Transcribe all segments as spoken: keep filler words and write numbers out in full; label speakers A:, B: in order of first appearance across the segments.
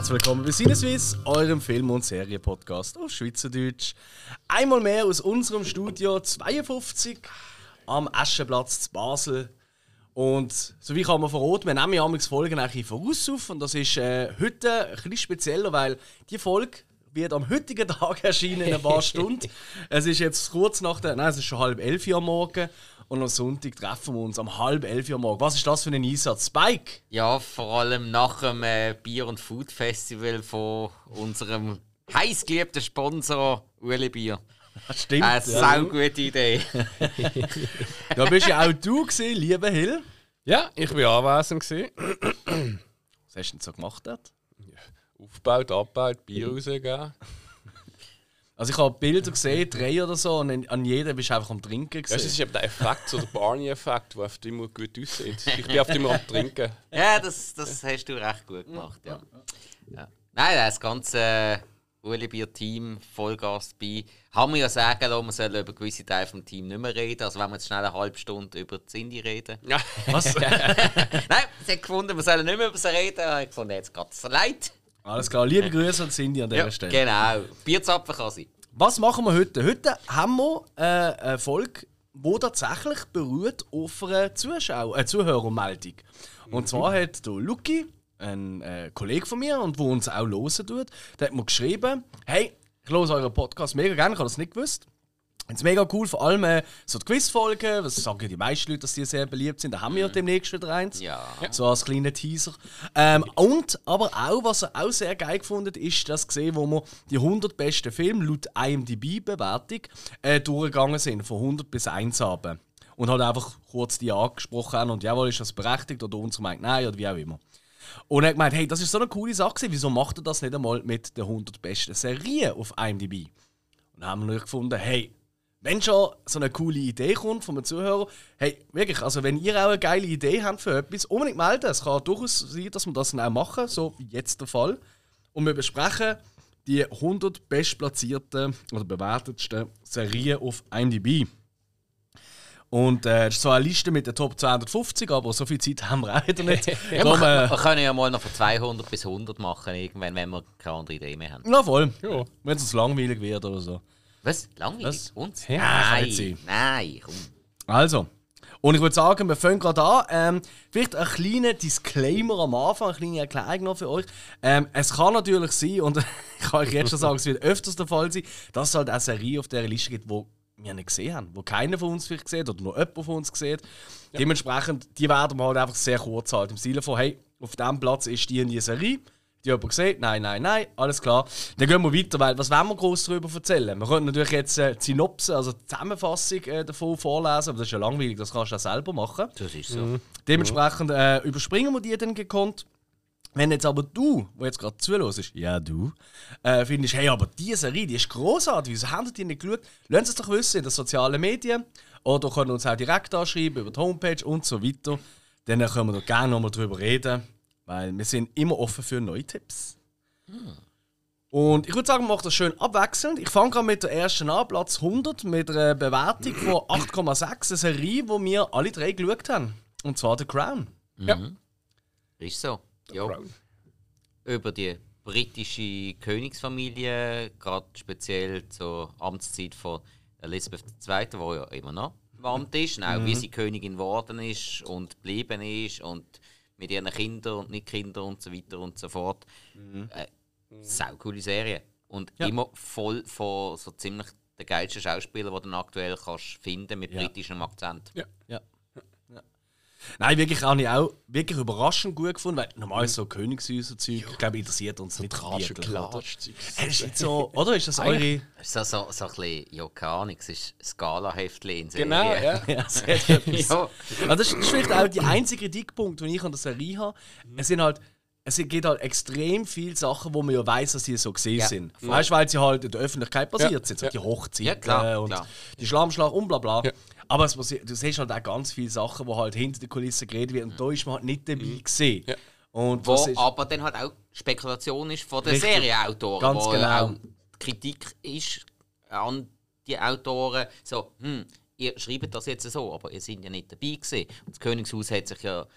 A: Herzlich willkommen bei Sinneswiss, eurem Film- und Serienpodcast auf Schweizerdeutsch. Einmal mehr aus unserem Studio zweiundfünfzig am Aschenplatz zu Basel. Und so wie kann man verraten, wir nehmen ja manchmal Folgen eigentlich voraus auf. Und das ist äh, heute ein bisschen spezieller, weil die Folge wird am heutigen Tag erscheinen in ein paar Stunden. Es ist jetzt kurz nach der, nein, es ist schon halb elf Uhr am Morgen. Und am Sonntag treffen wir uns um halb elf Uhr morgen. Was ist das für ein Einsatz? Spike?
B: Ja, vor allem nach dem äh, Bier- und Food-Festival von unserem heißgeliebten Sponsor Ueli Bier.
A: Das stimmt.
B: Eine
A: ja.
B: sau gute Idee.
A: Da bist ja auch du gewesen, lieber Hill.
C: Ja, ich war anwesend gewesen.
A: Was hast du denn so gemacht dort?
C: Aufgebaut, abgebaut, Bier rausgegeben.
A: Also ich habe Bilder gesehen, drei oder so, und an jedem bist du einfach am Trinken
C: Ja, das
A: gewesen.
C: ist eben der Effekt, so der Barney-Effekt, der oft immer gut aussieht. Ich bin oft immer am Trinken.
B: Ja, das, das hast du recht gut gemacht. Ja. Ja. Nein, das ganze äh, Ueli Bier-Team, Vollgas dabei. Haben wir ja sagen lassen, wir sollen über gewisse Teile des Teams nicht mehr reden. Also wenn wir jetzt schnell eine halbe Stunde über die Cindy reden.
C: Ja.
A: Was?
B: Nein, sie hat gefunden, wir sollen nicht mehr über sie reden. Ich habe gefunden, jetzt geht es so leid.
A: Alles klar, liebe Grüße an Cindy an dieser
B: Ja,
A: Stelle.
B: genau. Bierzapfen kann sein.
A: Was machen wir heute? Heute haben wir äh, eine Folge, die tatsächlich beruht auf einer Zuschauer, äh, Zuhörermeldung. Und
C: Mhm.
A: zwar hat der Luki, ein äh, Kollege von mir, und der uns auch hören tut, der hat mir geschrieben, hey, ich höre euren Podcast mega gerne, ich habe das nicht gewusst. Es ist mega cool, vor allem äh, so die Quizfolgen, was sagen die meisten Leute, dass die sehr beliebt sind. Da haben wir ja demnächst wieder eins.
B: Ja.
A: So als kleiner Teaser. Ähm, und aber auch, was er auch sehr geil gefunden hat, ist das gesehen, wo wir die hundert besten Filme laut I M D B-Bewertung äh, durchgegangen sind, von hundert bis eins haben. Und halt einfach kurz die angesprochen haben und jawohl, ist das berechtigt oder unsere meint nein oder wie auch immer. Und er hat gemeint, hey, das ist so eine coole Sache gewesen, wieso macht er das nicht einmal mit den hundert besten Serien auf I M D B? Und dann haben wir natürlich gefunden, hey, wenn schon so eine coole Idee kommt von einem Zuhörer, hey, wirklich, also wenn ihr auch eine geile Idee habt für etwas, unbedingt melden. Es kann durchaus sein, dass wir das dann auch machen, so wie jetzt der Fall. Und wir besprechen die hundert bestplatzierten oder bewertetsten Serien auf I M D B. Und äh, das ist so eine Liste mit den Top zweihundertfünfzig, aber so viel Zeit haben wir auch wieder nicht.
B: Ja,
A: Darum,
B: wir,
A: äh,
B: wir können ja mal noch von zweihundert bis hundert machen, irgendwann, wenn wir keine andere Idee mehr haben.
A: na voll,
C: Ja.
A: wenn es uns langweilig wird oder so.
B: Was? Langweilig?
A: Was?
B: Uns?
A: Ja, kann
B: nein,
A: nicht sein.
B: nein, komm.
A: Also, und ich würde sagen, wir fangen gerade an. Ähm, vielleicht ein kleiner Disclaimer am Anfang, eine kleine Erklärung noch für euch. Ähm, es kann natürlich sein, und ich kann euch jetzt schon sagen, es wird öfters der Fall sein, dass es halt eine Serie auf dieser Liste gibt, die wir nicht gesehen haben, wo keiner von uns vielleicht sieht oder nur jemand von uns sieht. Ja. Dementsprechend, die werden wir halt einfach sehr kurz halten. Im Sinne von, hey, auf diesem Platz ist die in die Serie. Die jemand gesehen? Nein, nein, nein, alles klar. Dann gehen wir weiter, weil was wollen wir groß darüber erzählen? Wir können natürlich jetzt äh, die Synopse, also die Zusammenfassung äh, davon vorlesen, aber das ist ja langweilig, das kannst du auch selber machen.
B: Das ist so.
A: Mhm. Dementsprechend äh, überspringen wir die dann gekonnt. Wenn jetzt aber du, der jetzt gerade zuhörst, ja du, äh, findest, hey, aber diese Serie, die ist grossartig, wieso haben die nicht geschaut? Lasst es doch wissen in den sozialen Medien oder können uns auch direkt anschreiben über die Homepage und so weiter. Dann können wir da gerne nochmal drüber reden. Weil wir sind immer offen für neue Tipps. Hm. Und ich würde sagen, wir machen das schön abwechselnd. Ich fange gerade mit der ersten an, Platz hundert, mit einer Bewertung von acht Komma sechs. Eine Serie, die wir alle drei geschaut haben. Und zwar The Crown.
C: Ja.
B: Ist so. Ja. Über die britische Königsfamilie, gerade speziell zur Amtszeit von Elizabeth die Zweite, die ja immer noch im Amt ist, und auch wie sie Königin geworden ist und geblieben ist und mit ihren Kindern und nicht Kindern und so weiter und so fort. Mhm. Äh, sau coole Serie. Und
A: Ja.
B: immer voll von so ziemlich den geilsten Schauspielern, die du dann aktuell kannst finden mit
A: Ja.
B: britischem Akzent.
C: Ja.
A: Ja. Ja. Nein, wirklich habe ich auch wirklich überraschend gut gefunden, weil normal so Königshäuser-Zeug, ich glaube, interessiert uns nicht
C: Klatsch-
A: wirklich, oder?
C: Klatsch-
A: Hey, das ist nicht so, oder? Ist das eure...
B: So, so, so ein bisschen, ja, keine Ahnung, es ist ein Skala-Heftchen in Serie.
C: Genau, ja.
A: Ja, es hat etwas.
B: Ja.
A: Also das ist vielleicht auch die einzige Kritikpunkt, den ich an der Serie habe. Es sind halt, es gibt halt extrem viele Sachen, wo man ja weiss, dass sie so gesehen
B: Ja.
A: sind. Weißt du, weil sie halt in der Öffentlichkeit passiert
C: Ja.
A: sind, so
C: Ja.
A: die Hochzeiten
B: Ja, klar,
A: und
B: klar.
A: die Schlammschlag und bla bla.
C: Ja.
A: Aber es passiert, du siehst halt auch ganz viele Sachen, die halt hinter den Kulissen geredet werden und da ist man halt nicht dabei gesehen.
C: Ja.
A: Und
B: Wo
A: was ist,
B: aber dann halt auch Spekulation ist von den
A: Richtig.
B: Serienautoren.
A: Ganz
B: wo
A: genau.
B: auch die Kritik ist an die Autoren, so, hm, ihr schreibt das jetzt so, aber ihr seid ja nicht dabei gewesen. Und das Königshaus hat sich ja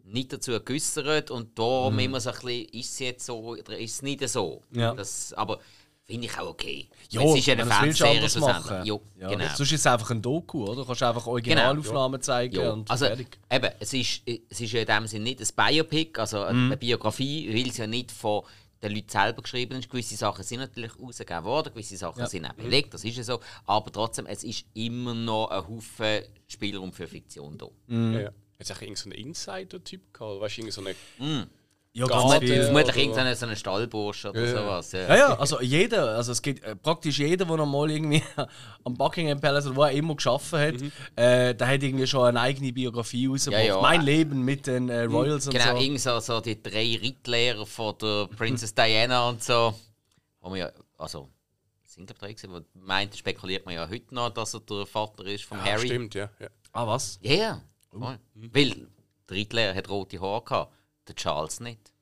B: nicht dazu geäussert und darum mm. immer so ein bisschen, ist es jetzt so oder ist es nicht so.
A: Ja.
B: Das, aber finde ich auch okay.
A: Jo,
B: es ist ja eine Fernsehserie schlussendlich.
A: Jo, ja. Genau. Sonst ist es einfach ein Doku, oder? Du kannst einfach Originalaufnahmen genau. zeigen jo. und
B: also,
A: fertig.
B: Eben, es ist, es ist ja in dem Sinne nicht ein Biopic, also eine mm. Biografie, weil es ja nicht von den Leuten selber geschrieben ist. Gewisse Sachen sind natürlich rausgegeben worden, gewisse Sachen ja. sind auch belegt, das ist ja so. Aber trotzdem, es ist immer noch ein Haufen Spielraum für Fiktion da.
C: Mm. Ja, ja. Hat es auch irgendeinen Insider-Typ gehabt? Weißt du, irgendeine.
B: Mm.
A: Ja,
B: vermutlich vermutlich irgendein so ein Stallbursch oder ja. sowas. Ja.
A: ja, ja, also jeder, also es gibt äh, praktisch jeder, der noch mal irgendwie am Buckingham Palace oder wo er immer geschaffen hat, mhm. äh, der hat irgendwie schon eine eigene Biografie rausgebracht. Ja, ja. Mein Leben mit den äh, Royals mhm. und
B: genau,
A: so.
B: Genau, irgendwie so, so die drei Reitlehrer von der Princess Diana und so. Wo man ja, also, sind glaube drei gewesen, wo meint, spekuliert man ja heute noch, dass er der Vater ist von
C: ja,
B: Harry.
C: Stimmt, ja. ja.
A: Ah, was?
B: Ja, yeah. uh. mhm. Weil der Reitlehrer hat rote Haare gehabt. Der Charles nicht.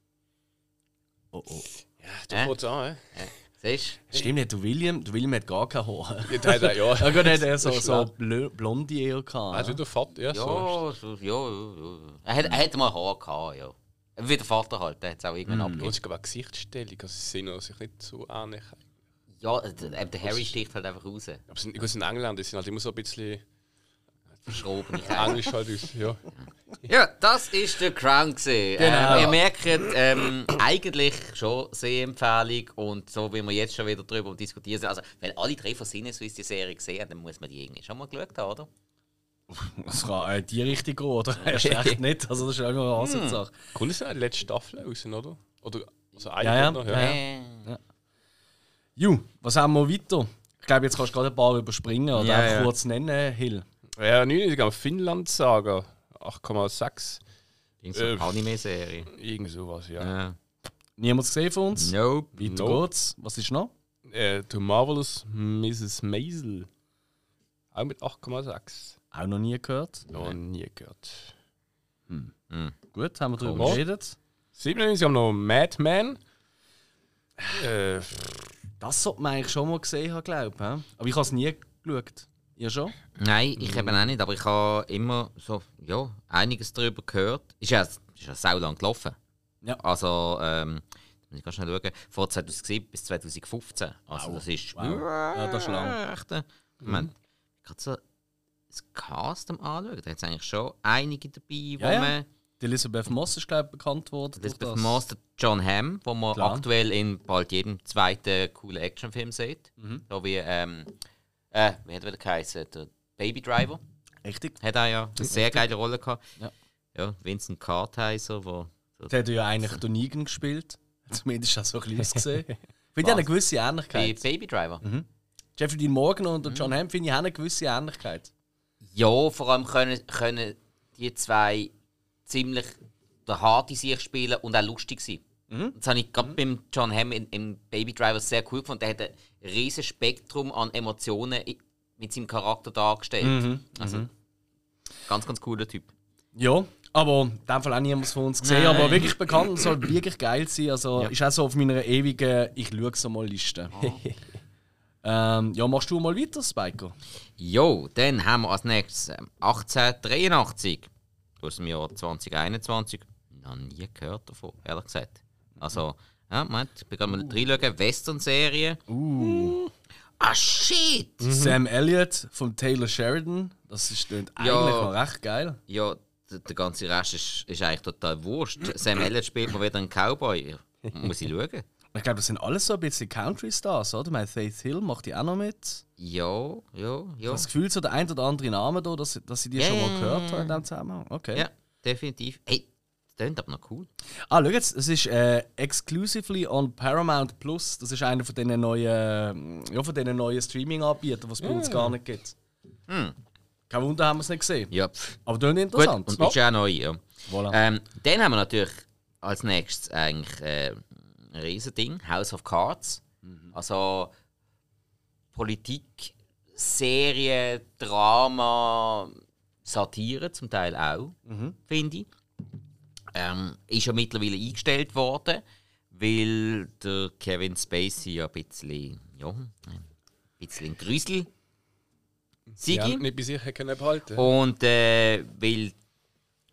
A: Oh oh.
C: Ja, da fängt es an, eh?
B: Ja. Siehst
A: du? Stimmt nicht, der William, der William hat gar kein Haar.
C: Ja, der hat er, ja.
A: Ja, gut, hat er so, so blonde eher gehabt.
C: Also der Vater, ja,
B: ja,
C: so.
B: so. Ja, ja, ja. Er hat, er hat mal Haar gehabt, ja. Wie der Vater halt, der hat es auch irgendwann mm. abgegeben.
C: Und es gab auch Gesichtsstellung, also sie sehen sich nicht so ähnlich.
B: Ja, der, der Harry sticht halt einfach raus.
C: Aber sind, in England die sind halt immer so ein bisschen...
B: verschroben.
C: Englisch halt aus, ja.
B: Ja, das war der Crown. Genau. Äh, ihr merkt, ähm, eigentlich schon Sehempfehlung und so wie wir jetzt schon wieder darüber diskutieren. Also, wenn alle drei von Sinneswiss die Serie gesehen haben, dann muss man die irgendwie schon mal geschaut haben, oder?
A: Das kann äh, die Richtung gehen, oder? Erst recht nicht. Also, das ist irgendwo eine Ansatzsache.
C: Kommt es in der letzten Staffel raus, oder? Oder also
A: ja, ja.
C: Noch,
A: ja. ja. ja. Ju, was haben wir weiter? Ich glaube, jetzt kannst du gerade ein paar überspringen oder
C: ja,
A: einfach
C: ja.
A: kurz nennen, Hill.
C: Ja, nein, Finnland-Saga. acht Komma sechs.
B: Irgendeine äh, Anime-Serie.
C: Irgend sowas, ja.
B: ja.
A: Niemand gesehen von uns?
B: Nope.
A: Weiter
C: nope.
A: geht's. Was ist noch?
C: Äh, The Marvelous Missus Maisel. Auch mit acht Komma sechs.
A: Auch noch nie gehört?
C: Noch nie gehört.
A: Hm. Hm. Gut, haben wir darüber oh. geredet.
C: siebenundneunzig haben wir noch Madman. Äh,
A: das sollte man eigentlich schon mal gesehen haben, glaube ich. Aber ich habe es nie geschaut. Ihr schon?
B: Nein, ich eben auch nicht, aber ich habe immer so, ja, einiges darüber gehört. Ist ja, ist ja sau lang gelaufen.
A: Ja.
B: Also, ähm, muss ich ganz schnell schauen, von zweitausendsieben bis zweitausendfünfzehn. Also, wow. das ist.
A: Wow. Ja, das ist lang.
B: Echt, äh, ich meine, gerade so das Cast am Anschauen, da hat es eigentlich schon einige dabei, wo
A: ja,
B: man.
A: Ja. Die Elizabeth Moss ist, glaube ich, bekannt worden.
B: Elizabeth Moss, der John Hamm, wo man Klar. aktuell in bald jedem zweiten coolen Actionfilm sieht. Mhm. So wie, ähm, äh, wie hat er wieder geheißen? Der Baby Driver.
A: Richtig.
B: Hat er ja eine sehr
A: Richtig.
B: geile Rolle gehabt.
A: Ja.
B: Ja, Vincent Kartheiser, wo.
A: So der hat ja eigentlich so. Negan gespielt. Zumindest hast du so ein bisschen gesehen. Ich finde ja eine gewisse Ähnlichkeit.
B: Bei Baby Driver.
A: Mhm. Jeffrey Dean Morgan und mhm. John Hamm finde ich auch eine gewisse Ähnlichkeit.
B: Ja, vor allem können, können die zwei ziemlich der harte sich spielen und auch lustig sein. Mhm. Das habe ich gerade mhm. beim John Hamm in, in Baby Driver sehr cool gefunden. Der hat ein riesiges Spektrum an Emotionen mit seinem Charakter dargestellt. Mhm. Also, mhm. ganz, ganz cooler Typ.
A: Ja, aber in dem Fall auch niemand von uns gesehen. Nein. Aber wirklich bekannt und soll wirklich geil sein. Also ja. Ist auch so auf meiner ewigen «Ich schaue so mal» Liste. Oh. ähm, ja, machst du mal weiter, Spiko?
B: Jo, dann haben wir als nächstes achtzehnhundertdreiundachtzig aus dem Jahr zwanzig einundzwanzig. Noch nie gehört davon, ehrlich gesagt. Also, ja, Moment, ich bin gerade mal uh. reinschauen. Western-Serie.
A: Uh.
B: Ah, shit!
A: Mhm. Sam Elliott von Taylor Sheridan. Das ist eigentlich ja, noch recht geil.
B: Ja, der, der ganze Rest ist, ist eigentlich total wurscht. Sam Elliott spielt mal wieder einen Cowboy. Muss ich schauen.
A: Ich glaube, das sind alles so ein bisschen Country-Stars, oder? Ich meine, Faith Hill macht die auch noch mit.
B: Ja, ja, ja.
A: Ich habe das Gefühl, so der ein oder andere Name da, dass, dass ich die yeah. schon mal gehört habe in diesem Zusammenhang. Okay.
B: Ja, definitiv. Hey, das klingt aber noch cool.
A: Ah, schau jetzt, es ist äh, exclusively on Paramount Plus. Das ist einer von diesen neuen, ja, von diesen neuen Streaming-Anbietern, die es bei uns gar nicht gibt.
B: Hm.
A: Kein Wunder, haben wir es nicht gesehen.
B: Ja.
A: Aber das ist interessant.
B: Gut, und ist ja auch neu, ja.
A: Voilà.
B: Ähm, dann haben wir natürlich als nächstes eigentlich äh, ein Riesending, House of Cards. Mhm. Also Politik, Serie, Drama, Satire zum Teil auch, mhm. finde ich. Ähm, ist ja mittlerweile eingestellt worden, weil der Kevin Spacey ja ein bisschen, ja, ein bisschen Grüsel
C: Sie haben nicht bei sich können behalten.
B: Und äh, weil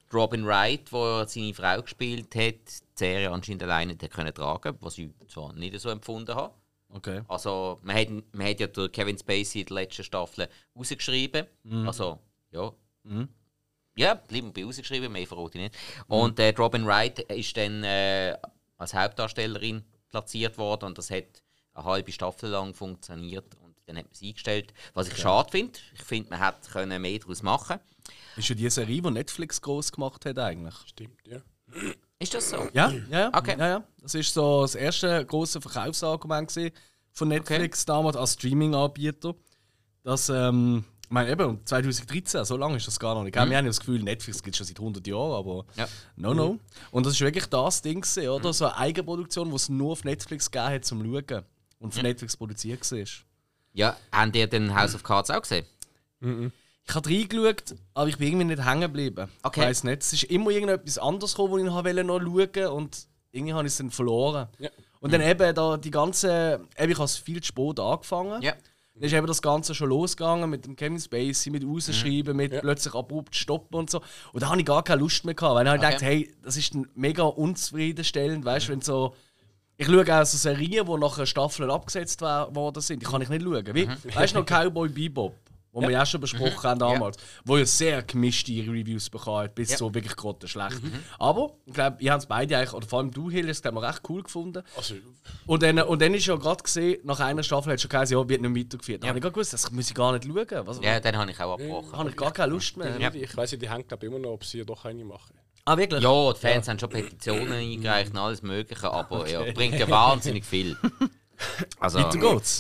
B: Robin Wright, der seine Frau gespielt hat, die Serie anscheinend alleine nicht können tragen, was ich zwar nicht so empfunden habe.
A: Okay.
B: Also, man hat, man hat ja durch Kevin Spacey in der letzten Staffel rausgeschrieben. Mhm. Also, ja. Mhm. Ja, bleiben bei rausgeschrieben, mehr verrate ich nicht. Und äh, Robin Wright ist dann äh, als Hauptdarstellerin platziert worden und das hat eine halbe Staffel lang funktioniert und dann hat man sie eingestellt. Was ich okay. schade finde. Ich finde, man hätte mehr daraus machen können.
A: Ist ja die Serie, die Netflix groß gemacht hat eigentlich.
C: Stimmt, ja.
B: Ist das so?
A: Ja, ja, ja.
B: Okay.
A: ja, ja. Das war so das erste grosse Verkaufsargument von Netflix okay. damals als Streaming-Anbieter. Dass, ähm, ich meine, eben, zwanzig dreizehn, so lange ist das gar noch nicht. Mhm. Wir haben ja das Gefühl, Netflix gibt es schon seit hundert Jahren, aber
B: ja.
A: no, no. Und das war wirklich das Ding, oder? Mhm. So eine Eigenproduktion, die es nur auf Netflix gegeben hat zum Schauen. Und von ja. Netflix produziert war.
B: Ja, habt ihr den House of Cards auch gesehen?
A: Mhm. Ich habe reingeschaut, aber ich bin irgendwie nicht hängen geblieben.
B: Okay.
A: Ich weiss nicht. Es ist immer irgendetwas anderes gekommen, wo ich noch schauen wollte und irgendwie habe ich es dann verloren.
C: Ja.
A: Und dann eben da die ganze... Eben, ich habe es viel zu spät angefangen.
B: Ja.
A: Dann ist eben das Ganze schon losgegangen mit dem Kevin Spacey, mit Rausschreiben, mhm. mit ja. plötzlich abrupt stoppen und so. Und da habe ich gar keine Lust mehr gehabt, weil ich okay. dachte, hey, das ist mega unzufriedenstellend, weißt du, mhm. wenn so... Ich schaue auch so Serien, die nach Staffeln abgesetzt worden sind. Die kann ich nicht schauen. Wie, mhm. Weißt du noch Cowboy Bebop? Wo ja. wir ja schon besprochen mhm. haben damals, ja. wo ja sehr gemischte Reviews bekommen hat, bis ja. so wirklich grottenschlecht. Mhm. Aber ich glaube, ihr habt es beide eigentlich, oder vor allem du, Hill, das haben wir recht cool gefunden.
C: Also,
A: und, dann, und dann ist ja gerade gesehen, nach einer Staffel hat schon gesagt, ja, wird nicht weitergeführt. Da
B: ja.
A: habe ich gerade gewusst, das muss ich gar nicht schauen. Was,
B: ja, dann habe ich auch abgebrochen.
A: Da habe ich gar keine Lust mehr.
C: Ja. Ich weiss, die hängt glaube immer noch, ob sie doch eine machen.
A: Ah, wirklich?
B: Ja, die Fans ja. haben schon Petitionen eingereicht und alles Mögliche, aber okay. ja, bringt ja wahnsinnig viel. Also,
A: weiter geht's.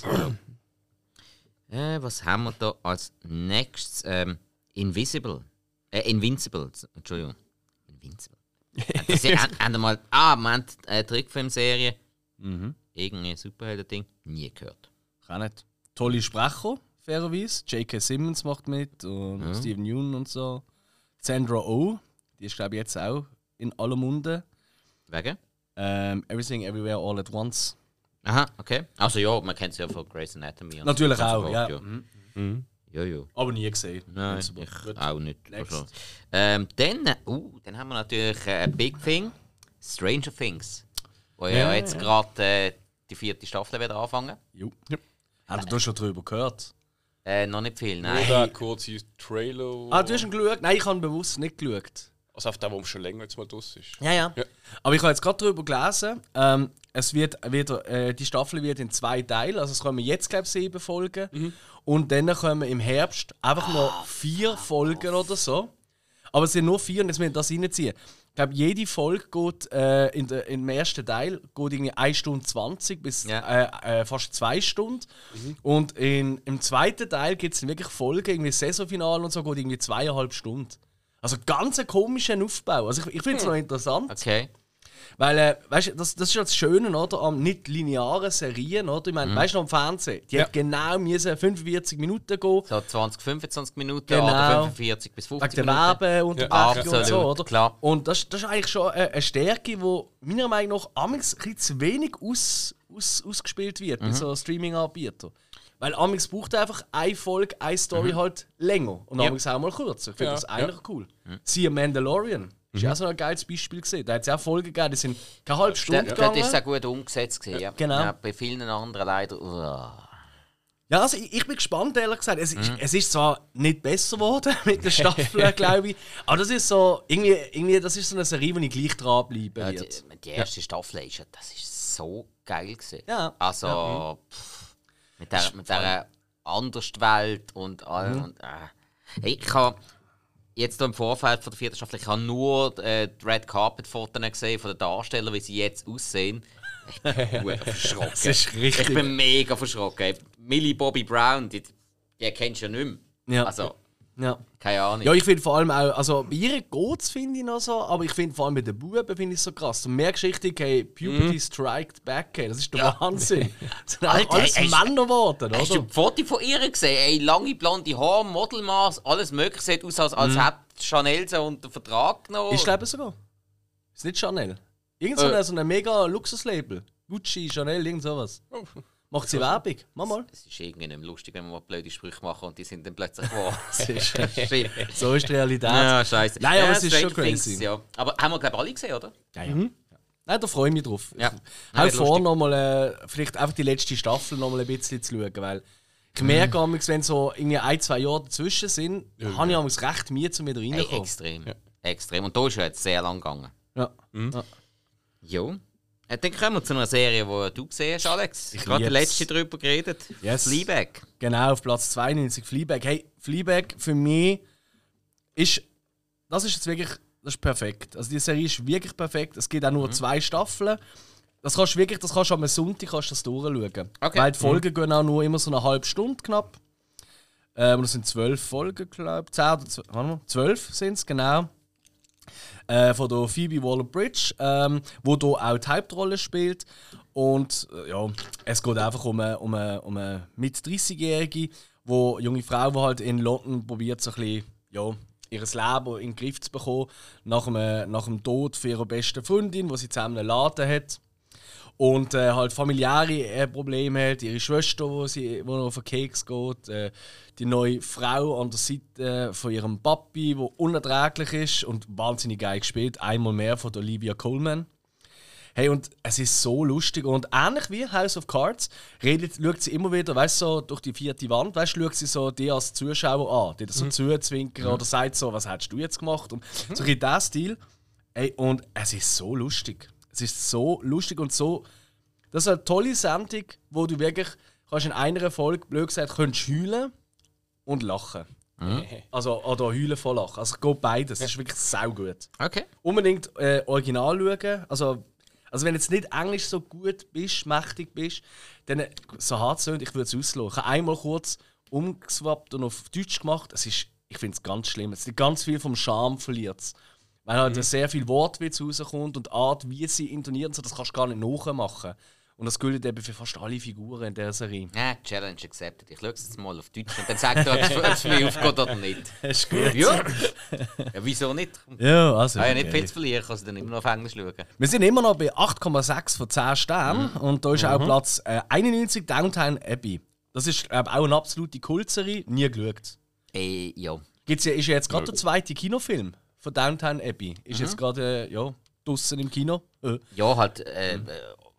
B: Äh, was haben wir da als nächstes? Ähm, Invisible. Äh, Invincible. Entschuldigung. Invincible. Das ist, haben wir mal. Ah, wir haben eine Trickfilmserie.
A: Mhm.
B: Irgendein Superhelden-Ding. Nie gehört.
A: Kann nicht. Tolle Sprecher, fairerweise. J K. Simmons macht mit und
B: ja.
A: Steve Yeun und so. Sandra Oh, die ist, glaube ich, jetzt auch in aller Munde.
B: Wegen?
A: Ähm, Everything, Everywhere, All at Once.
B: Aha, okay. Also ja, man kennt sie ja von Grey's Anatomy. Und
A: natürlich
B: so
A: auch,
B: fort,
A: ja.
B: ja.
A: Mhm.
B: Mhm. Ja, ja.
A: Aber nie gesehen.
B: Nein, ich auch nicht. Also. Ähm, dann, uh, dann haben wir natürlich ein äh, Big Thing, Stranger Things. Wo ja, ja jetzt ja. gerade äh, die vierte Staffel wieder anfangen.
A: Jo. Ja. Hast du schon drüber gehört?
B: Äh, noch nicht viel, nein.
C: Oder kurze Trailer.
A: Ah, du hast ihn geschaut? Nein, ich habe bewusst nicht geschaut.
C: Also auf der, wo schon länger jetzt mal draus ist.
A: Ja, ja, ja. Aber ich habe jetzt gerade darüber gelesen, ähm, es wird wieder, äh, die Staffel wird in zwei Teilen, also es kommen jetzt, glaube ich, sieben Folgen. Mhm. Und dann kommen im Herbst einfach noch vier Folgen oder so. Aber es sind nur vier und jetzt müssen wir das reinziehen. Ich glaube, jede Folge geht äh, in der, im ersten Teil geht irgendwie eine Stunde zwanzig bis
B: ja.
A: äh, äh, fast zwei Stunden. Mhm. Und in, im zweiten Teil gibt es wirklich Folgen, irgendwie Saisonfinale und so, geht irgendwie zweieinhalb Stunden. Also ganz ein komischer Aufbau. Also ich, ich finde es hm. noch interessant.
B: Okay.
A: Weil, äh, weißt du, das, das ist ja das Schöne, oder? An nicht linearen Serien, oder? Ich meine, mhm. weißt du noch, am Fernsehen, die ja. hat genau müssen fünfundvierzig Minuten gehen.
B: So zwanzig, fünfundzwanzig Minuten
A: genau.
B: oder fünfundvierzig bis fünfzig
A: Wegen
B: Minuten.
A: der Werbeunterbrechung
B: ja.
A: und so, oder?
B: Klar.
A: Und das, das ist eigentlich schon eine, eine Stärke, die meiner Meinung nach amigs ein zu wenig aus, aus, ausgespielt wird mhm. bei so Streaming-Anbietern. Weil amigs braucht einfach eine Folge, eine Story mhm. halt länger und amigs ja. auch mal kürzer. Ich finde
C: ja.
A: das eigentlich
C: ja.
A: cool. Mhm. Siehe Mandalorian. Das war mhm. auch so ein geiles Beispiel gesehen. Da hat es auch Folgen gegeben, die sind keine halbe Stunde
B: ja.
A: gegangen.
B: Das ist auch gut umgesetzt gewesen, ja.
A: Genau.
B: Ja, bei vielen anderen leider. Uh.
A: Ja, also ich, ich bin gespannt, ehrlich gesagt. Es, mhm. ist, es ist zwar nicht besser geworden mit der Staffel, glaube ich, aber das ist so irgendwie, irgendwie, das ist so eine Serie, wo ich gleich dranbleiben
B: ja,
A: wird.
B: Die, die erste ja. Staffel ist ja, das ist so geil gewesen.
A: Ja.
B: Also
A: ja.
B: Pff, mit der, mit der Anderswelt und allem. Mhm. Und, äh. Hey, ich habe jetzt im Vorfeld von der vierten Staffel, ich habe nur äh, die Red Carpet Fotos gesehen von den Darstellern, wie sie jetzt aussehen. Ich bin verschrocken.
A: Das ist richtig.
B: Ich bin mega verschrocken. Millie Bobby Brown, die, die kennst du ja nicht mehr.
A: Ja.
B: Also,
A: ja.
B: keine Ahnung.
A: Ja, ich finde vor allem auch, also bei ihr geht es, finde ich noch so, aber ich finde vor allem bei den Buben finde ich es so krass. Du merkst richtig, hey, Puberty mm. striked back, hey, das ist der ja. Wahnsinn. Das sind Alter, alles ey, Männer geworden, oder?
B: Hast du ein Foto von ihr gesehen? Ey, lange blonde Haare, Modelmaß, alles mögliche. Sieht aus, als, als mm. hätte Chanel so unter Vertrag genommen.
A: Ich glaube sogar. Ist nicht Chanel. Irgend so, äh. ein, so ein mega Luxuslabel. Gucci, Chanel, irgend sowas. Oh. Macht sie Werbung? Mach mal.
B: Es ist irgendwie nicht mehr lustig, wenn wir mal blöde Sprüche machen und die sind dann plötzlich wahr.
A: So ist die Realität.
B: Ja, scheiße.
A: Nein, aber
B: ja,
A: es ist schon
B: Stranger
A: crazy.
B: Things, ja. Aber haben wir, glaube ich, alle gesehen, oder?
A: Ja, ja. Mhm. Nein, da freue ich mich drauf.
B: Ja.
A: Auch
B: Nein,
A: vor,
B: lustig.
A: noch mal, äh, vielleicht einfach die letzte Staffel noch mal ein bisschen zu schauen, weil ich merke, mhm. wenn so irgendwie ein, zwei Jahre dazwischen sind, ja, habe ich amigs recht Mühe, um wieder reinzukommen.
B: Hey, extrem. Ja. Extrem. Und da ist ja jetzt sehr lang gegangen.
A: Ja. Mhm. ja.
B: Jo. Dann kommen wir zu einer Serie, die du gesehen hast, Alex. Ich habe die letzte darüber geredet.
A: Yes.
B: Fleabag.
A: Genau, auf Platz zweiundneunzig Fleabag. Hey, Fleabag für mich ist. Das ist jetzt wirklich. Das ist perfekt. Also die Serie ist wirklich perfekt. Es gibt auch nur mhm. zwei Staffeln. Das kannst du wirklich, das kannst du am Sonntag kannst du das durchschauen. Okay. Weil die Folgen mhm. gehen auch nur immer so eine halbe Stunde knapp. Ähm, das sind zwölf Folgen, glaube ich. Zehn oder zwölf, warte mal, zwölf sind es, genau. Äh, von der Phoebe Waller-Bridge, ähm, wo hier auch die Hauptrolle spielt. Und äh, ja, es geht einfach um eine, um eine, um eine mit dreißigjährige, wo junge Frau, die halt in London probiert, so ein bisschen, ja, ihr Leben in den Griff zu bekommen, nach dem, nach dem Tod von ihrer besten Freundin, die sie zusammen einen Laden hat. Und äh, halt familiäre äh, Probleme hat, ihre Schwester, wo sie wo noch auf den Keks geht, äh, die neue Frau an der Seite äh, von ihrem Papi, die unerträglich ist und wahnsinnig geil gespielt, einmal mehr von der Olivia Colman. Hey, und es ist so lustig und ähnlich wie House of Cards redet, schaut sie immer wieder, weißt so durch die vierte Wand, weißt, schaut sie so die als Zuschauer an, die das so mhm. zuzwinkern mhm. oder sagt so, was hättest du jetzt gemacht und mhm. so in diesem Stil. Hey, und es ist so lustig. Es ist so lustig und so. Das ist eine tolle Sendung, wo du wirklich kannst in einer Folge, blöd gesagt, könntest heulen und lachen. Mhm. Also, oder heulen vor Lachen. Also, es geht beides. Das ist wirklich saugut.
B: Okay.
A: Unbedingt äh, original schauen. Also, also, wenn du jetzt nicht Englisch so gut bist, mächtig bist, dann, so hart es ich würde es auslassen. Ich habe einmal kurz umgeswappt und auf Deutsch gemacht. Es ist, ich finde es ganz schlimm. Es ist ganz viel vom Charme verliert es. Weil halt mhm. sehr viel Wortwitz rauskommt und die Art, wie sie intonieren, so, das kannst du gar nicht nachmachen. Und das gilt eben für fast alle Figuren in dieser Serie.
B: Ja, Challenge accepted. Ich schaue es jetzt mal auf Deutsch und dann sag dir, ob es mir aufgeht oder nicht.
A: Das ist gut.
B: Ja. Ja, wieso nicht?
A: Ja, also.
B: Ich habe ja nicht viel zu verlieren, ich kann sie dann immer noch auf Englisch schauen.
A: Wir sind immer noch bei acht Komma sechs von zehn Sternen mhm. und da ist mhm. auch Platz äh, einundneunzig Downtown Abbey. Das ist äh, auch eine absolute Kultserie, nie geschaut.
B: Äh, ja.
A: Gibt's ja. Ist ja jetzt gerade der zweite Kinofilm von Downtown Abbey. Ist mhm. jetzt gerade äh, ja, draussen im Kino. Äh.
B: Ja, halt. Äh, mhm.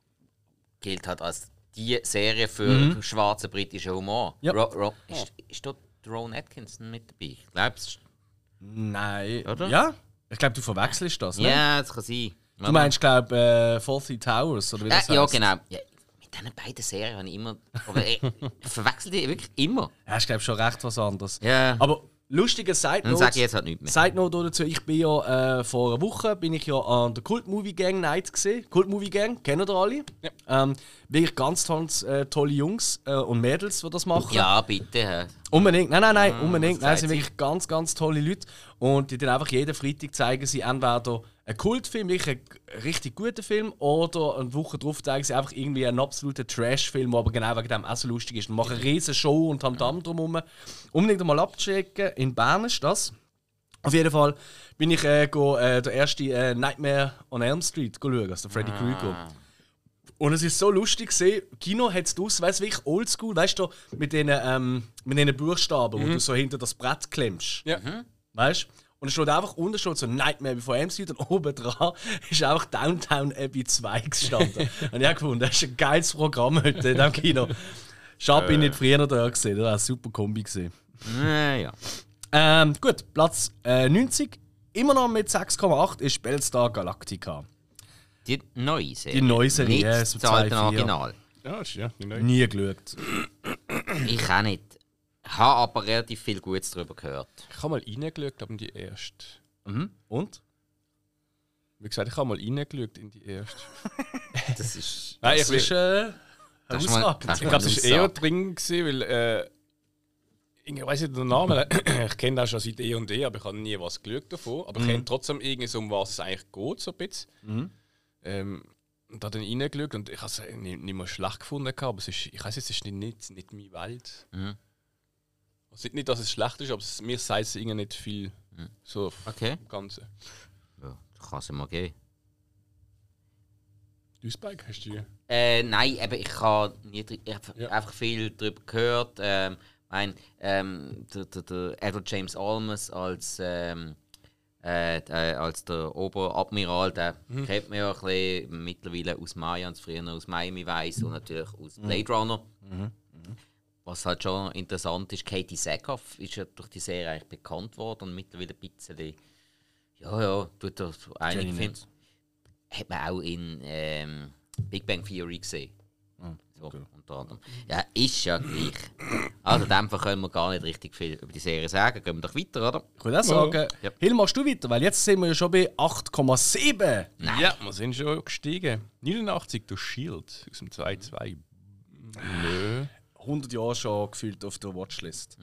B: gilt halt als die Serie für mhm. schwarzen britischen Humor.
A: Ja.
B: Ro Ro ist, ist dort Rowan Atkinson mit dabei? Glaubst du?
A: Nein.
B: Oder?
A: Ja? Ich glaube, du verwechselst das, ne?
B: Ja, das kann sein.
A: Du meinst, glaube äh, Fawlty Towers, oder wie das
B: äh, Ja,
A: heißt?
B: genau. Ja, mit diesen beiden Serien habe ich immer... Aber ich, ich verwechsel die wirklich immer.
A: Ja, ich glaube schon recht was anderes.
B: Ja.
A: Aber lustiger Side Note.
B: Dann sage ich jetzt halt nichts mehr.
A: Side Note dazu, ich bin ja äh, vor einer Woche bin ich ja an der Cult Movie Gang Night gesehen. Cult Movie Gang, kennen ihr alle? Ja. Ähm, wirklich ganz tolles, äh, tolle Jungs äh, und Mädels, die das machen.
B: Ja, bitte.
A: Unbedingt, nein, nein, nein,
B: mm,
A: unbedingt. Nein, sie sind wirklich ganz, ganz tolle Leute. Und die dann einfach jeden Freitag zeigen sie entweder einen Kultfilm, wirklich einen richtig guten Film, oder eine Woche drauf zeigen sie einfach irgendwie einen absoluten Trash-Film, der aber genau wegen dem auch so lustig ist. Und machen eine riesen Show und Tamtam drumherum. Unbedingt mal abchecken. In Bern ist das. Auf jeden Fall bin ich äh, go, äh, der erste äh, Nightmare on Elm Street schauen, also Freddy ah. Krueger. Und es ist so lustig gesehen. Kino hat es draus, weißt du, wirklich oldschool, weißt du, mit diesen ähm, mit den Buchstaben, mhm. wo du so hinter das Brett klemmst.
C: Ja.
A: Mhm. Weißt du? Und es steht einfach unten steht so Nightmare Before Elm Street und oben dran ist auch Downtown Abbey zwei gestanden. Und ich habe gefunden, das ist ein geiles Programm heute in diesem Kino. Schade, bin ich nicht früher da gesehen, das war eine super Kombi gesehen.
B: Ja, ja.
A: Ähm, gut, Platz äh, neunzig, immer noch mit sechs Komma acht ist Battlestar Galactica.
B: Die neue Serie?
A: Die neue Serie,
B: nicht
A: ja,
B: das alte Original.
C: Ja, ist ja die neue.
A: Nie geschaut.
B: Ich auch nicht. Ich habe aber relativ viel Gutes darüber gehört.
C: Ich habe mal reingeschaut, aber in die erste.
A: Mhm. Und?
C: Wie gesagt, ich habe mal reingeschaut in die erste.
B: Das ist...
C: Nein,
A: das
C: ich
A: ist äh,
B: das ist mal,
C: ich glaube, das war eher drin, gewesen, weil... Äh, ich weiß nicht den Namen. Ich kenne das schon seit eh und eh, aber ich habe nie was geschaut davon. Aber ich
A: Mhm.
C: kenne trotzdem irgendwie, um was es eigentlich geht, so ein bisschen.
A: Mhm.
C: Ähm, und da dann reingeschaut und ich habe es nicht, nicht mehr schlecht gefunden, aber es ist, ich weiß es ist nicht, nicht, nicht meine Welt.
B: Mhm.
C: Also nicht, dass es schlecht ist, aber es, mir sagt es irgendwie nicht viel
B: Mhm.
C: so
B: Okay.
C: im Ganzen.
B: Ja, das kann es mal geben.
C: Duisberg, hast du die?
B: Äh, nein, eben, ich habe nie dr- ich hab
C: Ja.
B: einfach viel darüber gehört. Ähm, mein, ähm, der, der, der Edward James Olmos als, ähm, äh, äh, als der Oberadmiral, der
C: Mhm.
B: kennt man ja ein bisschen mittlerweile aus Mayans, früher aus Miami Vice und natürlich aus Blade Runner.
C: Mhm.
B: Was halt schon interessant ist, Katie Sackhoff ist ja durch die Serie eigentlich bekannt worden und mittlerweile ein bisschen, ja, ja, tut er so einige
A: Jenny
B: Filme. Hat man auch in ähm, Big Bang Theory gesehen. So,
A: okay.
B: unter anderem. Ja, ist ja gleich. Also, in dem Fall können wir gar nicht richtig viel über die Serie sagen. Gehen wir doch weiter, oder?
A: Ich würde auch sagen,
B: Ja.
A: Hill, machst du weiter? Weil jetzt sind wir ja schon bei acht Komma sieben.
C: Ja, wir sind schon gestiegen. neunundachtzig durch Shield aus dem zwei zwei. Nö.
A: hundert Jahre schon gefühlt auf der Watchlist.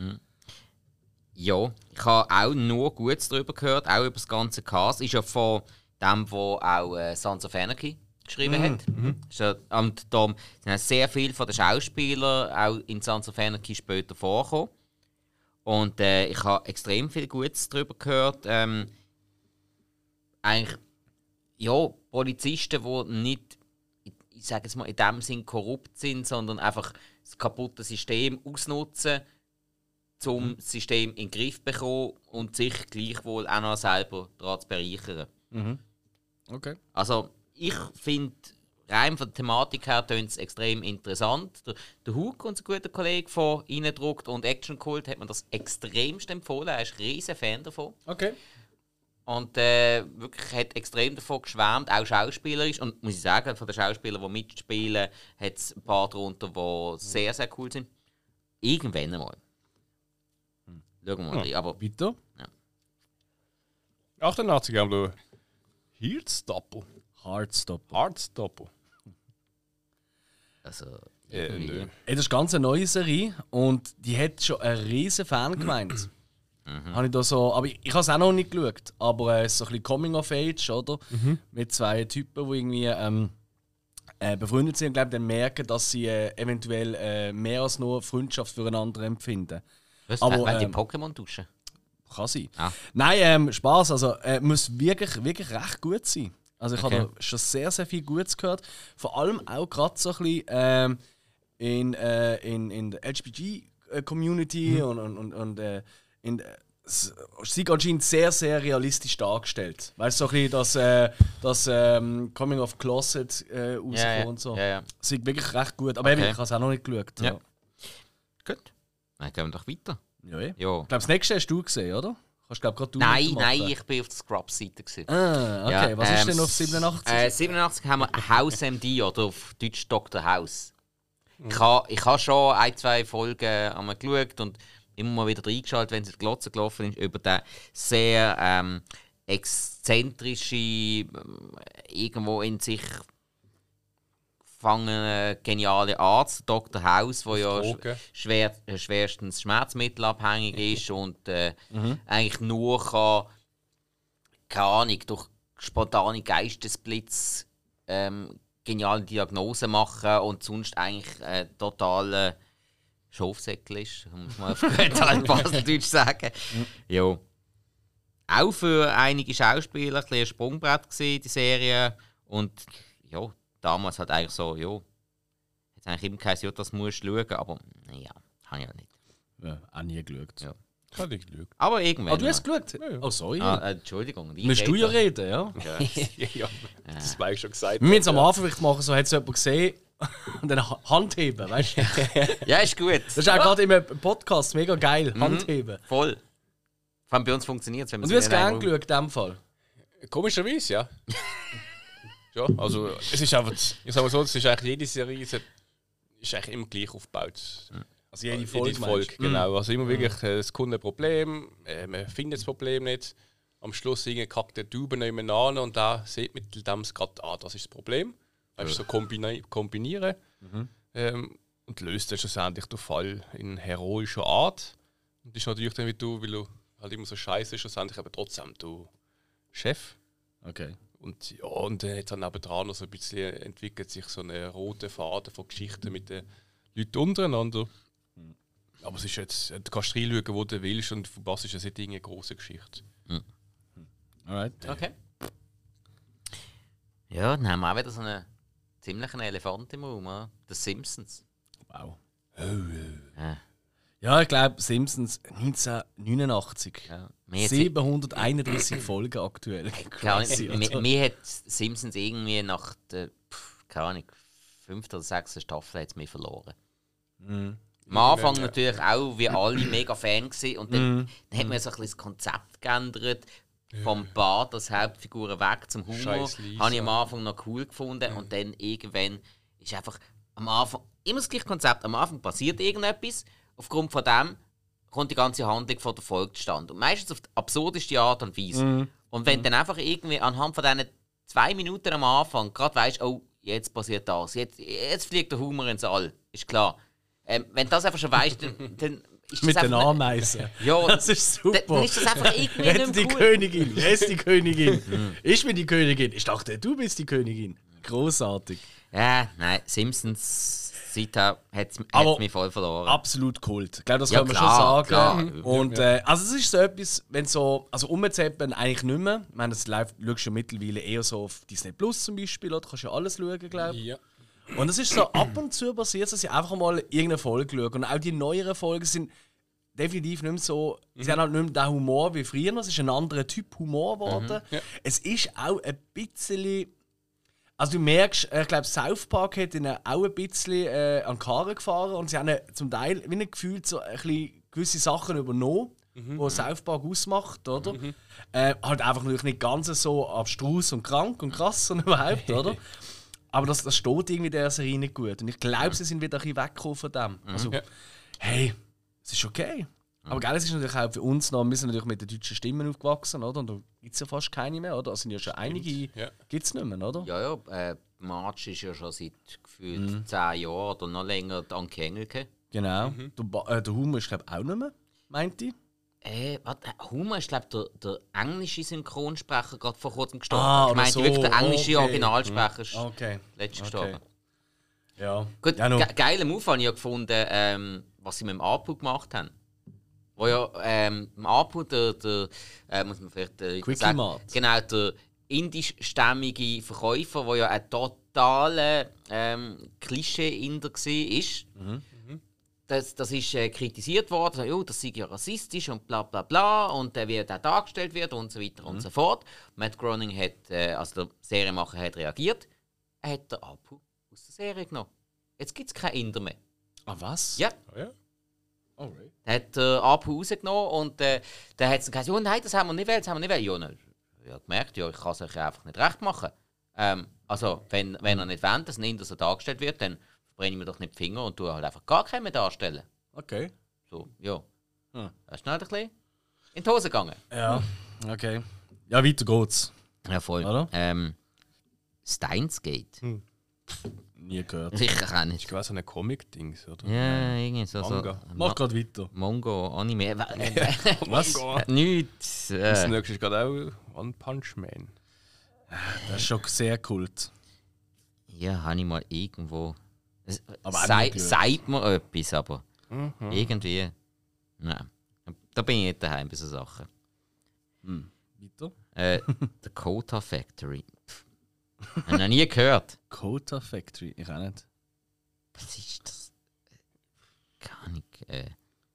B: Ja, ich habe auch nur Gutes darüber gehört, auch über das ganze Cast. Ist ja von dem, der auch äh, Sons of Anarchy geschrieben hat. Ist ja, und darum sind sehr viele von den Schauspielern auch in Sons of Anarchy später vorgekommen. Und äh, ich habe extrem viel Gutes darüber gehört. Ähm, eigentlich, ja, Polizisten, die nicht, ich sage jetzt mal, in dem Sinn korrupt sind, sondern einfach das kaputte System ausnutzen, um das System in den Griff zu bekommen und sich gleichwohl auch noch selber daran zu bereichern.
A: Okay.
B: Also, ich finde, rein von der Thematik her tönt es extrem interessant. Der, der Hook, unser guter Kollege von Reindruckt und Action Cult, hat mir das extremst empfohlen. Er ist ein riesen Fan davon.
A: Okay.
B: Und äh, wirklich hat extrem davon geschwärmt, auch schauspielerisch. Und muss ich sagen, von den Schauspielern, die mitspielen, hat es ein paar darunter, die sehr, sehr cool sind. Irgendwann einmal. Schauen wir mal rein. Aber
A: Weiter.
C: achtundachtzig haben wir Heartstopper.
A: Hardstopper.
C: Heartstopper.
B: also,
C: Äh,
B: irgendwie-
C: nö.
A: Ey, das ist ganz eine neue Serie und die hat schon einen riesen Fan gemeint. Habe ich da so, aber ich, ich habe es auch noch nicht geschaut. Aber äh, es ist so ein bisschen Coming of Age, oder? Mit zwei Typen, die irgendwie ähm, äh, befreundet sind und glaub, dann merken, dass sie äh, eventuell äh, mehr als nur Freundschaft füreinander empfinden.
B: Was?
A: Aber,
B: Aber, die
A: ähm,
B: Pokémon tauschen?
A: Kann sein.
B: Ah.
A: Nein, ähm, Spaß. Also äh, muss wirklich, wirklich recht gut sein. Also ich
B: Okay.
A: habe da schon sehr, sehr viel Gutes gehört. Vor allem auch gerade so ein bisschen ähm, in, äh, in, in der L G B T-Community und, und, und, und äh, in, äh, s- sie anscheinend sehr, sehr realistisch dargestellt. Weißt du, so ein bisschen das, äh, das ähm, Coming of Closet äh, rauskommen
B: Ja, ja.
A: und so.
B: Ja, ja.
A: Das ist wirklich recht gut. Aber eben,
B: Okay.
A: ich habe es auch noch nicht geschaut.
B: Ja.
A: Ja.
B: Gut. Dann gehen wir doch weiter.
A: Ja, eh.
B: Ja.
A: Ich glaube, das nächste hast du gesehen, oder? Kannst du, glaube gerade du
B: Nein,
A: weitermachen.
B: nein, ich bin auf der Scrubs-Seite. gewesen.
A: Ah, okay.
B: Ja,
A: Was
B: ähm,
A: ist denn auf siebenundachtzig?
B: Äh, siebenundachtzig haben wir House M D oder auf Deutsch Doktor House. Ich habe ich ha schon ein, zwei Folgen einmal geschaut und immer mal wieder reingeschaltet, wenn es in die Glotze gelaufen ist, über den sehr ähm, exzentrische, ähm, irgendwo in sich gefangene, geniale Arzt, Doktor House, der ja
C: Drogen.
B: sch- schwer, äh, schwerstens schmerzmittelabhängig ist und äh, eigentlich nur kann, keine Ahnung, durch spontane Geistesblitz ähm, geniale Diagnosen machen und sonst eigentlich äh, total Schafsäckel ist, muss man auf Deutsch sagen. Ja. Auch für einige Schauspieler ein, ein Sprungbrett gewesen, die Serie. Und ja, damals hat eigentlich so, ja, jetzt eigentlich immer geheißen, ja, das musst du schauen, aber naja, habe ich ja nicht.
A: Ja, auch nie geschaut.
B: Ja.
C: Kann ich geschaut.
B: Aber irgendwann.
A: Ah, du hast
B: mal.
A: geschaut? Oh, sorry.
B: Ah, äh, Entschuldigung. ich
A: Musst du
B: rede
A: ja
B: da.
A: reden, ja?
B: Ja.
C: ja, das war ich schon gesagt.
A: Wir müssen es am Anfang vielleicht machen, so hat es jemand gesehen und dann Ha- Hand heben, weißt du?
B: Ja, ist gut.
A: Das ist auch gerade im Podcast mega geil, Hand heben.
B: Voll. Vor allem bei uns funktioniert es, wenn man
A: Und du hast
B: in
A: gerne
B: einem Raum-
A: geschaut, in dem Fall.
C: Komischerweise, ja. ja, also es ist einfach, ich sag mal so, es ist eigentlich jede Serie es hat- ist eigentlich immer gleich aufgebaut.
A: Also jede
C: Jede
A: Folge,
C: Folge,
A: meinst du?
C: genau. Also immer wirklich, äh, es kommt ein Problem, äh, man findet das Problem nicht. Am Schluss irgendwie kackt der Tube nebenan und da sieht mit dem gerade, ah, das ist das Problem. Weißt du, so kombini kombinieren. Ähm, und löst dann schlussendlich den Fall in heroischer Art. Und das ist natürlich dann, wie du, weil du halt immer so scheiße schlussendlich, aber trotzdem du Chef.
A: Okay.
C: Und ja, und dann jetzt dann nebendran noch so ein bisschen entwickelt sich so eine rote Faden von Geschichten mit den Leuten untereinander. Aber es ist jetzt, du kannst reinschauen, wo du willst und was ist es nicht eine große Geschichte.
A: Alright.
B: Okay. Ja, dann haben wir auch wieder so eine ziemlich ein Elefant im Raum, oder? The Simpsons.
A: Wow.
B: Ja.
A: Ja, ich glaube, Simpsons neunzehnhundertneunundachtzig.
B: Ja. Mir hat
A: siebenhunderteinunddreißig Folgen aktuell.
B: Keine Ahnung,
A: Crazy,
B: mir,
A: oder?
B: mir hat Simpsons irgendwie nach der, pff, keine Ahnung, fünften oder sechsten Staffel hat's mich verloren.
A: Mhm.
B: Am Anfang natürlich auch, wie alle mega Fan gewesen. Und dann,
A: Mhm.
B: dann hat man so ein bisschen das Konzept geändert. Vom Bart als Hauptfigur weg zum Humor.
C: Scheiß Lisa.
B: Habe ich am Anfang noch cool gefunden. Und dann irgendwann ist einfach am Anfang immer das gleiche Konzept. Am Anfang passiert irgendetwas. Aufgrund von dem kommt die ganze Handlung von der Folge zustande. Und meistens auf die absurdeste Art und Weise.
A: Mhm.
B: Und wenn dann einfach irgendwie anhand von diesen zwei Minuten am Anfang gerade weißt, oh, jetzt passiert das, jetzt, jetzt fliegt der Humor ins All, ist klar. Ähm, wenn du das einfach schon weißt, dann, dann ist das
A: Mit den
B: einfach-
A: Ameisen.
B: Ja,
A: Das ist super.
B: dann, dann ist das einfach irgendwie
A: Rette
B: nicht
A: die
B: mehr cool.
A: Königin. Wer ist die Königin? Ich bin die Königin. Ich dachte, du bist die Königin. Großartig.
B: Ja, nein, Simpsons seither hat
A: Aber-
B: es mich voll verloren.
A: Absolut Kult. Ich glaube, das
B: Ja,
A: kann man
B: klar,
A: schon sagen.
B: klar.
A: Und äh, also es ist so etwas, wenn so, also umzappen eigentlich nicht mehr. Ich meine, das live schaust du ja mittlerweile eher so auf Disney Plus zum Beispiel, oder kannst ja alles schauen, glaube ich.
C: Ja.
A: Und es ist so ab und zu passiert, dass ich einfach mal irgendeine Folge schaue. Und auch die neueren Folgen sind definitiv nicht mehr so. Sie haben halt nicht mehr den Humor wie früher. Es ist ein anderer Typ Humor geworden.
C: Ja.
A: Es ist auch ein bisschen. Also, du merkst, äh, ich glaube, South Park hat ihnen auch ein bisschen äh, an die Karre gefahren. Und sie haben zum Teil, wie ein Gefühl, so ein bisschen gewisse Sachen übernommen, die South Park ausmacht, oder? Äh, halt einfach natürlich nicht ganz so abstrus und krank und krass und überhaupt, oder? Aber das, das steht irgendwie der Serie nicht gut. Und ich glaube, sie sind wieder ein bisschen weggekommen von dem. Also,
C: Ja.
A: hey, es ist okay. Aber gell, es ist natürlich auch für uns noch, wir sind natürlich mit den deutschen Stimmen aufgewachsen, oder? Und da gibt es ja fast keine mehr, oder? Es sind ja schon einige,
C: Ja.
A: gibt es nicht mehr, oder?
B: Ja, ja, äh, March ist ja schon seit gefühlt zehn Jahren oder noch länger die Anke Engelke.
A: Genau. Der, Ba- äh, der Humor ist, glaube ich, auch nicht mehr, meint ich.
B: Äh, warte, Humor ist, glaube der, der englische Synchronsprecher gerade vor kurzem gestorben.
A: Ah,
B: ich
A: oder
B: meine,
A: so,
B: wirklich der englische
A: okay.
B: Originalsprecher ist
A: Okay.
B: letztens
A: Okay.
B: gestorben.
A: Ja.
B: Gut,
A: Ja, no.
B: ge geiler Move habe ich ja gefunden, ähm, was sie mit dem Apu gemacht haben. Wo ja ähm, im Apu der, der äh, muss man vielleicht äh,
A: Quickie
B: sagen,
A: Mart.
B: genau, der indischstämmige Verkäufer, der ja ein totaler ähm, Klischee-Inder war.
A: Mhm.
B: Das, das ist äh, kritisiert worden, so, jo, das sei ja rassistisch und bla bla bla und äh, wie er dargestellt wird und so weiter
A: Mhm.
B: und so fort. Matt Groening hat, äh, also der Serienmacher hat reagiert, er hat den Apu aus der Serie genommen. Jetzt gibt es keinen Inder mehr.
A: Ah, was?
B: Ja,
C: Oh, ja.
A: Alright.
B: er hat den Apu rausgenommen und äh, dann hat es gesagt, ja, nein, das haben wir nicht wollen, das haben wir nicht wollen. Ja, nein, ich habe gemerkt, ja, ich kann es euch einfach nicht recht machen. Ähm, also, wenn, wenn er nicht wollt, dass ein Inder so dargestellt wird, dann verbrenne ich mir doch nicht die Finger und tue halt einfach gar keinen mehr darstellen.
A: Okay.
B: So, ja.
A: Hm.
B: Er ist schnell ein bisschen in die Hose gegangen.
A: Ja, okay. Ja, weiter geht's.
B: Ja, voll.
A: Oder?
B: Ähm, Steins Gate.
A: Nie gehört.
B: Sicher auch
C: Ist
B: nicht.
C: quasi so ein Comic-Dings, oder?
B: Ja, irgendwie so.
C: Manga.
B: so
A: Mach grad weiter.
B: Mongo, Anime.
A: Was?
B: Nichts.
C: Das
B: Äh,
C: nächste ist gerade auch One Punch Man.
A: Das ist schon sehr kult.
B: ja, habe ich mal irgendwo. Es-
A: Aber auch
B: sei,
A: nicht gehört.
B: sagt mir etwas, aber
C: Mhm.
B: irgendwie. Nein. Da bin ich nicht daheim bei so Sachen.
A: Weiter.
B: Äh, Dakota Factory. Pff. Habe ich noch nie gehört.
A: Kota Factory, ich auch nicht.
B: Was ist das? Keine Ahnung. Äh,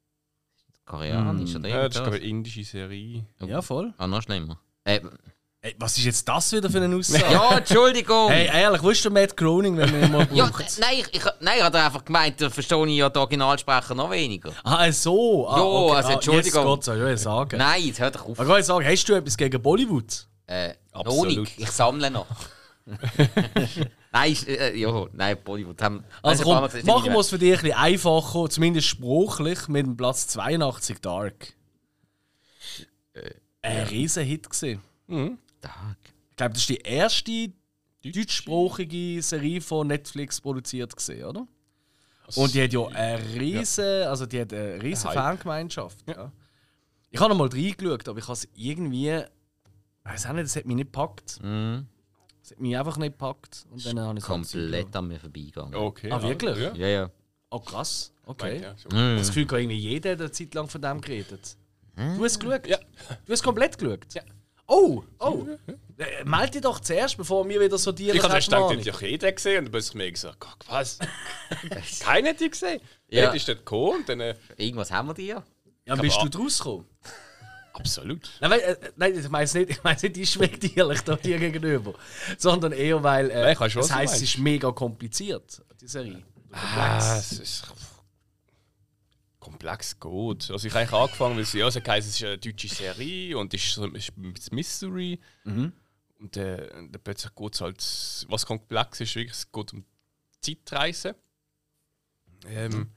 B: Koreanisch oder
C: Ja, das ist glaube
B: irgendwas?
C: ich eine indische Serie.
A: Ja, voll.
B: Ah, noch schlimmer. Äh,
A: Ey, was ist jetzt das wieder für eine Aussage?
B: ja, Entschuldigung!
A: Hey, ehrlich, wo ist der Matt Groening, wenn man ihn mal
B: ja,
A: braucht?
B: nein, ich, ich, nein, ich habe einfach gemeint, da verstehe ich ja den Originalsprecher noch weniger.
A: Ah, so. Ah,
B: Ja,
A: okay.
B: also
A: Ah,
B: Entschuldigung.
A: Jetzt geht's, soll ich sagen.
B: Nein, jetzt hör doch auf.
A: Ich kann sagen, hast du etwas gegen Bollywood?
B: Äh, noch
C: Absolut.
B: nicht. Ich sammle noch. nein, ist, äh, ja, nein, Bollywood haben.
A: Also
B: haben
A: komm,
B: wir gesagt,
A: machen wir es für dich ein bisschen einfacher, zumindest sprachlich, mit dem Platz zweiundachtzig Dark. Ein Riesenhit gesehen.
B: Tag.
A: Ich glaube, das ist die erste deutschsprachige Serie von Netflix produziert gesehen, oder? Und die hat ja eine riesen, also die hat eine riesen
C: Ein Hype.
A: Fangemeinschaft. Ja. Ich habe noch mal reingeschaut, aber ich habe es irgendwie, ich weiß auch nicht, das hat mich nicht gepackt.
B: Mhm.
A: Das hat mich einfach nicht gepackt. Und dann habe ich es halt
B: Komplett an mir vorbeigegangen.
C: Okay.
A: Ah, wirklich?
C: Ja.
B: Ja, ja.
A: Oh krass, okay.
C: Ja, so.
B: Mhm.
A: Das Gefühl, hat irgendwie jeder hat eine Zeit lang von dem geredet. Du hast geschaut?
C: Ja.
A: Du hast komplett geschaut?
C: Ja.
A: Oh, oh. Äh, Meld dich doch zuerst, bevor wir wieder sortieren.
C: Ich habe erst gedacht, ich habe jeden gesehen und dann plötzlich mir gesagt, was? Keiner hat die gesehen?
B: Ja.
C: Ja. Ist dort gekommen und dann... Äh,
B: Irgendwas haben wir dir ja.
A: Ja, bist du draus gekommen?
C: absolut.
A: Nein, weil, äh, nein, ich meine nicht, ich meine nicht die schmeckdierlich da dir gegenüber, sondern eher, weil äh,
C: Nein, ich weiß schon,
A: das
C: was du
A: heisst, es
C: meinst.
A: ist mega kompliziert, die Serie.
C: Ah, es ist... Komplex gut. Also ich habe eigentlich angefangen, weil sie ja so heisst, es ist eine deutsche Serie und es ist so ein Mystery.
A: Mhm.
C: Und äh, dann plötzlich geht es halt... Was komplex ist, wirklich, es geht um Zeitreisen. Ähm,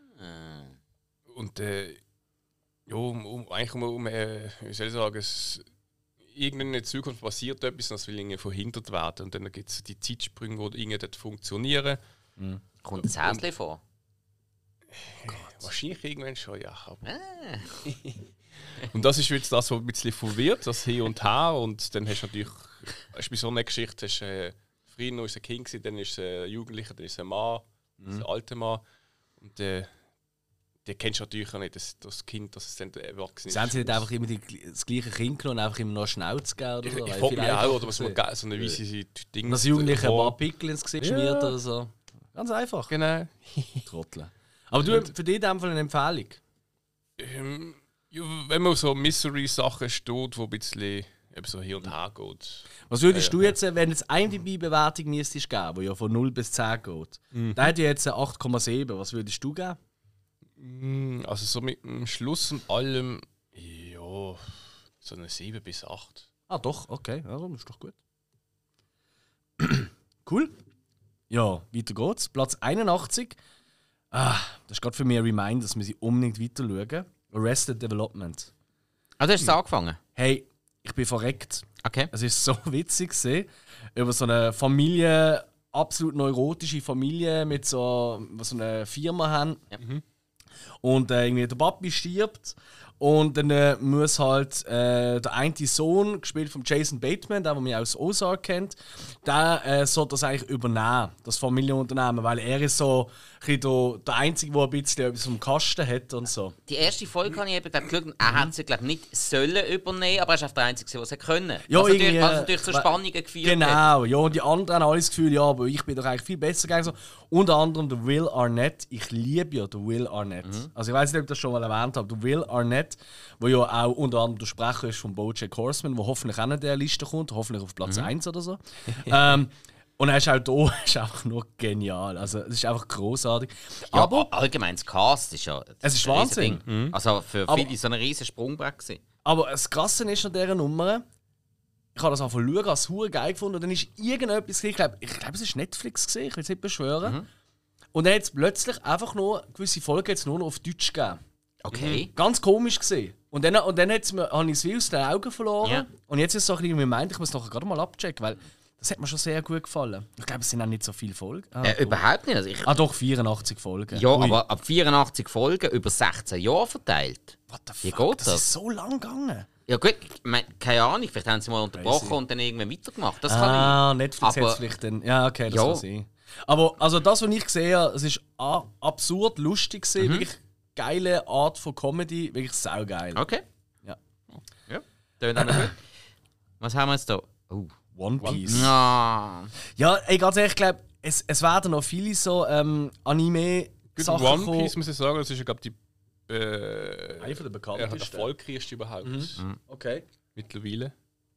C: Und äh, ja, um, um, eigentlich um, um äh, wie soll ich sagen, es, irgendwann in der Zukunft passiert etwas und das will irgendwie verhindert werden. Und dann gibt es die Zeitsprünge, die irgendwie dort funktionieren.
B: Mhm. Kommt das Häschen vor?
C: Wahrscheinlich irgendwann schon, ja. Aber
B: Ah.
C: und das ist jetzt das, was ein bisschen verwirrt, das Hin und Her. Und dann hast du natürlich, hast du bei so einer Geschichte, hast, äh, früher noch ist ein Kind gewesen, dann ist es ein Jugendlicher, dann ist es ein Mann, mhm. ein alter Mann. Und äh, den kennst du natürlich auch nicht, das, das Kind, das es dann erwachsen ist.
A: Sie haben sie nicht einfach immer die, das gleiche Kind genommen und einfach immer noch Schnauz gegeben? Oder
C: Ich,
A: so?
C: ich
A: Weil
C: frage
A: viel
C: mich auch,
A: einfacher
C: oder was man
A: gewesen.
C: so eine weise Dinge...
A: Das Jugendliche ein
C: Oh,
A: paar Pickel ins Gesicht
C: Ja.
A: schmiert oder so. Ganz einfach.
C: Genau.
A: Trottel. Aber du, für dich in dem Fall eine Empfehlung?
C: Ähm, ja, wenn man auf so Mystery-Sachen steht, wo ein bisschen eben so hier und her geht.
A: Was würdest
C: Ja,
A: du
C: ja.
A: jetzt, wenn jetzt eine I M D B-Bewertung müsstest geben, die ja von null bis zehn geht,
C: Mhm.
A: da hat ja jetzt eine acht Komma sieben. Was würdest du geben?
C: Mm, Also so mit dem Schluss und allem, ja, so eine sieben bis acht.
A: Ah, doch, okay. Also, das ist doch gut. Cool. Ja, weiter geht's. Platz einundachtzig. Ah, das ist gerade für mich ein Reminder, dass wir sie unbedingt weiter schauen. Arrested Development.
B: Ah, du hast es angefangen?
A: Hey, ich bin verreckt.
B: Okay.
A: Es ist so witzig gesehen über so eine Familie, absolut neurotische Familie mit so, was so eine Firma haben.
B: Ja.
A: Und äh, irgendwie der Papi stirbt und dann äh, muss halt äh, der eine Sohn, gespielt von Jason Bateman, der, den man aus Ozark kennt, der äh, soll das eigentlich übernehmen, das Familienunternehmen, weil er ist so ein bisschen der, der Einzige, der ein bisschen etwas vom Kasten hat und so.
B: Die erste Folge habe ich eben glaub, geschaut. Er hat sie glaub, nicht sollen übernehmen, aber er ist einfach der Einzige, der es können.
A: Ja,
B: was, natürlich,
A: irgendwie,
B: was natürlich zu
A: weil-
B: Spannungen geführt hat.
A: Genau, ja, und die anderen haben alle das Gefühl, ja, aber ich bin doch eigentlich viel besser gegangen. So. Unter anderem der Will Arnett. Ich liebe ja den Will Arnett. Also ich weiß nicht, ob ich das schon mal erwähnt habe. Der Will Arnett, der ja auch unter anderem der Sprecher ist von BoJack Horseman, der hoffentlich auch in der Liste kommt, hoffentlich auf Platz eins oder so. ähm, und er ist auch da, ist einfach nur genial. Also es ist einfach großartig.
B: Ja,
A: Aber
B: aber allgemein das Cast ist ja
A: Es ist
B: ein
A: Wahnsinn.
B: Riesending. Also für
A: Aber-
B: viele so ein riesen Sprungbrett gewesen.
A: Aber das Krasse ist an dieser Nummer, ich habe das auch von schauen, als hure geil gefunden. Und dann ist irgendetwas, ich glaube, ich glaub, es war Netflix, gewesen, ich will es nicht beschwören.
B: Mhm.
A: Und dann hat es plötzlich einfach nur, gewisse Folgen jetzt nur noch auf Deutsch gegeben.
B: Okay.
A: Ganz komisch gesehen. Und dann, und dann hat's mir, habe ich es wie aus den Augen verloren.
B: Ja.
A: Und jetzt ist es so ein bisschen, wie man meint, ich muss noch gerade mal abchecken, weil das hat mir schon sehr gut gefallen. Ich glaube, es sind auch nicht so viele Folgen. Ah,
B: Äh,
A: cool.
B: überhaupt nicht. Also ich,
A: Ah doch, vierundachtzig Folgen.
B: ja,
A: Ui.
B: aber ab vierundachtzig Folgen über sechzehn Jahre verteilt.
A: What the
B: wie
A: fuck?
B: geht
A: das?
B: das?
A: ist so lang gegangen.
B: Ja gut, ich mein, keine Ahnung, vielleicht haben sie mal unterbrochen
A: Crazy.
B: und dann irgendwann weitergemacht. Das kann
A: Ah, Netflix hat
B: Aber-
A: es vielleicht dann. Ja, okay, das
B: Ja.
A: kann sein. Aber also das, was ich gesehen habe, es ist a- absurd lustig
B: Mhm.
A: gewesen, wirklich geile Art von Comedy, wirklich saugeil.
B: ich. Okay.
A: Ja.
B: Ja. Tönt auch noch gut. Was haben wir jetzt da? Oh.
A: One Piece.
B: Ah.
A: Ja, ey, ganz ehrlich, ich glaube, es, es werden noch viele so ähm, Anime-Sachen
C: One
A: kommen.
C: Piece, muss ich sagen, das ist, glaube ich, die äh,
A: Eine von den
C: ja,
A: bekanntesten.
C: erfolgreichste überhaupt.
A: Okay.
C: Mittlerweile.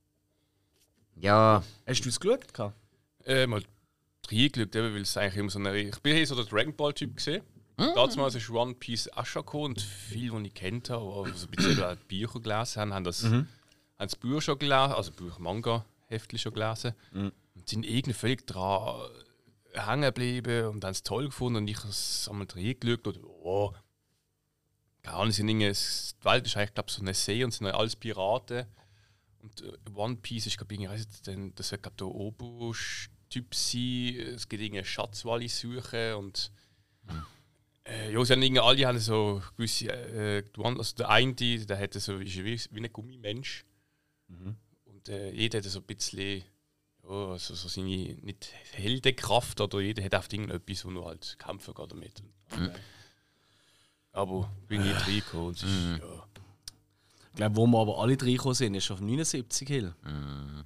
B: Ja.
A: Hast du es geschaut? gehabt?
C: Äh, mal reingeschaut, eben, weil es eigentlich immer so eine... Ich bin hier so der Dragon Ball-Typ gesehen. Damals ist One Piece auch schon gekommen und viele, die ich kennt habe, auch so ein bisschen auch die Bücher gelesen haben, haben das, haben das Buch schon gelesen, also Buch, Manga, Heftchen schon gelesen. Und sind irgendwie völlig dran hängen geblieben und haben es toll gefunden und ich habe es einmal reingeschaut und oh, keine Ahnung, sind irgendwie, es- die Welt ist eigentlich, glaube ich, so eine See und sind alles Piraten. Und äh, One Piece ist, glaube ich, ich weiss nicht, denn das wird, glaube ich, der Oberst-Typ sein. Es geht irgendeine Schatzwale suchen und äh, ja, sie haben irgendwie, alle haben so gewisse, äh, die One- also der eine, der hat so, ist wie, wie ein Gummimensch. Und äh, jeder hat so ein bisschen, ja, so, so seine, nicht Heldenkraft, oder jeder hat oft irgendetwas, wo nur halt kämpfen geht damit. Aber ich bin nicht reingekommen und es ist, ja.
A: Ich glaube, wo wir aber alle drei gekommen sind, ist auf neunundsiebzig Hill.
B: Mhm.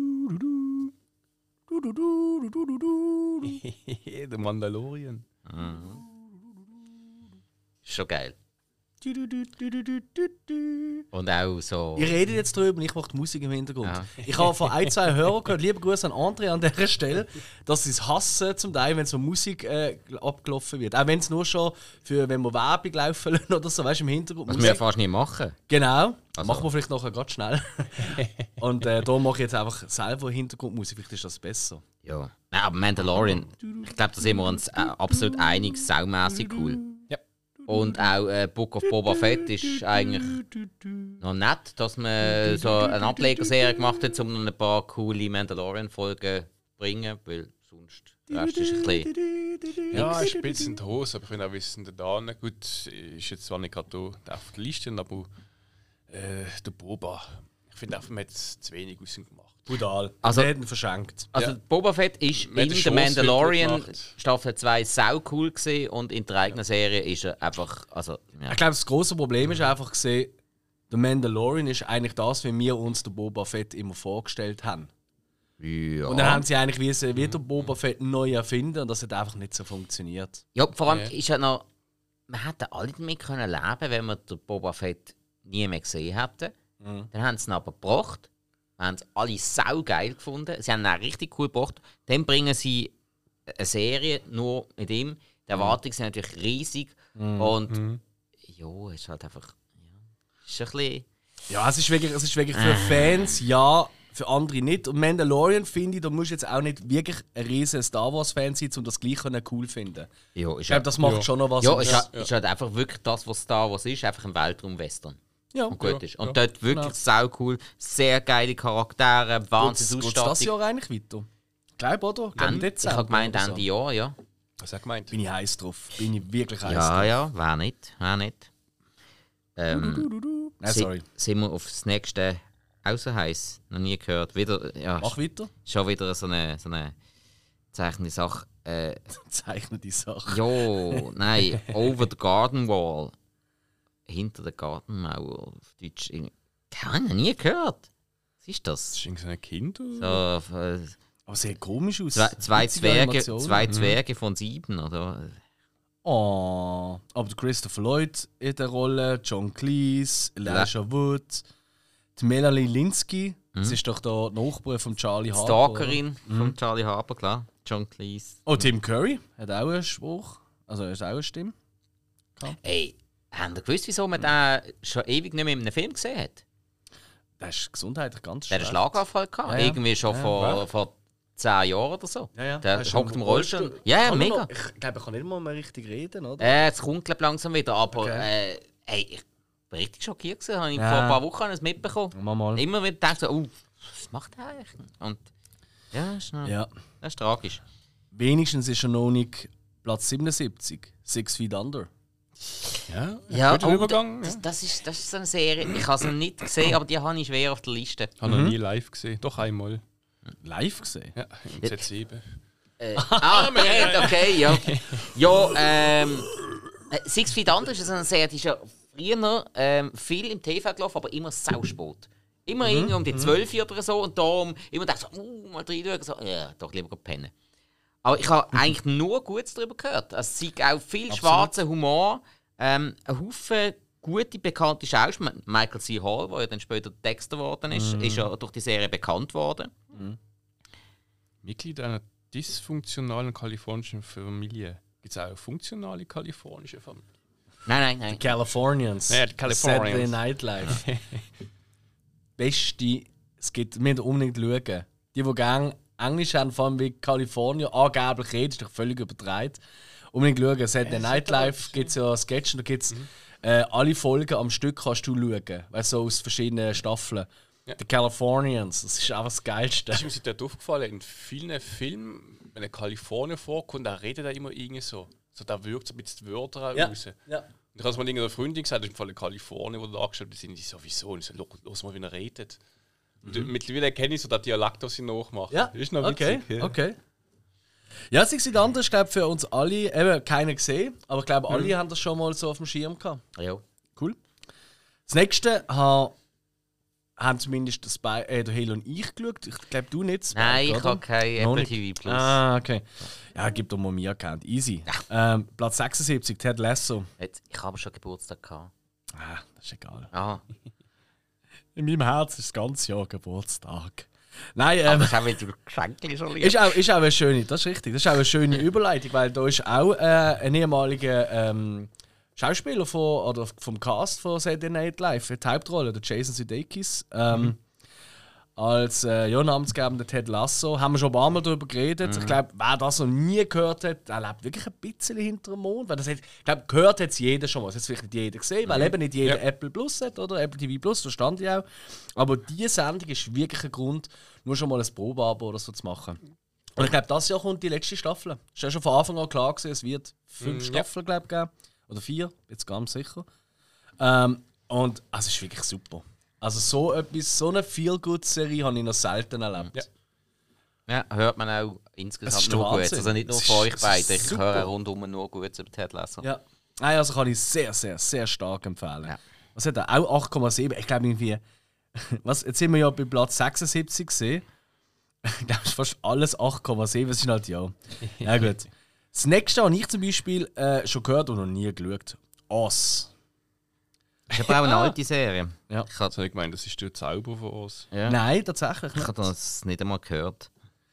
C: Der Mandalorian.
B: Mhm. Schon geil. Und auch so.
A: Ich rede jetzt drüber und ich mache die Musik im Hintergrund.
B: Ja.
A: Ich habe von ein, zwei Hörern gehört, liebe Grüße an André an dieser Stelle, dass sie es hassen, zum Teil, wenn so Musik äh, abgelaufen wird. Auch wenn es nur schon für, wenn wir Werbung laufen lassen oder so, weißt du, im Hintergrund.
B: Was
A: Musik.
B: wir fast nicht machen.
A: Genau.
B: Also.
A: Machen wir vielleicht nachher ganz schnell. Und äh, da mache ich jetzt einfach selber Hintergrundmusik, vielleicht ist das besser.
B: Ja. Nein, aber Mandalorian, ich glaube, da sind wir uns äh, absolut einig, saumässig cool.
C: Ja.
B: Und auch äh, Book of Boba Fett ist eigentlich noch nett, dass man so eine Ablegerserie gemacht hat, um noch ein paar coole Mandalorian-Folgen zu bringen, weil sonst der Rest ist ein bisschen...
C: Ja, ist ein bisschen in die Hose, aber ich finde auch, wir sind da. Gut, ist jetzt zwar nicht gerade da auf der Liste, aber äh, der Boba, ich finde auch, man hat zu wenig aus ihm gemacht.
A: Brutal.
B: Also-
A: Wir hätten verschenkt.
B: Also
C: Ja.
B: Boba Fett ist
C: Man hat
B: in
C: die
B: The
C: Chance
B: Mandalorian
C: wirklich gemacht.
B: Staffel zwei sau cool gewesen und in der eigenen Serie ist er einfach... Also, ja.
A: Ich glaube, das grosse Problem ist einfach gesehen, der Mandalorian ist eigentlich das, wie wir uns den Boba Fett immer vorgestellt haben.
B: Ja.
A: Und dann haben sie eigentlich wie, sie, wie der Boba Fett neu erfinden und das hat einfach nicht so funktioniert.
B: Ja, vor allem
C: Ja.
B: ist ja noch. Wir hätten alle damit können leben, wenn wir den Boba Fett nie mehr gesehen hätten.
A: Mhm.
B: Dann haben sie ihn aber gebracht. Wir haben es alle sau geil gefunden. Sie haben ihn auch richtig cool gebracht. Dann bringen sie eine Serie nur mit ihm. Die Erwartungen sind natürlich riesig. Und
C: Mhm.
B: ja, es ist halt einfach. Ja, ist ein bisschen.
A: Ja, es ist wirklich, es ist wirklich für Fans ja, für andere nicht. Und Mandalorian finde ich, da musst du jetzt auch nicht wirklich ein riesen Star Wars-Fan sein, um das gleich können cool zu finden.
B: Ja, ist
A: Ich glaube, das macht
C: Ja.
A: schon noch was
B: ja,
A: aus.
B: ist, halt, ist halt einfach wirklich das, was Star Wars ist, einfach ein Weltraum-Western.
A: Ja.
B: Und gut
C: Ja,
B: ist. Und
C: ja.
B: dort wirklich
A: Genau.
B: sau cool, sehr geile Charaktere,
A: Geht's
B: wahnsinns
A: geht's das
B: Ausstattung.
A: Jahr eigentlich weiter? Ich glaube, oder? Ich, glaub, im
B: Ende, ich
A: Dezember
B: habe gemeint
A: oder so.
B: Ende Jahr, ja.
C: Was hat gemeint?
A: Bin ich heiß drauf. Bin ich wirklich heiß
B: Ja,
A: drauf.
B: ja, wer nicht, wer nicht. Ähm,
A: Nein,
B: si-
A: sorry.
B: sind wir auf das nächste auch so heiß? Noch nie gehört. Wieder, ja,
A: Mach weiter.
B: schon wieder so eine, so eine zeichnende Sache. Äh,
A: Zeichne die Sache.
B: jo, nein, Over the Garden Wall. Hinter der Gartenmauer auf Deutsch. irgendwie- Keine Ahnung, nie gehört. Was ist
C: Das
B: das?
C: ist irgendein Kind? Oder?
B: So, äh,
A: Aber sieht komisch aus.
B: zwei, zwei,
A: Witzige
B: Zwerge,
A: Animationen.
B: zwei Zwerge von sieben, oder?
A: Oh, aber der Christopher Lloyd in der Rolle, John Cleese, Elijah Wood, die Melanie Linsky, das ist doch der Nachbar von Charlie Harper.
B: Stalkerin von Charlie Harper, klar. John Cleese.
A: oder? Oh, Tim Curry hat auch einen Spruch. Also, er ist auch eine Stimme.
B: Ey, habt ihr gewusst, wieso man den schon ewig nicht mehr in einem Film gesehen hat?
A: Das ist gesundheitlich ganz
B: Der hat
A: schlecht.
B: einen Schlaganfall gehabt.
A: Ja, ja.
B: Irgendwie schon
A: Ja,
B: vor,
A: wow.
B: vor zehn Jahren oder so.
A: Ja, ja.
B: Der
A: Er ist
B: hockt
A: schon
B: im Rollstuhl. Ja, ja,
A: Kann er
B: mega.
A: noch- Ich glaube, er kann nicht mal mehr richtig reden, oder?
B: Äh, es kommt glaub, langsam wieder, aber
A: Okay.
B: äh, ey, ich war richtig schockiert. Gewesen. Habe ich
A: Ja.
B: vor ein paar Wochen es mitbekommen.
A: Mal, mal.
B: Immer wieder gedacht, so, oh, was macht er eigentlich? Und ja, das ist, noch,
A: Ja.
B: das ist tragisch.
A: Wenigstens ist er noch nicht Platz siebenundsiebzig. Six Feet Under.
C: Ja,
B: Ja,
C: guter
B: oh,
C: Übergang.
B: das,
C: Ja.
B: das, ist, das ist so eine Serie. Ich habe sie nicht gesehen, aber die habe ich schwer auf der Liste.
C: Ich habe noch nie live gesehen. Doch einmal.
A: Live gesehen?
C: Ja, im Z sieben.
B: Äh, ah, okay, okay, ja. Ja, ähm. äh, Six Feet Under ist so eine Serie, die ist ja früher ähm, viel im T V gelaufen, aber immer sauspät. Immer irgendwie um die zwölf Uhr oder so und darum immer dachte so, uh, mal reinschauen, so, ja, doch lieber pennen. Aber ich habe eigentlich nur Gutes darüber gehört. Also, es gibt auch viel schwarzen Humor, ähm, ein Haufen gute, bekannte Schauspieler. Michael C. Hall, der ja dann später Dexter geworden ist, ist ja durch die Serie bekannt worden.
C: Mitglied einer dysfunktionalen kalifornischen Familie. Gibt es auch eine funktionale kalifornische Familie?
B: Nein, nein, nein.
A: Californians.
C: Ja, die Californians.
A: Saturday Night Live. Beste, es gibt, wir müssen unbedingt schauen. Die, die gerne Englisch haben, vor allem wie Kalifornien, angeblich reden, ist doch völlig übertreibt. Unbedingt schauen. Saturday Night Live gibt es ja Sketche, da gibt es äh, alle Folgen am Stück kannst du schauen. Weißt du, so aus verschiedenen Staffeln.
C: Ja.
A: Die Californians, das ist einfach das Geilste.
C: Das ist mir dort aufgefallen, in vielen Filmen, wenn er Kalifornien vorkommt, da redet er immer irgendwie so. So, da wirkt so ein bisschen die Wörter
A: Ja.
C: raus.
A: Ja.
C: Und ich habe es mal irgendeiner Freundin gesagt, das ist im Fall in Kalifornien, wo da angestellt sind, die sowieso. Und ich so, los mal, wie er redet. Und mittlerweile kenne ich so den Dialekt, was sie nachmachen.
A: Ja,
C: Das ist noch
A: okay,
C: witzig. Ja.
A: okay. Ja, Six Feet Under ist, glaube ich, für uns alle, eben keiner gesehen, aber ich glaube, alle haben das schon mal so auf dem Schirm gehabt.
B: Ja.
A: Cool. Das nächste ha, haben zumindest das Spy, äh, der Halo und ich geschaut. Ich glaube, du nicht. Spike,
B: Nein, ich
A: oder?
B: habe kein
A: Noch
B: Apple
A: nicht.
B: T V Plus.
A: Ah, okay. Ja, gib doch mal meinen Account. Easy. Ähm, Platz sechsundsiebzig, Ted Lasso.
B: Jetzt, ich habe schon Geburtstag gehabt.
A: Ah, das ist egal.
B: Aha.
A: In meinem Herz ist das ganze Jahr Geburtstag. Nein,
B: Aber
A: ähm,
B: das ist auch, weil du Geschenke schon
A: ist auch, ist auch eine schöne, das ist richtig, das ist auch eine schöne Überleitung, weil da ist auch äh, ein ehemaliger ähm, Schauspieler von, oder vom Cast von Saturday Night Live, die Hauptrolle, der Jason Sudeikis, ähm, mhm. als äh, ja, namensgebender Ted Lasso. Haben wir schon ein paar Mal darüber geredet. Mhm. Ich glaube, wer das noch nie gehört hat, der lebt wirklich ein bisschen hinter dem Mond. Weil das hat, ich glaube, gehört hat es jeder schon mal. Das hat vielleicht nicht jeder gesehen, weil mhm. eben nicht jeder ja. Apple Plus hat oder Apple T V Plus, das stand ich auch. Aber diese Sendung ist wirklich ein Grund, nur schon mal ein Probeabo oder so zu machen. Und ich glaube, dieses Jahr kommt die letzte Staffel. Es ist ja schon von Anfang an klar gewesen, es wird fünf mhm, Staffeln, glaube ich, geben. Oder vier, jetzt ganz sicher. Ähm, und also, es ist wirklich super. Also so etwas, so eine Feel-Good-Serie habe ich noch selten erlebt.
B: Ja, ja hört man auch insgesamt nur gut. Also nicht nur von euch beiden. Ich super. höre rundum nur gut über Ted Lasso. Ja,
A: also kann ich sehr, sehr, sehr stark empfehlen. Ja. Was hat er? Auch acht Komma sieben. Ich glaube irgendwie... Was, jetzt sind wir ja bei Platz sechsundsiebzig gesehen. Ich glaube, es ist fast alles acht Komma sieben. Das ist halt ja. Ja gut. Das nächste habe ich zum Beispiel äh, schon gehört und noch nie geschaut. Oz.
B: Das ist aber auch eine alte Serie.
C: Ja. Ich habe gemeint, das ist der Zauber von Oz.
A: Ja. Nein, tatsächlich nicht.
B: Ich habe das nicht einmal gehört.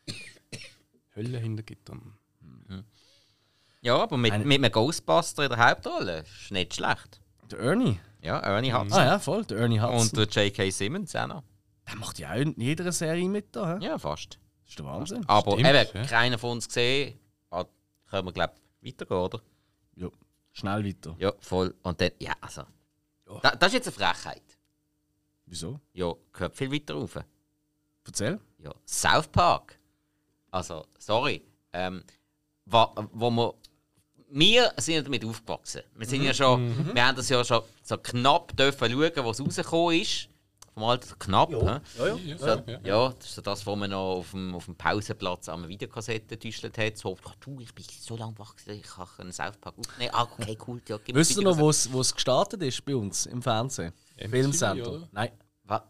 C: Hölle hinter Gittern.
B: Mhm. Ja, aber mit, mit einem Ghostbuster in der Hauptrolle ist nicht schlecht.
A: Der Ernie?
B: Ja, Ernie Hudson.
A: Ah ja, voll, der Ernie Hudson.
B: Und der J K. Simmons auch noch.
A: Der macht ja auch in jeder Serie mit da. He?
B: Ja, fast.
A: Das ist der Wahnsinn.
B: Aber
C: Stimmt,
B: eben,
C: ja.
B: keiner von uns gesehen. Ah, können wir, glaube ich, weitergehen, oder?
A: Ja, schnell weiter.
B: Ja, voll. Und dann, ja, also. Oh. Da, das ist jetzt eine Frechheit.
A: Wieso?
B: Ja, gehört viel weiter rauf.
A: Erzähl.
B: Ja, South Park. Also, sorry. Ähm, wo, wo wir, wir sind ja damit aufgewachsen. Wir sind mhm. ja schon, mhm. wir haben das ja schon so knapp dürfen schauen, was rausgekommen ist. Vom Alter knapp.
A: Ja, ja, ja.
B: ja, so, ja, ja. ja, das ist so das, was man noch auf dem, auf dem Pausenplatz an einer Videokassette getäuscht hat. So, du, ich bin so lange wach, ich kann einen South Park aufnehmen. Ah, okay, cool. Ja,
A: wisst ihr noch, wo es gestartet ist bei uns im Fernsehen? Im Filmcenter? Nein.
B: Was?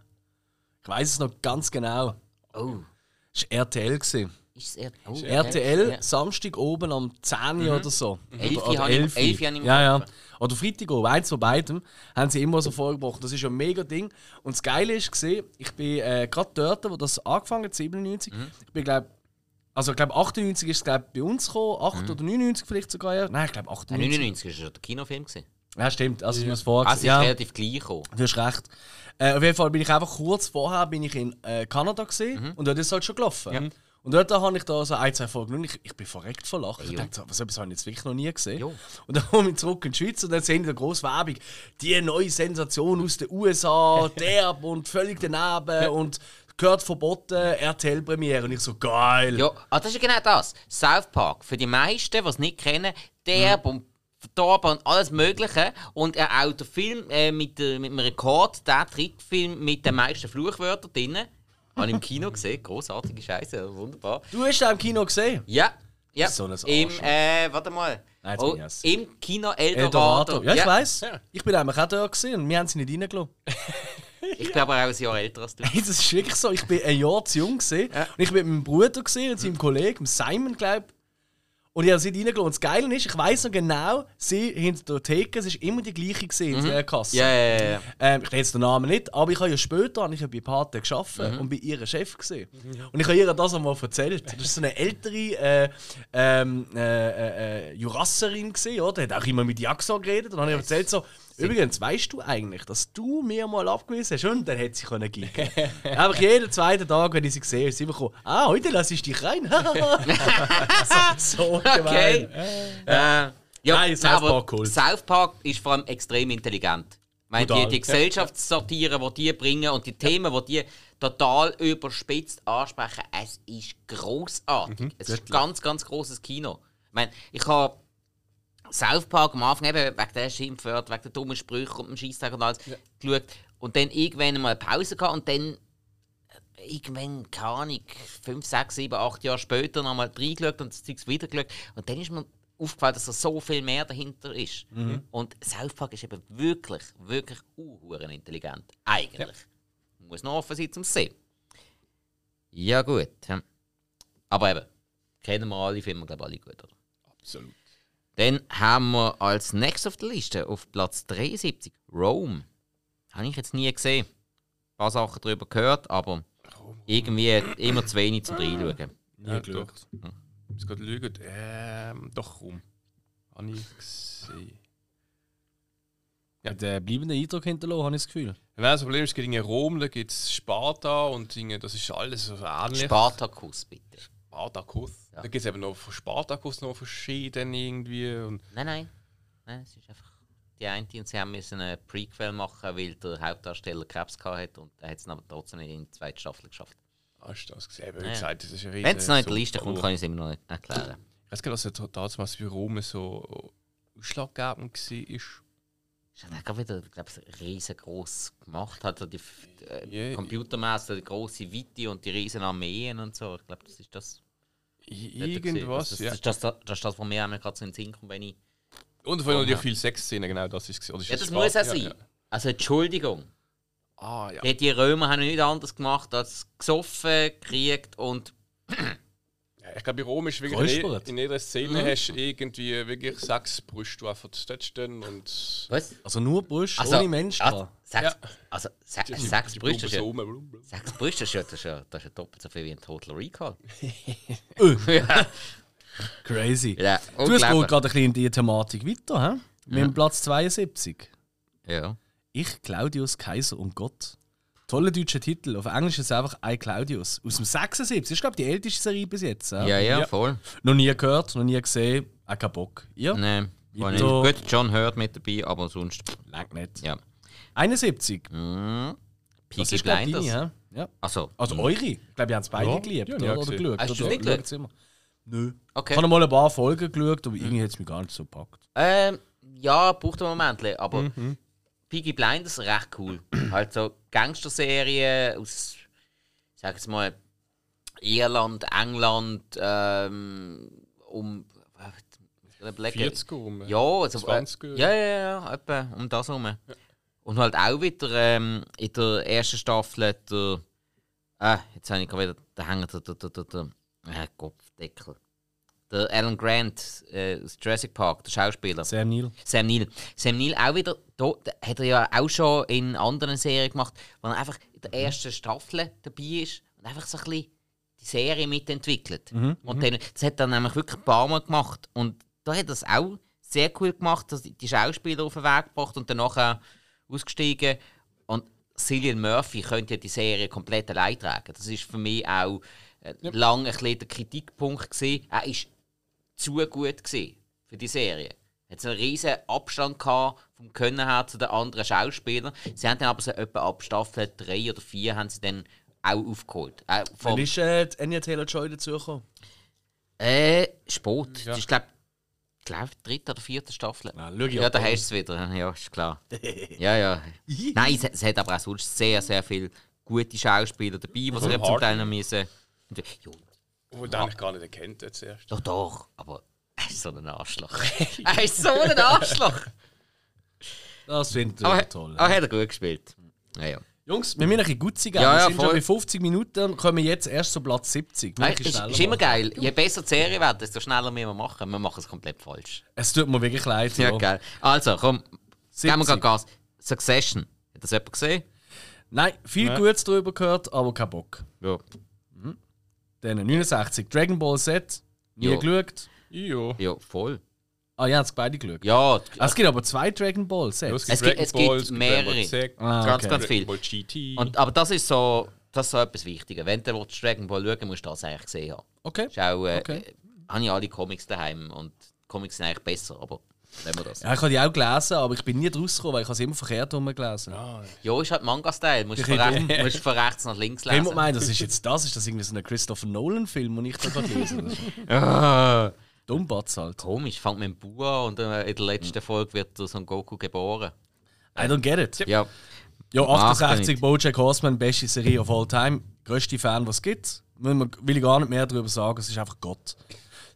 A: Ich weiss es noch ganz genau.
B: Oh.
A: Es war R T L. Gewesen.
B: Ist es R T L? Oh,
A: R T L,
B: ja.
A: Samstag oben am zehn mhm. oder so.
B: elf
A: oder, oder elf.
B: elf Jahre
A: ja, ja. Oder Freitag oben, eins von beidem, haben sie immer so vorgebracht. Das ist ein mega Ding. Und das Geile ist, gesehen, ich bin äh, gerade dort, wo das angefangen hat, siebenundneunzig. Mhm. Ich bin, glaube also ich glaube achtundneunzig ist es glaub, bei uns gekommen, acht mhm. oder neunundneunzig vielleicht sogar. Ja. Nein, ich glaube achtundneunzig.
B: Ja, neunundneunzig war ja der Kinofilm. Gewesen.
A: Ja, stimmt. Also,
B: ja.
A: ich muss vorher
B: also, es ist
A: ja.
B: relativ gleich gekommen.
A: Du hast recht. Äh, auf jeden Fall bin ich einfach kurz vorher bin ich in äh, Kanada gesehen mhm. und dort ist es halt schon gelaufen. Ja. Und dort habe ich da so ein, zwei Folgen und ich, ich bin verreckt vor Lachen. Ich dachte, so etwas habe ich jetzt wirklich noch nie gesehen. Jo. Und dann komme ich zurück in die Schweiz und dann sehe ich eine grosse Werbung. Die neue Sensation aus den U S A, derb und völlig daneben und gehört verboten, R T L-Premiere. Und ich so, geil.
B: Ja, ah, das ist genau das. South Park, für die meisten, die es nicht kennen, derb mhm. und verdorben und alles Mögliche. Und er auch der Film äh, mit, äh, mit einem Rekord, der Trickfilm mit den meisten Fluchwörtern drin. Habe ich im Kino gesehen, großartige Scheiße, wunderbar.
A: Du hast ihn im Kino gesehen?
B: Ja, ja.
A: So ein
B: Im, äh, warte mal.
A: Nein,
B: oh, im Kino Eldorado.
A: Eldorado. Ja, ich ja. weiss. Ja. Ich bin nämlich auch da gesehen und wir haben sie nicht reingelassen.
B: Ich bin aber auch ein Jahr älter als du.
A: Hey, das ist wirklich so. Ich bin ein Jahr zu jung gesehen. Ja. Und ich bin mit meinem Bruder gesehen und seinem Kollegen, Simon, glaube ich. Und ich habe sie reingelassen. Und das Geile ist, ich weiss noch genau, sie hinter der Theke, es war immer die gleiche gesehen in mhm. der Kasse.
B: Ja, ja, ja.
A: Ähm, ich kenne jetzt den Namen nicht, aber ich habe ja später habe ich ja bei Pate gearbeitet mhm. und bei ihrem Chef gesehen. Mhm. Und ich habe ihr das einmal erzählt. Das ist so eine ältere äh, ähm, äh, äh, Jurasserin gesehen, oder? Die hat auch immer mit Jackson geredet. Und dann habe ich erzählt so, übrigens, weißt du eigentlich, dass du mir mal abgewiesen hast? Und dann hätte sie können gehen. Einfach jeden zweiten Tag, wenn ich sie gesehen habe, ist sie immer gekommen, ah, heute lasse ich dich rein. so, so
B: okay. Äh, ja,
A: Nein, South Park cool.
B: South Park ist vor allem extrem intelligent. Ich meine, die, die Gesellschaftssatire, die die bringen und die Themen, die die total überspitzt ansprechen, es ist grossartig. Mhm, es ist ein ganz, ganz grosses Kino. Ich meine, ich habe South Park am Anfang eben wegen der Schimpfwörter, wegen der dummen Sprüche und dem Scheisstag und alles ja. geschaut. Und dann irgendwann mal eine Pause gehabt und dann irgendwann, keine Ahnung, fünf, sechs, sieben, acht Jahre später nochmal reingeschaut und das Zeug wieder geschaut. Und dann ist mir aufgefallen, dass da so viel mehr dahinter ist.
A: Mhm.
B: Und South Park ist eben wirklich, wirklich uhuren intelligent. Eigentlich. Ja. Muss noch offen sein zum Sehen. Ja gut. Aber eben, kennen wir alle, finden wir glaube alle gut, oder?
C: Absolut.
B: Dann haben wir als nächstes auf der Liste, auf Platz dreiundsiebzig, Rome. Habe ich jetzt nie gesehen. Ein paar Sachen darüber gehört, aber irgendwie immer zu wenig zum Reinschauen.
C: Ja, doch. Ich muss gerade schauen. Ähm, doch, rum. Habe ich gesehen.
A: Ja. Der bleibende Eindruck hinterlassen, habe ich das Gefühl.
C: Nein, das Problem ist, es gibt in Rom, da gibt es Sparta und Dinge, das ist alles so ähnlich.
B: Spartacus, bitte.
C: Spartacus.
B: Ja.
C: Da gibt es eben noch von Spartacus noch verschiedene irgendwie. Und
B: Nein, nein. Nein, es ist einfach die eine und sie haben müssen eine Prequel machen, weil der Hauptdarsteller Krebs hatte und er hat es aber trotzdem nicht in die zweite Staffel geschafft.
C: hast du das gesehen? Wie
B: Ja.
C: gesagt, das ist ein riesen
B: Wenn es noch in die Liste
C: Super-
B: kommt, kann ich es immer noch nicht erklären.
C: Ich weiß gar nicht, dass er damals bei Rom so ausschlaggebend war.
B: Ich habe gerade wieder, glaube ich, riesengroß gemacht. Hat er die äh,
C: Yeah.
B: Computermaster, die große Weite und die riesen Armeen und so. Ich glaube, das ist das.
C: Irgendwas,
B: das,
C: ja.
B: das, das, das, das ist das, was mir einmal gerade so in den Sinn kommt, wenn ich.
C: Und vor allem
B: Oh,
C: natürlich
B: ja.
C: viele Sexszenen, genau, das ist oder ist
B: Ja, das
C: Spaß?
B: muss auch sein.
C: Ja, ja.
B: Also, Entschuldigung.
C: Ah, ja.
B: Die, die Römer haben nichts anderes gemacht als gesoffen, gekriegt und.
C: Ja, ich glaube, bei Rom ist wirklich
A: Räuspert.
C: in jeder Szene hast du irgendwie wirklich sechs Brüste, die einfach dort stehen und
B: Was?
A: Also nur Brust,
B: Also,
A: ohne Mensch
B: also,
A: dran.
B: sechs,
C: Ja.
B: also se
C: die-
B: sechs
C: die
B: Brüste ist ja,
C: Chromosomen.
B: sechs Brüste ist ja, das ist ja, das ist ja doppelt so viel wie ein Total Recall.
A: Äh,
B: ja,
A: Crazy.
B: ja,
A: Du, es geht
B: unglaublich.
A: gerade ein bisschen in die Thematik weiter, hä? Mit dem Platz zweiundsiebzig.
B: Ja.
A: Ich, Claudius, Kaiser und Gott. Toller deutscher Titel. Auf Englisch ist es einfach I, Claudius. Aus dem sechsundsiebzig. Ich glaube, die älteste Serie bis jetzt. hä?
B: Ja, ja,
C: Ja.
B: voll.
A: Noch nie gehört, noch nie gesehen. Auch keinen Bock. Ja?
B: Nee, war nicht.
A: Weiter.
B: Gut, John hört mit dabei, aber sonst.
A: Lag nicht.
B: Ja.
A: einundsiebzig.
B: Mhm.
A: Das
B: Peaky
A: ist, glaub ich,
B: Blinders.
A: deine, hä? Ja.
B: Achso.
A: Also eure. Ich glaube, ihr habt es beide
C: Ja,
A: geliebt.
C: ja,
A: oder,
C: ja,
A: oder
C: gesehen.
A: geschaut.
B: Hast du es
A: oder
B: nicht geschaut?
A: schaut's immer? Nö.
B: Okay.
A: Ich habe noch mal ein paar Folgen geschaut, aber irgendwie hat es mich gar nicht so gepackt.
B: Ähm, ja, braucht einen Moment, aber
C: Mhm.
B: Peaky Blinders recht cool. Halt so Gangster-Serien aus, ich sag jetzt mal, Irland, England, ähm, um. äh, überlegen.
C: vierzig um.
B: Ja, also,
C: zwanzig.
B: Äh, ja, ja, ja, etwa um das herum. Und halt auch wieder ähm, in der ersten Staffel der. Ah, jetzt habe ich gerade wieder. Da hängt der, der, der, der, der äh, Kopfdeckel. Der Alan Grant äh, aus Jurassic Park, der Schauspieler.
A: Sam Neill.
B: Sam Neill. Sam Neill auch wieder. Da, da hat er ja auch schon in anderen Serien gemacht, wo er einfach in der ersten Staffel dabei ist und einfach so ein bisschen die Serie mitentwickelt. Und dann, das hat er nämlich wirklich ein paar Mal gemacht. Und da hat er es auch sehr cool gemacht, dass die Schauspieler auf den Weg gebracht und danach auch ausgestiegen. Und Cillian Murphy könnte ja die Serie komplett allein tragen. Das ist für mich auch äh, lange ein bisschen der Kritikpunkt gewesen. Er ist zu gut gewesen für die Serie. Er hat einen riesen Abstand gehabt vom Können her zu den anderen Schauspielern. Sie haben dann aber so etwa ab Staffel drei oder vier haben sie dann auch aufgeholt. Äh,
A: Wann
B: vom,
A: ist äh, die Anya Taylor-Joy dazugekommen?
B: äh, Sport.
C: Ja.
B: Das ist, glaube ich, glaub, die dritte oder vierte Staffel.
A: Ja, schau ich
B: Ja,
A: ab.
B: da hast du es wieder. Ja, ist klar. Ja, ja. Nein, es, es hat aber auch sonst sehr, sehr viele gute Schauspieler dabei, die sich eben zum Teil noch müssen. Ja,
C: Wo du eigentlich gar nicht erkennt jetzt erst.
B: doch, doch. Aber er ist so ein Arschloch. Er ist so ein Arschloch.
A: Das finde ich
B: Aber,
A: wirklich toll.
B: aber hat er gut gespielt. Ja, ja.
A: Jungs, wir müssen ein bisschen gut sein.
B: Ja,
A: wir
B: ja,
A: sind schon
B: voll.
A: bei fünfzig Minuten und kommen jetzt erst zu Platz siebzig. Wir
B: Nein,
A: müssen ein
B: ist,
A: bisschen
B: ist
A: schneller
B: immer
A: machen.
B: geil. Je besser die Serie wird, desto schneller müssen wir machen. Wir machen es komplett falsch.
A: Es tut mir wirklich leid.
B: Ja,
A: ja.
B: geil. Also, komm, geben wir
A: siebzig.
B: gerade Gas. Succession. Hat das jemand gesehen?
A: Nein, viel
C: Nein.
A: Gutes darüber gehört, aber kein Bock.
B: Ja.
A: Dann neunundsechzig. Dragon Ball Z. Nie
B: Ja.
A: geschaut.
C: Ja.
B: Ja, voll.
A: Ah ja, es beide geschaut.
B: Ja,
A: Ah, es gibt aber zwei Dragon Ball Z.
C: Es
B: Es
C: gibt,
B: gibt- es
C: Dragon Ball,
B: gibt
C: Dragon
B: mehrere.
C: Ball Z,
A: Ah,
B: ganz,
A: okay.
B: ganz viel.
C: Dragon Ball G T.
B: Und, aber das ist so, das ist so etwas Wichtiges. Wenn du willst Dragon Ball schauen musst du das eigentlich gesehen haben.
A: Okay.
B: Ist auch, äh,
A: Okay.
B: äh, habe ich alle Comics daheim und die Comics sind eigentlich besser, aber nehmen wir das. Ja,
A: Ja, ich habe die auch gelesen, aber ich bin nie draus gekommen, weil ich habe sie immer verkehrt herum gelesen.
C: Ah,
B: ist halt Manga-Style. Musst
A: Ich
B: von,
A: bin
B: rechts, musst von rechts nach links
A: Ich habe
B: lesen.
A: gemeint, das ist jetzt das, ist das irgendwie so ein Christopher Nolan-Film, den ich da gerade lese. Das ist
B: Ah,
A: Dummbatz halt.
B: komisch, fängt mit dem Bua und äh, in der letzten Folge wird der Son Goku geboren.
A: I don't get it.
B: Ja,
A: Ja,
B: Macht er
A: achtundsechzig,
B: nicht.
A: BoJack Horseman, beste Serie of all time. Größte Fan, was es gibt. Will man- will ich gar nicht mehr darüber sagen, es ist einfach Gott.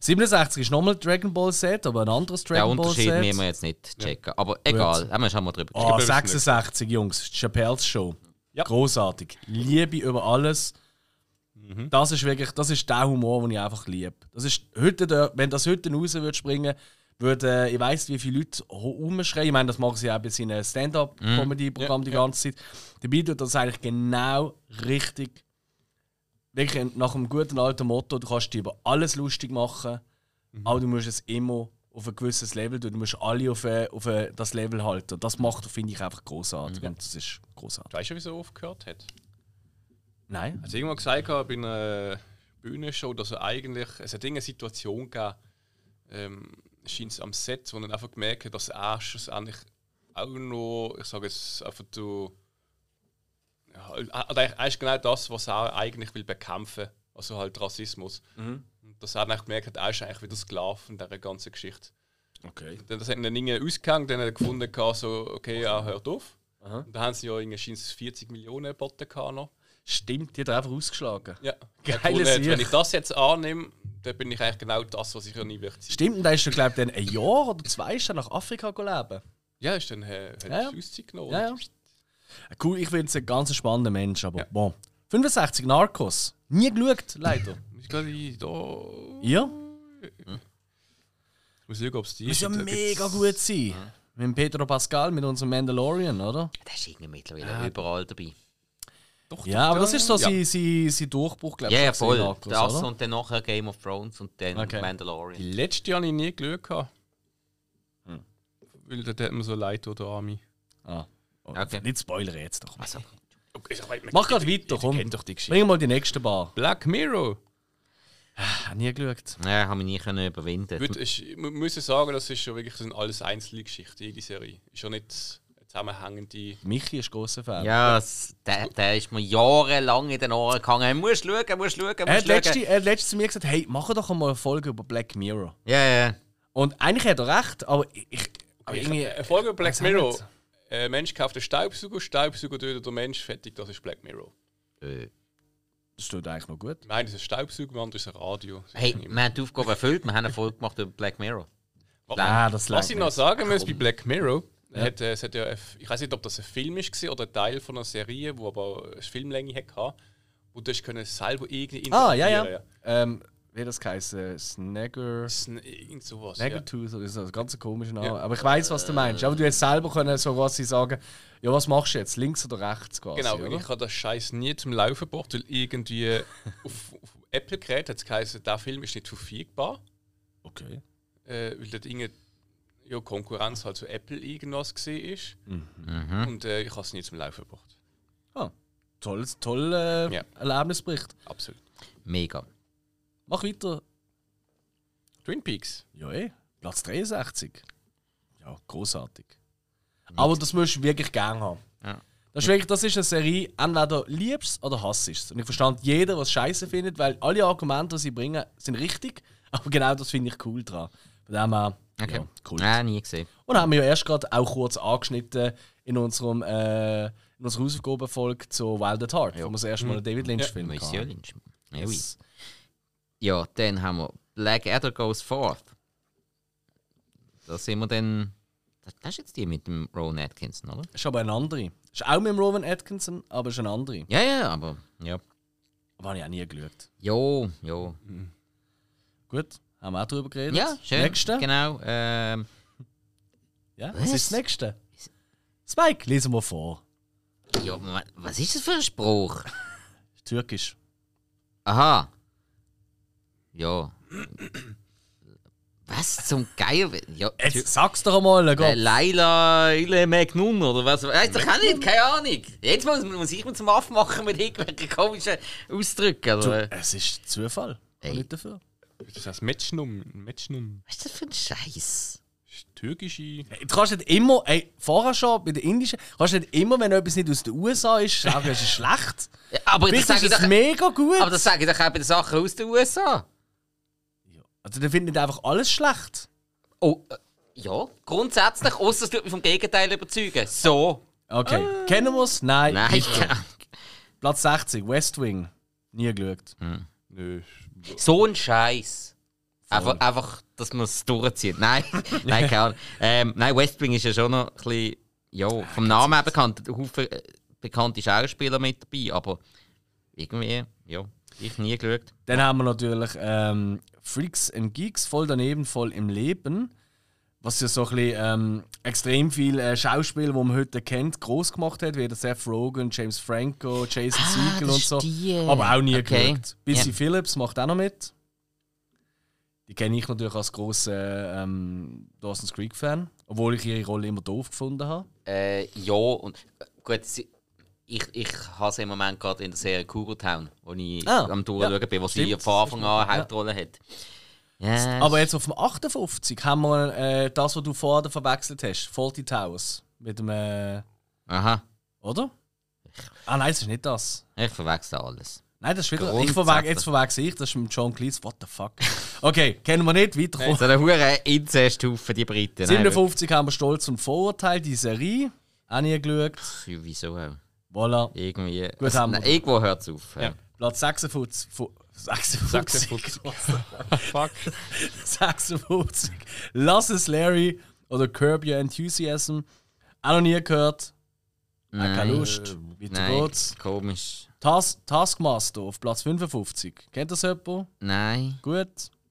A: siebenundsechzig ist nochmal Dragon Ball Z, aber ein anderes Dragon Ball Z.
B: Der Unterschied müssen wir jetzt nicht checken. Aber egal, haben wir schon mal drüber
A: Oh, sechsundsechzig, Jungs. Chappelle's Show.
C: Ja.
A: Großartig. Liebe über alles.
C: Mhm.
A: Das ist wirklich, das ist der Humor, den ich einfach liebe. Das ist heute, der, wenn das heute raus würde springen, würde, ich weiss, wie viele Leute rumschreien. Ich meine, das machen sie auch bei seinen Stand-up-Comedy-Programm
C: Mhm.
A: die
C: Ja,
A: ganze Zeit. Dabei tut das eigentlich genau richtig. Wirklich nach einem guten alten Motto, du kannst dich über alles lustig machen,
C: Mhm.
A: aber du musst es immer auf ein gewisses Level tun. Du musst alle auf, ein, auf ein, das Level halten. Und das macht, finde ich, einfach großartig. Und das ist großartig.
C: Weißt du, wieso er aufgehört hat?
A: Nein?
C: Er hat irgendwann gesagt bei einer Bühnenshow, dass er eigentlich. Es hat eine Situation gegeben, ähm, scheint es am Set, wo er einfach gemerkt hat, dass er schlussendlich auch noch, ich sage es einfach so. Ja, er ist genau das, was er eigentlich will bekämpfen, also halt Rassismus.
A: Mhm.
C: Und dass er dann gemerkt hat, er ist eigentlich wieder Sklave in dieser ganzen Geschichte.
A: Okay.
C: Dann das hat ihn dann irgendwie ausgegangen, dann hat er gefunden, so, okay, er hört auf.
A: Aha.
C: Und dann haben sie ja irgendwie scheint's vierzig Millionen geboten noch.
A: Stimmt, die hat er einfach ausgeschlagen.
C: Ja.
A: Geile
C: Geil,
A: Sicht.
C: wenn ich das jetzt annehme, dann bin ich eigentlich genau das, was ich ja nie möchte sein.
A: Stimmt, und da ist er, glaube ich, dann ein Jahr oder zwei ist er nach Afrika leben.
C: Ja, ist dann äh, hat
A: Ja, ja.
C: Auszeit genommen.
A: Ja, ja. Cool, ich finde es ein ganz spannender Mensch, aber
C: Ja.
A: bon. fünfundsechzig Narcos. Nie geschaut, leider.
C: Ich glaube, da.
A: Ja?
C: Ich muss schauen, ob es die
A: Muss ja
C: Da
A: mega
C: gibt's-
A: gut sein. Mit dem Pedro Pascal, mit unserem Mandalorian, oder?
B: Der ist irgendwie mittlerweile überall dabei.
C: Doch,
A: Ja,
C: doch,
A: aber das ist so
C: ja.
A: sein, sein, sein Durchbruch, glaube
B: Ja,
A: ich.
B: ja,
A: schon
B: voll.
A: gewesen, Narcos,
B: Das
A: oder?
B: und dann nachher Game of Thrones und dann
A: Okay.
B: Mandalorian.
C: Die letzte habe ich nie geschaut. gehabt.
A: Hm.
C: Weil da hat mir so leid, oder Army.
A: Ah. Oh,
B: Okay.
A: Nicht spoilern jetzt doch.
B: Also,
C: Okay, so weit-
A: Mach grad weiter, komm.
C: Kennt doch die Geschichte.
A: Bring mal die nächste Bar.
C: Black Mirror.
A: Ah, nie geschaut.
B: ja, habe ich nie können überwinden.
C: Gut, ich mu- muss ja sagen, das ist schon wirklich so alles einzelne Geschichten, jede Serie. Ist schon nicht eine zusammenhängende.
A: Michi ist grosser Fan.
B: Ja, es- der, der ist mir jahrelang in den Ohren gegangen. Musst schauen, musst schauen,
A: Er
B: musst
A: hat, letzte,
B: schauen.
A: er hat letztens zu mir gesagt, hey, mach doch einmal eine Folge über Black Mirror.
B: Ja, ja.
A: Und eigentlich hat er recht, aber ich... ich aber irgendwie,
C: Eine Folge über Black
A: weiß auch
C: Mirror.
A: nicht.
C: Ein Mensch kauft einen Staubsauger, Staubsauger tötet der Mensch, fertig, das ist Black Mirror.
B: Äh.
A: Das tut eigentlich noch gut.
C: Nein, das ist ein Staubsauger, der andere ist ein Radio. Das
B: Hey,
C: ist nicht
B: wir haben die Aufgabe erfüllt. Wir haben eine Folge gemacht über Black Mirror.
A: Ah, das
C: Was
A: langt
C: ich noch
A: nicht.
C: sagen muss bei Black Mirror, hat, äh, es hat ja, ein- ich weiß nicht, ob das ein Film war oder ein Teil von einer Serie, wo aber eine Filmlänge hatte, wo du können selber irgendwie
A: Ah, ja,
C: interagieren.
A: ja. Ähm, wie das geheißen? Snagger...
C: Sn- Irgend sowas. Ja.
A: Snaggletooth oder so, das ganz komische Name.
C: Ja.
A: Aber ich weiß, was du meinst. Aber du hättest selber können so quasi sagen, ja, was machst du jetzt? Links oder rechts quasi,
C: Genau,
A: oder?
C: und ich habe das Scheiß nie zum Laufen gebracht, weil irgendwie auf, auf Apple-Gerät hat es geheißen, der Film ist nicht verfügbar,
A: Okay.
C: äh, weil dort irgendeine ja, Konkurrenz halt zu Apple irgendwas war.
B: Mhm.
C: Und äh, ich habe es nie zum Laufen gebracht.
A: Ah, tolles, toller äh,
C: Ja.
A: Erlebnisbericht.
C: Absolut.
B: Mega.
A: Mach weiter.
C: Twin Peaks.
A: Ja, eh. Platz dreiundsechzig. Ja, großartig. Aber das musst du wirklich gerne haben.
B: Ja.
A: Das ist, wirklich, das ist eine Serie, entweder liebst oder hasst es. Und ich verstand jeder, was Scheiße findet, weil alle Argumente, die sie bringen, sind richtig. Aber genau das finde ich cool dran. Von dem her,
B: Okay.
A: ja, cool.
B: Ja, nie gesehen.
A: Und haben wir ja erst gerade auch kurz angeschnitten in, unserem, äh, in unserer Hausaufgabenfolge zu Wild at Heart, wo wir das erste Mal einen David Lynch-Film
B: Monsieur
A: hatten.
B: Lynch. Ja, oui.
A: Yes.
B: Ja, dann haben wir Blackadder Goes Forth. Da sind wir dann. Das, das ist jetzt die mit dem Rowan Atkinson, oder?
A: Ist aber eine andere. Ist auch mit dem Rowan Atkinson, aber ist eine andere.
B: Ja, ja, aber. Ja.
A: Aber habe ich auch nie geschaut.
B: Jo, jo.
A: Gut, haben wir auch drüber geredet.
B: Ja, schön.
A: Nächste.
B: Genau. Ähm,
A: Ja, was
B: Was?
A: ist das nächste? Spike, lesen wir vor.
B: ja, wa- was ist das für ein Spruch?
A: Türkisch.
B: Aha. Ja. Was zum Geier? Ja,
A: Jetzt sag's doch einmal,
B: äh,
A: Gott.
B: Laila Ile Magnum oder was? Weißt du, ich auch nicht, keine Ahnung. Jetzt muss, muss ich mir zum Affen machen mit irgendwelchen komischen Ausdrücken.
A: Du,
B: Oder?
A: es ist Zufall.
B: Ey.
A: Nicht dafür.
C: Das heißt Metschnum. Metschnum.
B: Was ist das für ein Scheiß?
C: Türkische.
A: Ey, Du kannst nicht immer, ey, vorher schon bei den Indischen, kannst nicht immer, wenn etwas nicht aus den U S A ist, sagen, es ist schlecht.
B: Ja, aber das
A: Vielleicht
B: sage
A: ist
B: ich
A: es
B: doch.
A: mega gut.
B: Aber das sage ich doch auch bei den Sachen aus den U S A.
A: Also, der findet nicht einfach alles schlecht.
B: Oh, äh, ja, grundsätzlich, außer es tut mich vom Gegenteil überzeugen. So.
A: Okay, kennen wir es? Nein.
B: Nein,
A: nicht.
B: keine Ahnung.
A: Platz sechzig, West Wing. Nie geschaut.
C: Nö.
B: So ein Scheiß. Einfach, einfach, dass man es durchzieht. Nein, nein, keine Ahnung. Ähm, nein, West Wing ist ja schon noch ein bisschen, ja, vom Namen her bekannt. Haufen äh, bekannte Schauspieler mit dabei, aber irgendwie, ja, ich nie geschaut.
A: Dann haben wir natürlich ähm, Freaks and Geeks, voll daneben, voll im Leben. Was ja so ein bisschen ähm, extrem viele äh, Schauspieler, die man heute kennt, groß gemacht hat, wie der Seth Rogen, James Franco, Jason
B: Ah,
A: Segel
B: das
A: und so.
B: ist die.
A: Aber auch nie
B: Okay.
A: geschaut. Busy
B: Ja.
A: Phillips macht auch noch mit. Die kenne ich natürlich als grosser ähm, Dawson's Creek-Fan, obwohl ich ihre Rolle immer doof gefunden habe.
B: Äh, ja, und äh, gut, sie- ich, ich habe sie im Moment gerade in der Serie Cougar Town, wo ich
A: Ah,
B: am Durchschauen
A: ja,
B: bin, wo sie
A: stimmt.
B: von Anfang an eine Hauptrolle hat. Ja,
A: Aber jetzt auf dem achtundfünfzig haben wir äh, das, was du vorher verwechselt hast, Fawlty Towers. Mit dem. Äh,
B: aha,
A: oder? Ah nein, das ist nicht das.
B: ich verwechsel alles.
A: Nein, das ist wieder. Ich
B: Grundsätzlich.
A: verwechsel, jetzt verwechsel ich, das ist mit John Cleese. What the fuck? Okay, kennen wir nicht, weiter.
B: So eine hure Inzesthaufen, die Briten. Nein,
A: siebenundfünfzig haben wir Stolz und Vorurteil, die Serie. Auch nie geschaut.
B: wirklich. Wieso auch?
A: Voilà.
B: Irgendwie.
A: Gut,
B: also,
A: haben wir.
B: nein, irgendwo hört es auf. Ja.
A: Platz sechsundfünfzig. fu- sechsundfünfzig.
C: Fuck.
A: sechsundfünfzig. Lass es Larry oder Curb Your Enthusiasm. Auch noch nie gehört. Auch keine
B: Nein.
A: Lust. Weiter
B: Nein,
A: geht's.
B: komisch.
A: Tas Taskmaster auf Platz fünfundfünfzig. Kennt das jemand?
B: Nein.
A: Gut.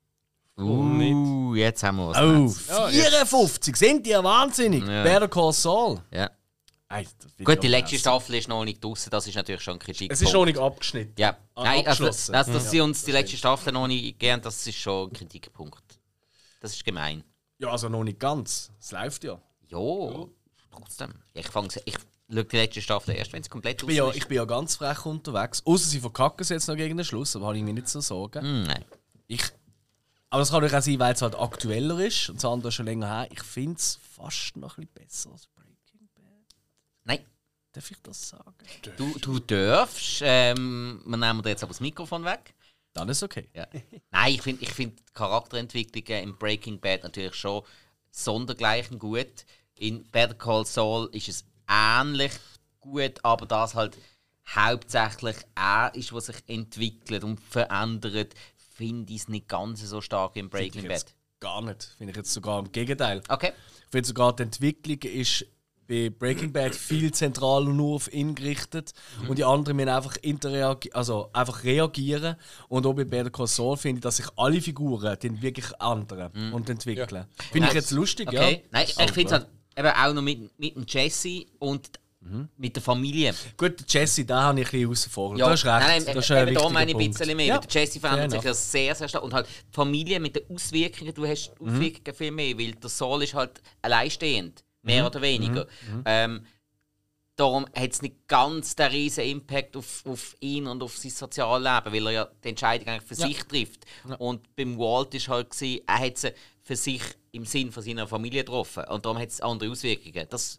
B: Uh, jetzt haben wir was.
A: Oh,
B: Neues.
A: vierundfünfzig. Sind die ja wahnsinnig?
B: Ja.
A: Better Call Saul.
B: Ja.
A: Ey, das find
B: Gut,
A: ich
B: die
A: auch
B: letzte
A: krass.
B: Staffel ist noch nicht draußen, das ist natürlich schon ein Kritik.
A: Es ist noch nicht abgeschnitten.
B: Ja,
A: Ah,
B: nein, also,
A: abgeschlossen.
B: dass, dass
A: Ja.
B: sie uns die letzte Staffel noch nicht geben, das ist schon ein Kritikpunkt. Das ist gemein.
A: Ja, also noch nicht ganz. Es läuft ja.
B: Ja, trotzdem. Ich, fang, ich schaue die letzte Staffel erst, wenn es komplett
A: Ich bin, ja,
B: draußen
A: ich
B: ist.
A: bin ja ganz frech unterwegs. Außer sie verkacken es jetzt noch gegen den Schluss, aber habe ich mir nicht so Sorgen.
B: Hm, nein.
A: Ich, aber das kann natürlich auch sein, weil es halt aktueller ist und das andere schon länger her. Ich finde es fast noch ein bisschen besser als Breaking Bad.
B: Nein.
A: Darf ich das sagen?
B: Du, du darfst. Ähm, wir nehmen dir jetzt aber das Mikrofon weg.
A: Dann ist okay.
B: Ja. Nein, ich finde ich find die Charakterentwicklungen im Breaking Bad natürlich schon sondergleichen gut. In Better Call Saul ist es ähnlich gut, aber das halt hauptsächlich er ist, was sich entwickelt und verändert, finde ich es nicht ganz so stark wie im Breaking
A: Finde ich
B: Bad.
A: jetzt gar nicht. Finde ich jetzt sogar im Gegenteil.
B: Okay.
A: Ich finde sogar, die Entwicklung ist bei Breaking Bad viel zentraler nur auf ihn gerichtet und die anderen müssen einfach, interreagi- also einfach reagieren. Und auch bei Better Call Saul finde ich, dass sich alle Figuren den wirklich ändern und entwickeln. Finde ich
B: Nein.
A: jetzt lustig,
B: Okay.
A: ja.
B: Nein, ich, ich finde es halt eben auch noch mit, mit dem Jesse und mit der Familie.
A: Gut, Jesse, da habe ich ein bisschen außen
B: Ja,
A: Du hast recht.
B: Nein, nein,
A: das ist ein
B: eben da
A: wichtiger
B: meine ich ein
A: Punkt.
B: bisschen mehr.
A: Ja.
B: Der Jesse verändert
A: Fair
B: sich ja sehr, sehr stark. Und halt die Familie mit den Auswirkungen, du hast
A: Mhm.
B: Auswirkungen viel mehr, weil der Saul ist halt alleinstehend, mehr
A: Mhm.
B: oder weniger. Ähm, darum hat es nicht ganz den riesen Impact auf, auf ihn und auf sein Sozialleben, weil er ja die Entscheidung eigentlich für
A: Ja.
B: sich trifft. Und beim Walt ist halt gewesen, er hat sie für sich im Sinn von seiner Familie getroffen. Und darum hat es andere Auswirkungen. Das,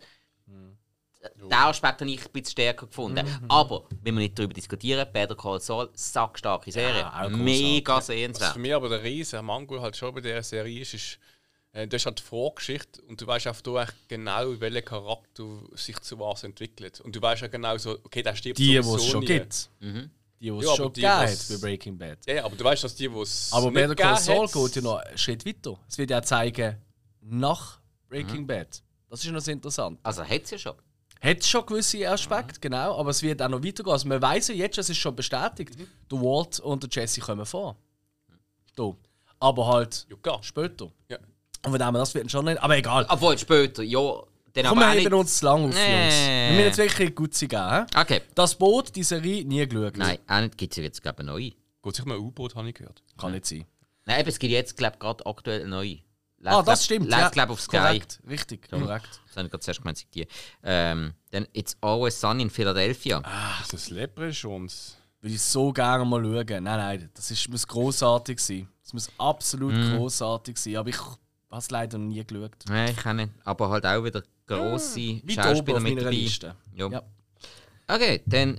B: Den Aspekt habe ich ein bisschen stärker gefunden. Aber, wenn wir nicht darüber diskutieren, Better Call Saul, sackstarke Serie.
A: auch großartig.
B: Mega
C: Was
B: sehenswert.
C: für mich aber der riesen Mango halt schon bei dieser Serie ist, ist äh, das ist halt die Vorgeschichte und du weißt auch du echt genau, welcher Charakter sich zu was entwickelt. Und du weißt ja genau so, okay, der stirbt
A: Die, die
C: sowieso
A: es schon
C: nie.
A: gibt.
B: Mhm.
A: Die, die es
C: Ja, aber
A: schon
C: die,
A: gegeben hat
C: was-
A: bei Breaking Bad.
C: Ja, ja, aber du weißt, dass die, die es
A: Aber
C: nicht
A: Better Call
C: gegeben
A: Saul
C: hat-
A: geht ja noch einen Schritt weiter. Es wird ja zeigen, nach Breaking Bad. Das ist noch sehr interessant.
B: Also, hat es ja schon.
A: Hat schon gewisse Aspekte, genau, aber es wird auch noch weitergehen. Also man weiss ja jetzt, es ist schon bestätigt, der Walt und der Jesse kommen vor. Da. Aber halt
C: Ja, klar.
A: später.
C: Ja.
A: Und von dem her, das wird schon nicht. Aber egal.
B: Obwohl, später, ja. Dann
A: Komm,
B: aber auch
A: wir heben
B: nicht.
A: uns zu lang auf,
B: Nee.
A: Jungs. Wir müssen jetzt wirklich gut sein geben. hä?
B: Okay.
A: Das Boot, die Serie, nie geschaut.
B: Nein, auch nicht. Gibt es jetzt, glaube ich, eine neue?
C: Geht sich mal ein U-Boot, habe ich gehört.
A: Kann nicht sein.
B: Nein, aber es gibt jetzt, glaube ich, gerade aktuell eine neue. Läuft,
A: Ah, das
B: glaub-
A: stimmt.
B: Läuft,
A: ja.
B: glaube ich, auf Sky.
A: Korrekt, richtig, korrekt.
B: Das habe ich gerade zuerst gemeint, sei die. Ähm, dann It's Always Sunny in Philadelphia.
A: Ah.
C: Das Leprechauns.
A: Würde ich so gerne mal schauen. Nein, nein, das ist, muss grossartig sein. Das muss absolut
B: Mhm.
A: grossartig sein. Aber ich habe es leider noch nie geschaut.
B: Nein, ich auch nicht. Aber halt auch wieder grosse
A: Weit oben
B: Schauspieler
A: auf
B: mit
A: meiner
B: dabei.
A: Liste.
B: Ja.
A: Ja.
B: Okay, dann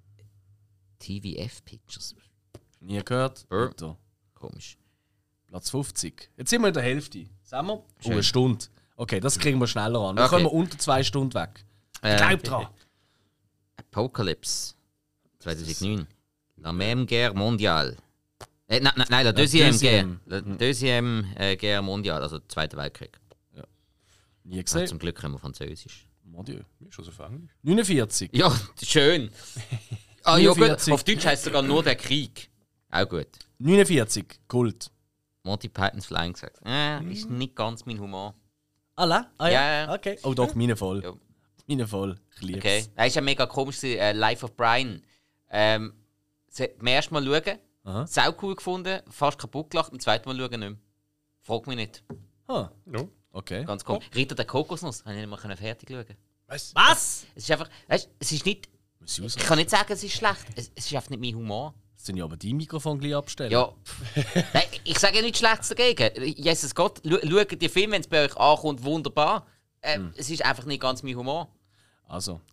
B: T V F Pictures.
A: Nie gehört.
B: Ja.
A: Weiter.
B: Komisch.
A: Platz fünfzig. Jetzt sind wir in der Hälfte. Sagen wir? Oh,
B: Schön.
A: eine Stunde. Okay, das kriegen wir schneller an. Dann
B: Okay.
A: kommen wir unter zwei Stunden weg.
B: Ähm,
A: Glaub dran.
B: Apocalypse zweitausendneun. La même guerre mondiale. Äh, nein, nein, nein, la Deuxième
A: Deuxième.
B: Guerre. La Deuxième äh, Guerre mondiale, also Zweiter Weltkrieg.
A: Nie
B: Ja,
A: gesehen.
B: zum Glück können wir Französisch.
A: Mon Dieu.
C: Ist schon so auf Englisch.
A: neunundvierzig.
B: Ja, schön. Ah, ja, gut.
A: neunundvierzig.
B: Auf Deutsch heisst es sogar nur der Krieg. Auch gut.
A: neunundvierzig. Kult.
B: Monty Python's Flying Circus. Äh, ist nicht ganz mein Humor.
A: Alle? Ah ja?
B: Ja, ja.
A: Okay. Oh doch, meine voll.
B: Ja.
A: Meine voll. Ich lieb's.
B: Okay. Er ist ja mega komisch, gewesen, äh, Life of Brian. Ähm, se- beim ersten Mal schauen,
A: Aha.
B: sau cool gefunden, fast kaputt gelacht, beim zweiten Mal schauen nicht mehr. Frag mich nicht.
A: Ah,
C: Ja.
A: okay.
B: Ganz komisch. Ritter der Kokosnuss, habe ich nicht mal können fertig schauen.
C: Was?
A: Was?
B: Es ist einfach, weißt, es ist nicht,
A: Muss ich
B: ich
A: raus?
B: kann nicht sagen, es ist schlecht, es, es ist einfach nicht mein Humor.
A: Sind ja aber die Mikrofon gleich abstellen.
B: Ja, nein, ich sage ja nichts Schlechtes dagegen. Jesus Gott, scha- schaut die Filme, wenn es bei euch ankommt, wunderbar. Äh,
A: Hm.
B: Es ist einfach nicht ganz mein Humor.
A: Also.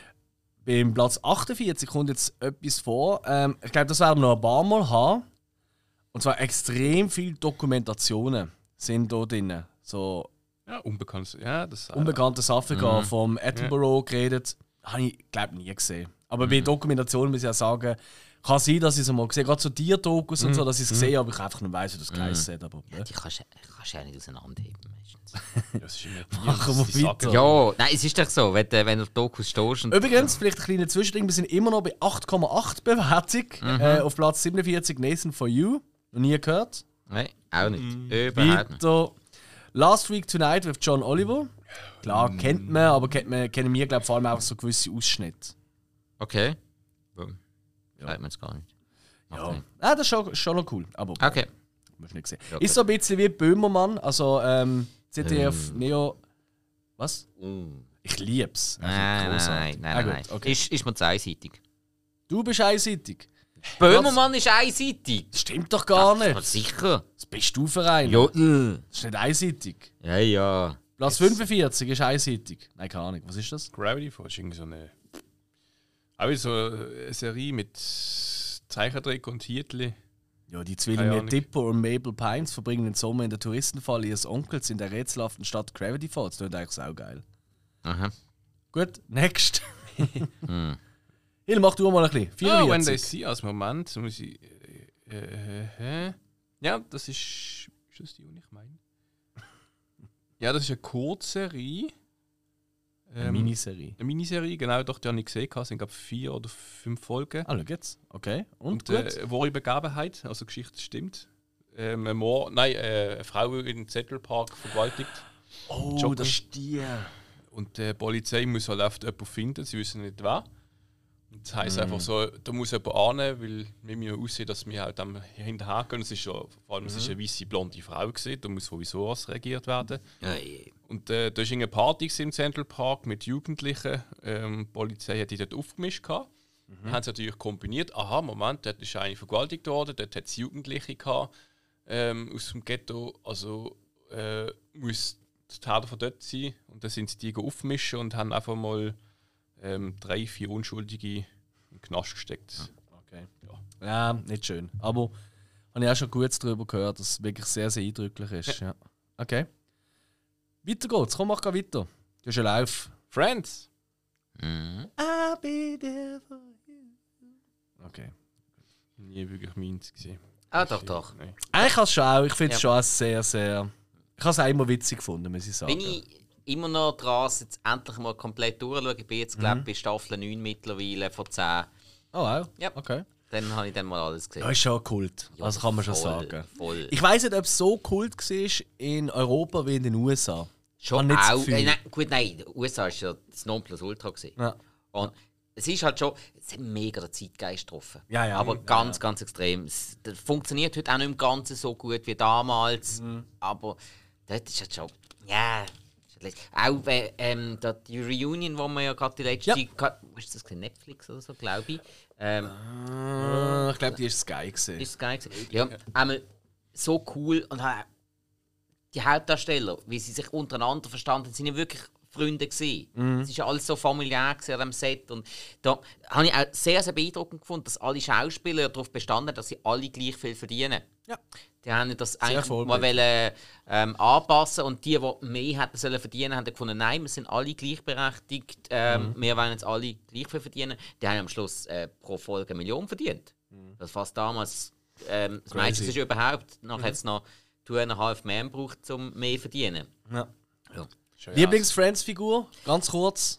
A: Beim Platz achtundvierzig kommt jetzt etwas vor. Ähm, ich glaube, das werden wir noch ein paar Mal haben. Und zwar extrem viele Dokumentationen sind da drin. So
C: Ja, unbekannt. Ja, das
A: unbekanntes Afrika, vom Attenborough geredet. Habe ich, glaube nie gesehen. Aber bei Dokumentationen muss ich ja sagen, kann sein, dass ich es mal gesehen habe. Gerade so Tierdokus und so, dass ich es gesehen habe, aber ich einfach nicht weiss, wie das geheißen hat. Aber, ja.
B: Die kannst du kannst du ja nicht auseinanderheben. meistens.
C: Das ist immer Bier,
A: Machen
C: das
A: wir
C: die
A: weiter.
C: sagen.
B: Ja, nein, es ist doch so, wenn du, wenn du auf Dokus stehst und...
A: Übrigens, vielleicht ein kleiner Zwischending, wir sind immer noch bei acht Komma acht Bewertung. Äh, auf Platz siebenundvierzig Nathan For You. Noch nie gehört.
B: Nein, auch nicht. Überhaupt nicht.
A: Weiter. Last Week Tonight with John Oliver. Klar, kennt man, aber kennt man, kennen wir glaub, vor allem auch so gewisse Ausschnitte.
B: Okay. Boom. Sagt man jetzt gar nicht.
A: Ja.
B: Okay.
A: Ah, das ist schon, schon noch cool. Aber
B: Okay.
A: musst du nicht sehen.
B: Okay.
A: Ist so ein bisschen wie Böhmermann, also ähm, Z D F
B: Ähm.
A: Neo. Was?
B: Uh.
A: Ich lieb's. Also,
B: Nein, nein,
A: großartig.
B: nein, nein,
A: Ah,
B: nein.
A: gut, okay.
B: Ist, ist mir zu einseitig.
A: Du bist einseitig.
B: Böhmermann ist einseitig.
A: Das stimmt doch gar
B: Aber
A: nicht.
B: sicher.
A: Das bist du Verein.
B: Ja, äh.
A: Das ist nicht einseitig.
B: ja, ja.
A: Platz fünfundvierzig ist einseitig. Nein, keine Ahnung. Was ist das?
C: Gravity Falls ist irgendwie so eine. Auch so eine Serie mit Zeichentrick und Titeln.
A: Ja, die
C: Keine
A: Zwillinge
C: Ahnung.
A: Dipper und Mabel Pines verbringen den Sommer in der Touristenfalle ihres Onkels in der rätselhaften Stadt Gravity Falls. Das ist eigentlich saugeil.
B: Aha.
A: Gut, next. Hill, mach du mal ein bisschen.
C: Ah, wenn
A: vierundvierzig.
C: das sie als Moment, muss ich. Äh, äh, äh, ja, das ist. Ist das die, die ich meine? Ja, das ist eine Kurzserie.
A: Eine
C: Ähm,
A: Miniserie.
C: Eine Miniserie, genau, doch, die habe ich gesehen. Es sind, glaube ich, vier oder fünf Folgen.
A: Ah, schau jetzt. Okay. Und,
C: Und
A: gut?
C: äh, wahre Begebenheit, also Geschichte stimmt. Ähm, ein Mord, nein, äh, eine Frau in Central Park vergewaltigt.
A: oh,
C: Joggen.
A: das ist die.
C: Und die Polizei muss halt oft jemanden finden, sie wissen nicht wer. Und das heisst einfach so, da muss jemand ahnen, weil wir müssen aussehen, dass wir halt am hinterher gehen. Es ist ja, vor allem es ist eine weiße blonde Frau gewesen, da muss sowieso was reagiert werden.
B: Ja, ja.
C: Und äh, da war eine Party im Central Park mit Jugendlichen. Ähm, die Polizei hat die dort aufgemischt. Gehabt. Dann haben sie natürlich kombiniert. Aha, Moment, dort ist eine vergewaltigt worden, dort hat es Jugendliche gehabt, ähm, aus dem Ghetto. Also äh, muss der Täter von dort sein. Und dann sind sie die aufmischen und haben einfach mal ähm, drei, vier Unschuldige in den Knast gesteckt.
A: Okay. Ja, nicht schön. Aber habe ich auch schon Gutes darüber gehört, dass es wirklich sehr, sehr eindrücklich ist. Ja. Okay. Weiter geht's. Komm, mach geh weiter. Du hast einen Lauf.
C: Friends!
B: Mhm.
A: I'll be there for you. Okay.
C: Nie wirklich meins gesehen.
B: Ah, doch, doch.
C: Nein.
A: Eigentlich habe ich schon auch. Ich finde es
B: Ja.
A: schon auch sehr, sehr. Ich habe es auch immer witzig gefunden, muss ich sagen.
B: Bin ich immer noch dran, es jetzt endlich mal komplett durchschauen. Ich bin jetzt, glaube
A: Mhm.
B: ich, bei Staffel neun mittlerweile von zehn.
A: Oh, auch?
B: Ja.
A: Okay.
B: Dann habe ich dann mal alles gesehen.
A: Ja, ist schon Kult.
B: Ja,
A: also kann man schon
B: voll,
A: sagen.
B: Voll.
A: Ich weiß nicht, ob es so Kult war in Europa wie in den U S A.
B: Schon
A: Habe nicht das
B: auch.
A: Gefühl.
B: Äh, nein, gut, nein, die U S A war ja das Nonplusultra. gewesen.
A: Ja.
B: Und es ist halt schon, es hat mega den Zeitgeist getroffen.
A: Ja, ja.
B: Aber
A: Ja,
B: ganz,
A: ja.
B: ganz extrem. Es das funktioniert heute auch nicht im Ganzen so gut wie damals.
A: Mhm.
B: Aber dort ist halt schon, ja. ist halt auch äh, ähm, da die Reunion, wo man ja gerade die letzte
A: Ja.
B: Zeit gehabt- was ist das, Netflix oder so, glaube ich. Ähm,
A: Ah, ich glaube, die war Sky. Gewesen.
B: Ist es geil gewesen. Ja, einmal so cool und ha- die Hauptdarsteller, wie sie sich untereinander verstanden, sind ja wirklich Freunde gewesen. Es ist ja alles so familiär gewesen an dem Set und da habe ich auch sehr, sehr beeindruckend gefunden, dass alle Schauspieler darauf bestanden haben, dass sie alle gleich viel verdienen.
A: Ja.
B: Die haben das eigentlich mal
A: vorbildlich.
B: wollen, ähm, anpassen und die, die mehr hätten sollen verdienen, haben gefunden, nein, wir sind alle gleichberechtigt, ähm, wir wollen jetzt alle gleich viel verdienen. Die haben am Schluss äh, pro Folge eine Million verdient. Das was damals ähm, das meiste ist überhaupt, nachher mhm. hat es noch Two and a Half Men gebraucht, um mehr zu verdienen.
A: Ja.
B: Ja.
A: Lieblings-Friends-Figur, ganz kurz.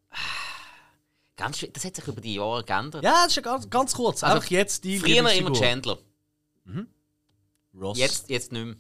B: Ganz, das hat sich über die Jahre geändert.
A: Ja, das ist ja ganz, ganz kurz.
B: Also
A: einfach jetzt die
B: früher immer Chandler.
A: Mhm. Ross.
B: Jetzt, jetzt nicht mehr.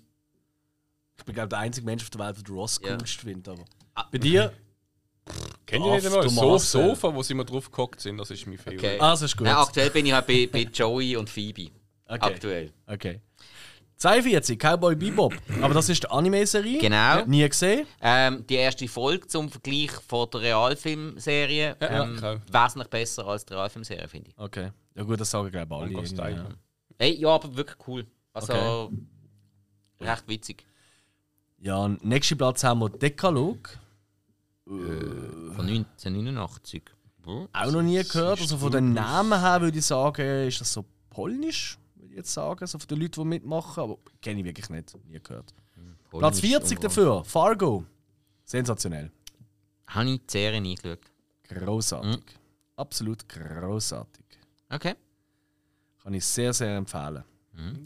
A: Ich bin, glaube ich, der einzige Mensch auf der Welt, der Ross
B: ja.
A: coolst findet. Aber ah. Bei dir?
C: Kennt ihr nicht einmal? So Sofa, wo sie immer drauf gehockt sind, das ist mein Favorit.
B: Okay.
A: Ah, das ist gut.
B: Nein, aktuell bin ich halt bei, bei Joey und Phoebe.
A: Okay.
B: Aktuell.
A: Okay. zweiundvierzig, Cowboy Bebop. Aber das ist die Anime-Serie.
B: Genau.
A: Nie gesehen.
B: Ähm, die erste Folge zum Vergleich von der Realfilmserie.
C: Ja,
B: ähm,
C: okay.
B: Wesentlich besser als die Realfilmserie, finde ich.
A: Okay. Ja gut, das sagen glaube ich alle.
C: Ja.
B: Hey, ja, aber wirklich cool. Also,
A: okay.
B: recht witzig.
A: Ja, nächsten Platz haben wir Dekalog.
B: Äh, von neunzehnhundertneunundachtzig.
A: Hm. Auch noch nie gehört. Also von den Namen her würde ich sagen, ist das so polnisch, würde ich jetzt sagen. So von den Leuten, die mitmachen. Aber kenne ich wirklich nicht. Nie gehört. Polnisch Platz vierzig dafür, Fargo. Sensationell.
B: Habe ich die Serie nie geschaut.
A: Grossartig. Hm. Absolut grossartig.
B: Okay.
A: Kann ich sehr, sehr empfehlen.
B: Hm.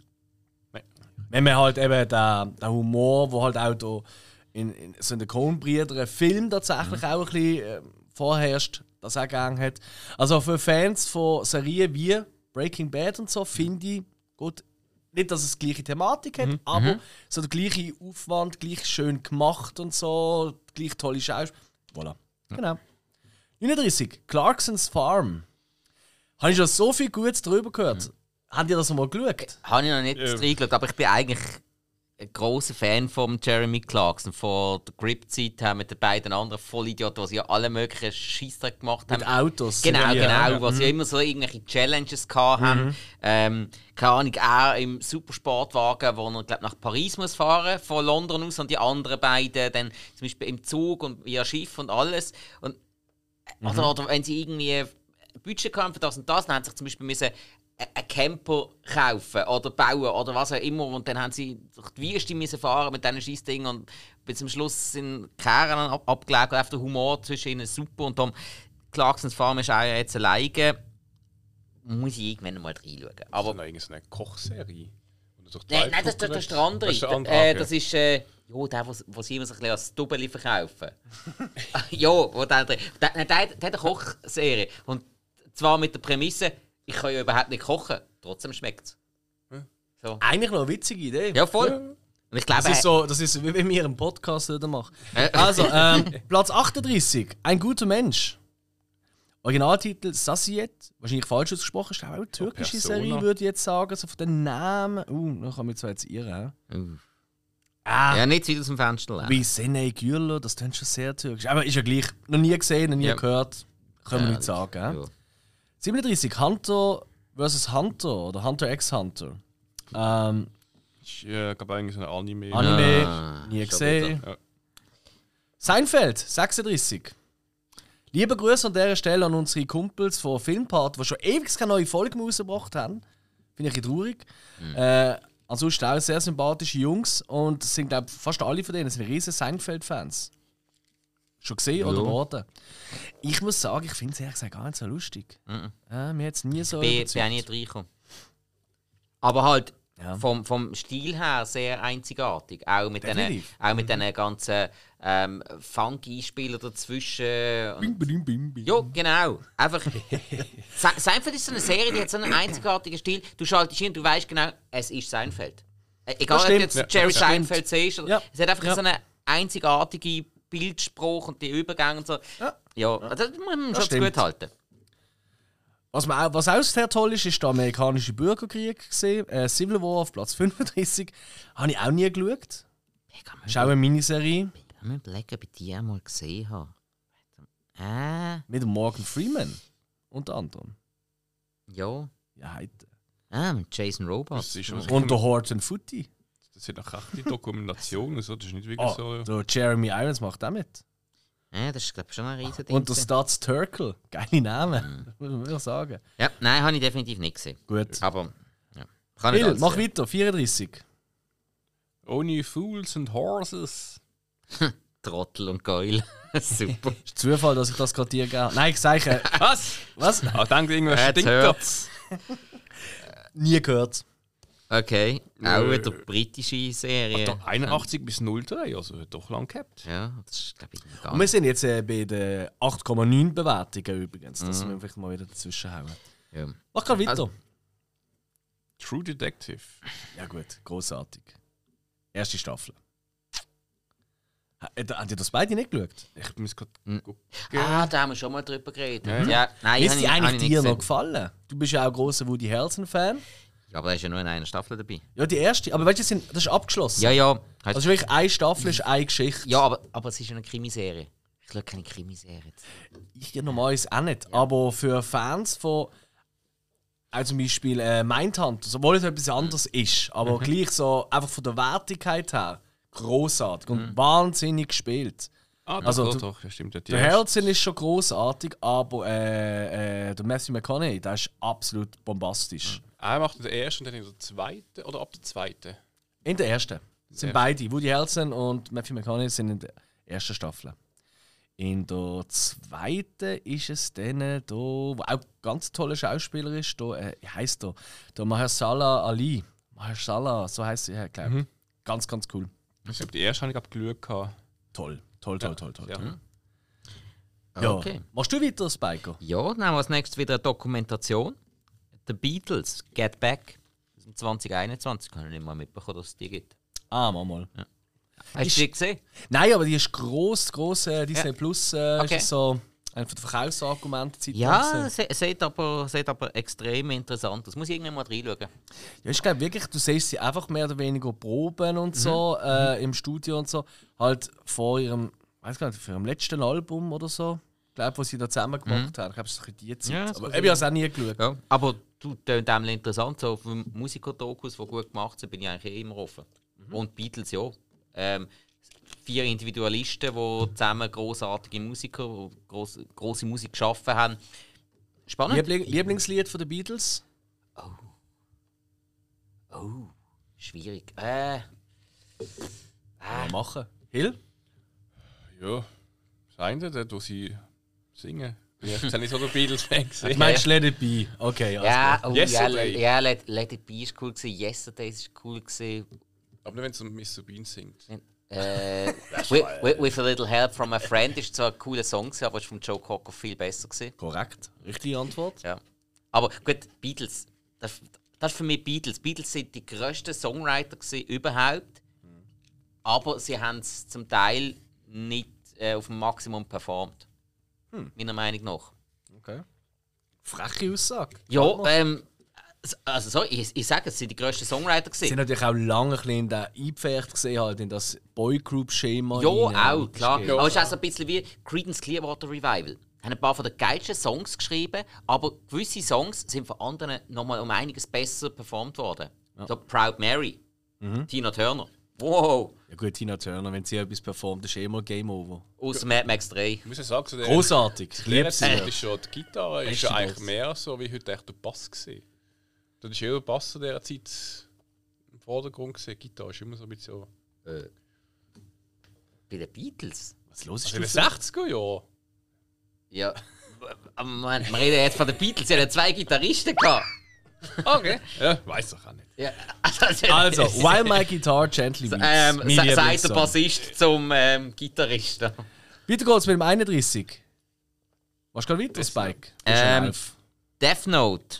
A: Wenn man halt eben den, den Humor, der halt auch da in, in so den Coen-Brüdern Film tatsächlich mhm. auch ein bisschen äh, vorherrscht, das auch gegangen hat. Also für Fans von Serien wie Breaking Bad und so finde ich, gut, nicht, dass es die gleiche Thematik hat, mhm. aber mhm. so der gleiche Aufwand, gleich schön gemacht und so, gleich tolle Schauspieler. Voilà. Mhm. Genau. neununddreißig, Clarksons Farm. Habe ich schon so viel Gutes darüber gehört. Mhm. Habt ihr das mal geschaut?
B: Habe ich noch nicht ja. reingeschaut, aber ich bin eigentlich ein grosser Fan von Jeremy Clarkson, von der Grip-Zeit her mit den beiden anderen Vollidioten, die sie ja alle möglichen Scheissdreck gemacht haben.
A: Mit Autos.
B: Genau,
A: ja,
B: genau, wo
A: ja.
B: sie mhm. immer so irgendwelche Challenges hatten. Mhm. Ähm, keine Ahnung, er im Supersportwagen, wo er glaub, nach Paris muss fahren, von London aus, und die anderen beiden dann zum Beispiel im Zug und via Schiff und alles. Und, mhm. oder, oder wenn sie irgendwie Budget haben für das und das, dann haben sie sich zum Beispiel müssen einen Camper kaufen oder bauen oder was auch immer, und dann haben sie durch die Wüste müssen fahren mit diesen Scheissdingen, und bis zum Schluss sind die Kerne ab abgelegt und einfach der Humor zwischen ihnen super, und darum Clarksons Farm ist auch jetzt alleine, muss ich irgendwann mal reinschauen. Aber
C: das ist eine Kochserie.
B: Nein, nein, das, das, das ist der andere. Das ist, der andere, äh, das ist äh, ja, der, wo sie immer so ein bisschen als Double verkaufen. Ja, wo der, der, der, der, der hat eine Kochserie, und zwar mit der Prämisse, ich kann ja überhaupt nicht kochen, trotzdem schmeckt es.
A: Hm. So. Eigentlich noch eine witzige Idee.
B: Ja, voll. Ja. Und ich glaube,
A: das, ist so, das ist wie wenn wir einen Podcast machen. Also, ähm, Platz achtunddreißig, Ein guter Mensch. Originaltitel Sasiet, wahrscheinlich falsch ausgesprochen, ist auch eine türkische Persona. Serie, würde ich jetzt sagen, so von den Namen. Uh, da kann man zwar jetzt irren. Uh.
B: Ah, ja, nicht wieder aus dem Fenster lernen.
A: Wie Seney Gürlo, das klingt schon sehr türkisch. Aber ist ja gleich, noch nie gesehen, noch nie ja. gehört. Können wir ja, nicht sagen. Ja. siebenunddreißig, Hunter versus Hunter oder Hunter x Hunter. Ähm,
C: ich äh, glaube eigentlich so ein Anime.
A: Anime, ah, nie gesehen. Ja. Seinfeld, sechsunddreißig. Liebe Grüße an dieser Stelle an unsere Kumpels von Filmpart, die schon ewig keine neue Folge mehr rausgebracht haben. Finde ich ein bisschen traurig. Mhm. Äh, ansonsten auch sehr sympathische Jungs, und sind, glaube ich, fast alle von denen sind riesen Seinfeld-Fans. Schon gesehen ja. oder geworden? Ich muss sagen, ich finde es ehrlich gesagt gar nicht so lustig. Mhm. Äh, mir jetzt nie so
B: Ich bin auch nie reingekommen. Aber halt ja. vom, vom Stil her sehr einzigartig. Auch mit diesen auch mit diesen ganzen ähm, Funk-Einspielern dazwischen.
A: Bing, bing, bing, bing.
B: Ja, genau. Einfach. Seinfeld ist so eine Serie, die hat so einen einzigartigen Stil. Du schaltest hin und du weißt genau, es ist Seinfeld. Egal, ob du jetzt ja. Jerry Seinfeld siehst. Ja. Es hat einfach ja. so eine einzigartige Bildspruch und die Übergänge und so. Ja, ja das muss man schon gut halten.
A: Was, man auch, was auch sehr toll ist, ist der amerikanische Bürgerkrieg gesehen. Äh, Civil War auf Platz fünfunddreißig. Habe ich auch nie geschaut. Ist auch eine Miniserie.
B: Ich kann mir überlegen, ob ich die einmal gesehen habe. Äh.
A: Mit dem Morgan Freeman. Unter anderem.
B: Ja.
A: Ja, heute.
B: Ah, mit Jason Robards.
A: Und der Horton Footy.
C: Das sind auch echte Dokumentationen, so. Das ist nicht wirklich oh,
A: so. Der Jeremy Irons macht auch mit.
B: Ja, das ist, glaube ich, schon ein riesen Ding.
A: Und der Stutz Turkle. Geile Namen, mhm. muss man sagen.
B: Ja, nein, habe ich definitiv nicht gesehen.
A: Gut.
B: Aber, ja.
A: Kann Bill, mach sehen. Weiter, vierunddreißig.
C: Only Fools and Horses.
B: Trottel und Geil. Super.
A: Es ist Zufall, dass ich das gerade dir gegeben habe. Nein, ich sage...
B: Was?
A: Was?
C: Ich denke, irgendwas stinkt da.
A: Nie gehört.
B: Okay, auch wieder britische Serie.
C: Hat einundachtzig bis null drei, also hat doch lang gehabt.
B: Ja, das ist, glaube ich, gar
A: Und wir sind jetzt äh, bei den acht Komma neun Bewertungen übrigens. Das müssen wir vielleicht mal wieder dazwischen hauen.
B: Ja.
A: Mach gerade weiter.
B: Also-
C: True Detective.
A: Ja gut, großartig. Erste Staffel. Ha- äh, Habt ihr das beide nicht geschaut?
C: Ich muss gerade
B: Hm.
C: gucken.
B: Ah, da haben wir schon mal drüber geredet.
C: Ja.
B: Ja, nein,
A: Ist
B: hab
A: die
B: ich- hab
A: eigentlich
B: ich nicht
A: dir
B: gesehen.
A: noch gefallen? Du bist ja auch großer Woody Harrelson-Fan.
B: Ja, aber er ist ja nur in einer Staffel dabei.
A: Ja, die erste. Aber weißt du, das sind- das ist abgeschlossen.
B: Ja, ja. Heißt,
A: Also wirklich eine Staffel ist eine Geschichte.
B: ja, aber, aber es ist eine Krimiserie. Ich schaue keine Krimiserie.
A: Ich normalerweise auch nicht. Aber für Fans von auch zum Beispiel äh, Mindhunter, obwohl es etwas anderes ist, aber gleich so einfach von der Wertigkeit her großartig und wahnsinnig gespielt.
C: Ah, doch,
A: Also,
C: doch,
A: du-
C: doch, das stimmt. Die
A: Der
C: erste-
A: Harrelson ist schon großartig, aber äh, äh, der Matthew McConaughey, der ist absolut bombastisch.
C: Er macht den ersten und dann in der zweiten oder ab der zweiten.
A: In der ersten sind
C: erste.
A: beide, Woody Harrelson und Matthew McConaughey, sind in der ersten Staffel. In der zweiten ist es dann, da, wo auch ganz toller Schauspieler ist, da, äh, wie heisst der? Der Mahershala Ali. Mahershala, so heisst er, glaube ich. Ganz, ganz cool.
C: Ich glaube, die erste habe ich abgeschaut. gehabt.
A: Toll, toll, toll, toll, toll.
C: Ja.
A: toll. Ja.
B: Okay.
A: Machst du weiter, Spiker?
B: Ja, dann haben wir als nächstes wieder eine Dokumentation. The Beatles, Get Back. Aus dem zwanzig einundzwanzig. Ich habe nicht mal mitbekommen, dass es die gibt.
A: Ah, mal mal.
B: Hast
A: Ist-
B: du die gesehen?
A: Nein, aber die ist gross, gross. Äh, Disney
B: Ja.
A: Plus äh,
B: Okay.
A: ist so ein von den Verkaufsargumenten. Zeit
B: Ja,
A: lang
B: es se- sieht aber, sieht aber extrem interessant aus. Muss ich irgendwann mal reinschauen.
A: Ja, ich glaube wirklich, du siehst sie einfach mehr oder weniger proben und so äh, im Studio und so. Halt vor ihrem, weiß gar nicht, vor ihrem letzten Album oder so. Ich glaube, was sie da zusammen gemacht haben. Ich glaube, es ist ein bisschen die Zeit.
B: Ja, das
A: aber
B: kann
A: ich habe es auch nie geschaut.
B: Ja. Aber du, das ist interessant. So für Musiker-Dokus, die gut gemacht sind, bin ich eigentlich eh immer offen. Und Beatles, ja. Ähm, vier Individualisten, die zusammen grossartige Musiker, die gross, grosse Musik geschaffen haben. Spannend.
A: Liebling, Lieblingslied von den Beatles?
B: Oh, schwierig. Äh,
A: Ja, machen. Hill?
C: Ja, das eine, dort, wo sie singen. Ich bin jetzt nicht so der Beatles-Fan
A: Du
C: gesehen.
A: meinst Let It Be? Okay, alles
B: ja,
A: klar.
B: oh, ja,
C: Yesterday.
B: le- ja let, let It Be ist cool gewesen. Yesterday ist cool gewesen.
C: Aber nicht, wenn es um Mister Bean singt.
B: Äh, with, with, with a Little Help from a Friend ist zwar ein cooler Song gewesen, aber ist von Joe Cocker viel besser gewesen.
A: Korrekt. Richtige Antwort.
B: Ja. Aber gut, Beatles. Das, das ist für mich Beatles. Beatles sind die grössten Songwriter gewesen, überhaupt. Aber sie haben es zum Teil nicht äh, auf dem Maximum performt. Meiner Meinung nach.
A: Okay. Freche Aussage.
B: Ja, ähm, also so, ich, ich sage, es sind die grössten Songwriter
A: Sie sind
B: gewesen.
A: natürlich auch lange ein bisschen in den eingepfercht gesehen, halt in das Boygroup-Schema.
B: Ja,
A: rein.
B: auch, klar.
A: Ja.
B: Aber es ist auch so ein bisschen wie Creedence Clearwater Revival. Sie haben ein paar von den geilsten Songs geschrieben, aber gewisse Songs sind von anderen nochmal um einiges besser performt worden. So Proud Mary, Tina Turner. Wow!
A: Ja gut, Tina Turner, wenn sie etwas performt, ist eh immer Game Over.
B: Aus Mad Max drei.
C: Ich muss ja sagen, so der
A: Großartig. Ich liebe sie.
C: Lehrerzeit ist schon die Gitarre ist
A: Beste
C: ja eigentlich
A: Boss.
C: mehr so wie heute echt der Bass gesehen. Das ist eher der Bass in dieser Zeit im Vordergrund gesehen. Die Gitarre ist immer so ein bisschen so.
B: Äh, bei den Beatles?
A: Was los ist
C: Also in den
A: das?
C: sechziger Jahren.
B: Ja. Aber Moment, wir reden jetzt von den Beatles. Sie hatten zwei Gitarristen gehabt.
C: Okay. Ja, weiß doch auch nicht.
B: Ja, also,
A: Also, While My Guitar Gently Weeps.
B: ähm,
A: Mein
B: sa- sagt der
A: Lieblingssong.
B: Bassist zum ähm, Gitarristen.
A: Weiter geht's mit dem einunddreißig. Machst du gerade weiter, Spike? Du bist
B: Ähm,
A: um elf.
B: Death Note.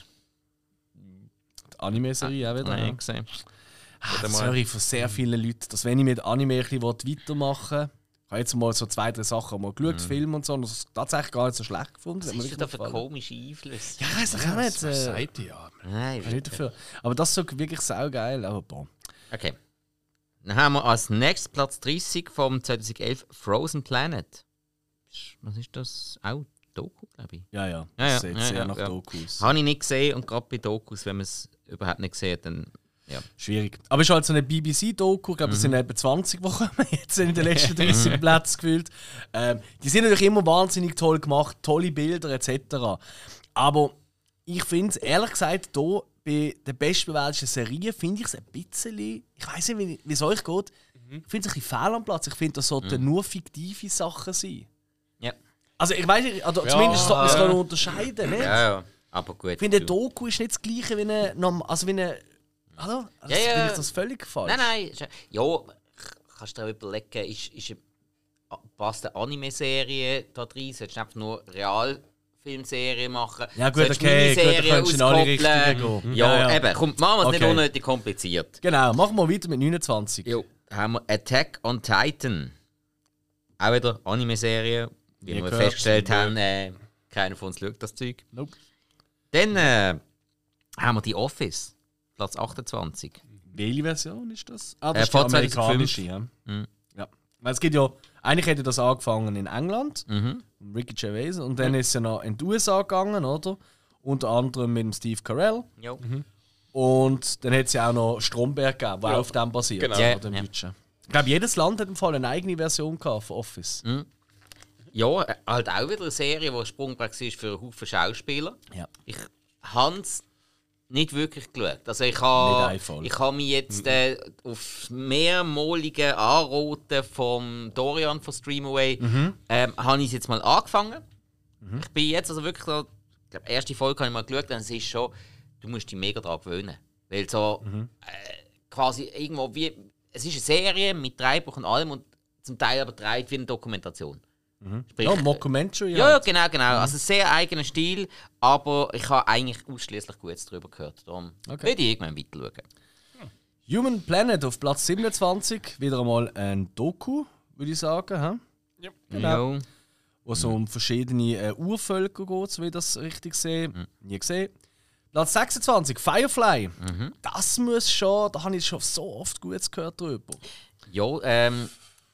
A: Die Anime-Serie auch wieder.
B: Nein, gesehen.
A: Ah, sorry, von sehr vielen Leuten, dass wenn ich mit Anime ein bisschen weitermachen will, ich habe jetzt mal so zwei, drei Sachen mal geschaut, Filme und so, und das ist tatsächlich gar nicht so schlecht gefunden.
B: Was
A: Hat mir
B: ist
A: wirklich
B: da für
A: gefallen.
B: komische Einflüsse?
A: Ja, weiß ich auch nicht. Äh,
C: Seid ihr ja.
B: Nein,
A: ich nicht dafür. Aber das ist so wirklich saugeil. Aber boah.
B: Okay. Dann haben wir als nächstes Platz dreißig vom zweitausendelf Frozen Planet. Was ist das? Auch Doku, glaube ich.
A: Ja, ja.
B: Ja, ja,
A: Das sieht
B: ja,
A: sehr
B: ja,
A: nach
B: ja.
A: Dokus.
B: Habe ich nicht gesehen und gerade bei Dokus, wenn man es überhaupt nicht sieht, dann. Ja.
A: Schwierig. Aber es ist halt so eine B B C-Doku. Ich glaube, es sind etwa zwanzig Wochen jetzt in den letzten dreißig Plätzen gefühlt. Ähm, die sind natürlich immer wahnsinnig toll gemacht, tolle Bilder et cetera. Aber ich finde es, ehrlich gesagt, hier bei den bestbewerteten Serien finde ich es ein bisschen, ich weiß nicht, wie wie es euch geht, ich finde es ein bisschen fehl am Platz. Ich finde, das sollten nur fiktive Sachen sein.
B: Ja.
A: Also ich weiß nicht, oder
C: Ja,
A: zumindest sollte man es
C: ja.
A: noch unterscheiden. Nicht?
B: Ja, ja. Aber gut.
A: Ich finde, eine
B: du-
A: Doku ist nicht das gleiche wie eine, norm- also wie eine Also, also
B: Ja, ja.
A: bin ich das völlig falsch?
B: Nein, nein. ist- Ja, kannst du dir überlegen, ist, ist eine, passt eine Anime-Serie da rein? Solltest du einfach nur Realfilmserie machen?
A: Ja gut,
B: Solltest du
A: okay, gut, da
B: Miniserien
A: könntest du in alle
B: auskoppeln?
A: Richtungen gehen.
B: Ja,
A: Ja, ja.
B: eben, komm, machen wir es nicht
A: Okay.
B: unnötig kompliziert.
A: Genau, machen wir weiter mit neunundzwanzig.
B: Jo, da haben wir Attack on Titan. Auch wieder Anime-Serie. Wie
A: Ihr
B: wir
A: gehört,
B: festgestellt
A: ja.
B: haben, äh, keiner von uns schaut das Zeug.
A: Nope.
B: Dann äh, haben wir die Office, Platz achtundzwanzig.
A: Welche Version ist das? Ah,
B: Äh,
A: das ist
B: von
A: die amerikanische, ja.
B: Mhm.
A: ja. Weil es gibt ja, eigentlich hätte das angefangen in England,
B: Mhm.
A: mit Ricky Gervais, und dann ist es ja noch in die U S A gegangen, oder? Unter anderem mit dem Steve Carell.
B: Jo.
A: Und dann hat es ja auch noch Stromberg gegeben, der
C: Ja.
A: auf dem basiert.
C: Genau.
A: Ja,
B: Ja,
A: dem
B: ja.
A: Deutschen. Ich glaube, jedes Land hat im Fall eine eigene Version gehabt von Office.
B: Ja, äh, halt auch wieder eine Serie, die ein Sprungbrett war für einen Haufen Schauspieler.
A: Ja.
B: Ich habe es nicht wirklich geschaut. Also ich
A: Nicht
B: habe
A: einfach.
B: ich habe mich jetzt äh, auf mehrmalige Anraten vom Dorian von Streamaway ähm, habe ich es jetzt mal angefangen. Ich bin jetzt also wirklich so, ich glaube, die erste Folge habe ich mal geschaut und es ist schon, du musst dich mega daran gewöhnen. Weil so äh, quasi irgendwo wie, es ist eine Serie mit Drehbuch und allem und zum Teil aber dreht wie eine Dokumentation. Sprich,
A: Ja, Mockumentary.
B: ja, ja,
A: halt.
B: genau, genau. Also sehr eigener Stil, aber ich habe eigentlich ausschließlich Gutes darüber gehört. Darum
A: Okay.
B: werde ich irgendwann weiter schauen.
A: Human Planet auf Platz siebenundzwanzig. Wieder einmal ein Doku, würde ich sagen. He?
C: Ja.
A: Genau.
B: Ja.
A: Wo es um verschiedene äh, Urvölker geht, so wie ich das richtig sehe. Nie gesehen. Platz sechsundzwanzig, Firefly. Das muss schon, da habe ich schon so oft Gutes gehört drüber.
B: Ja, ähm,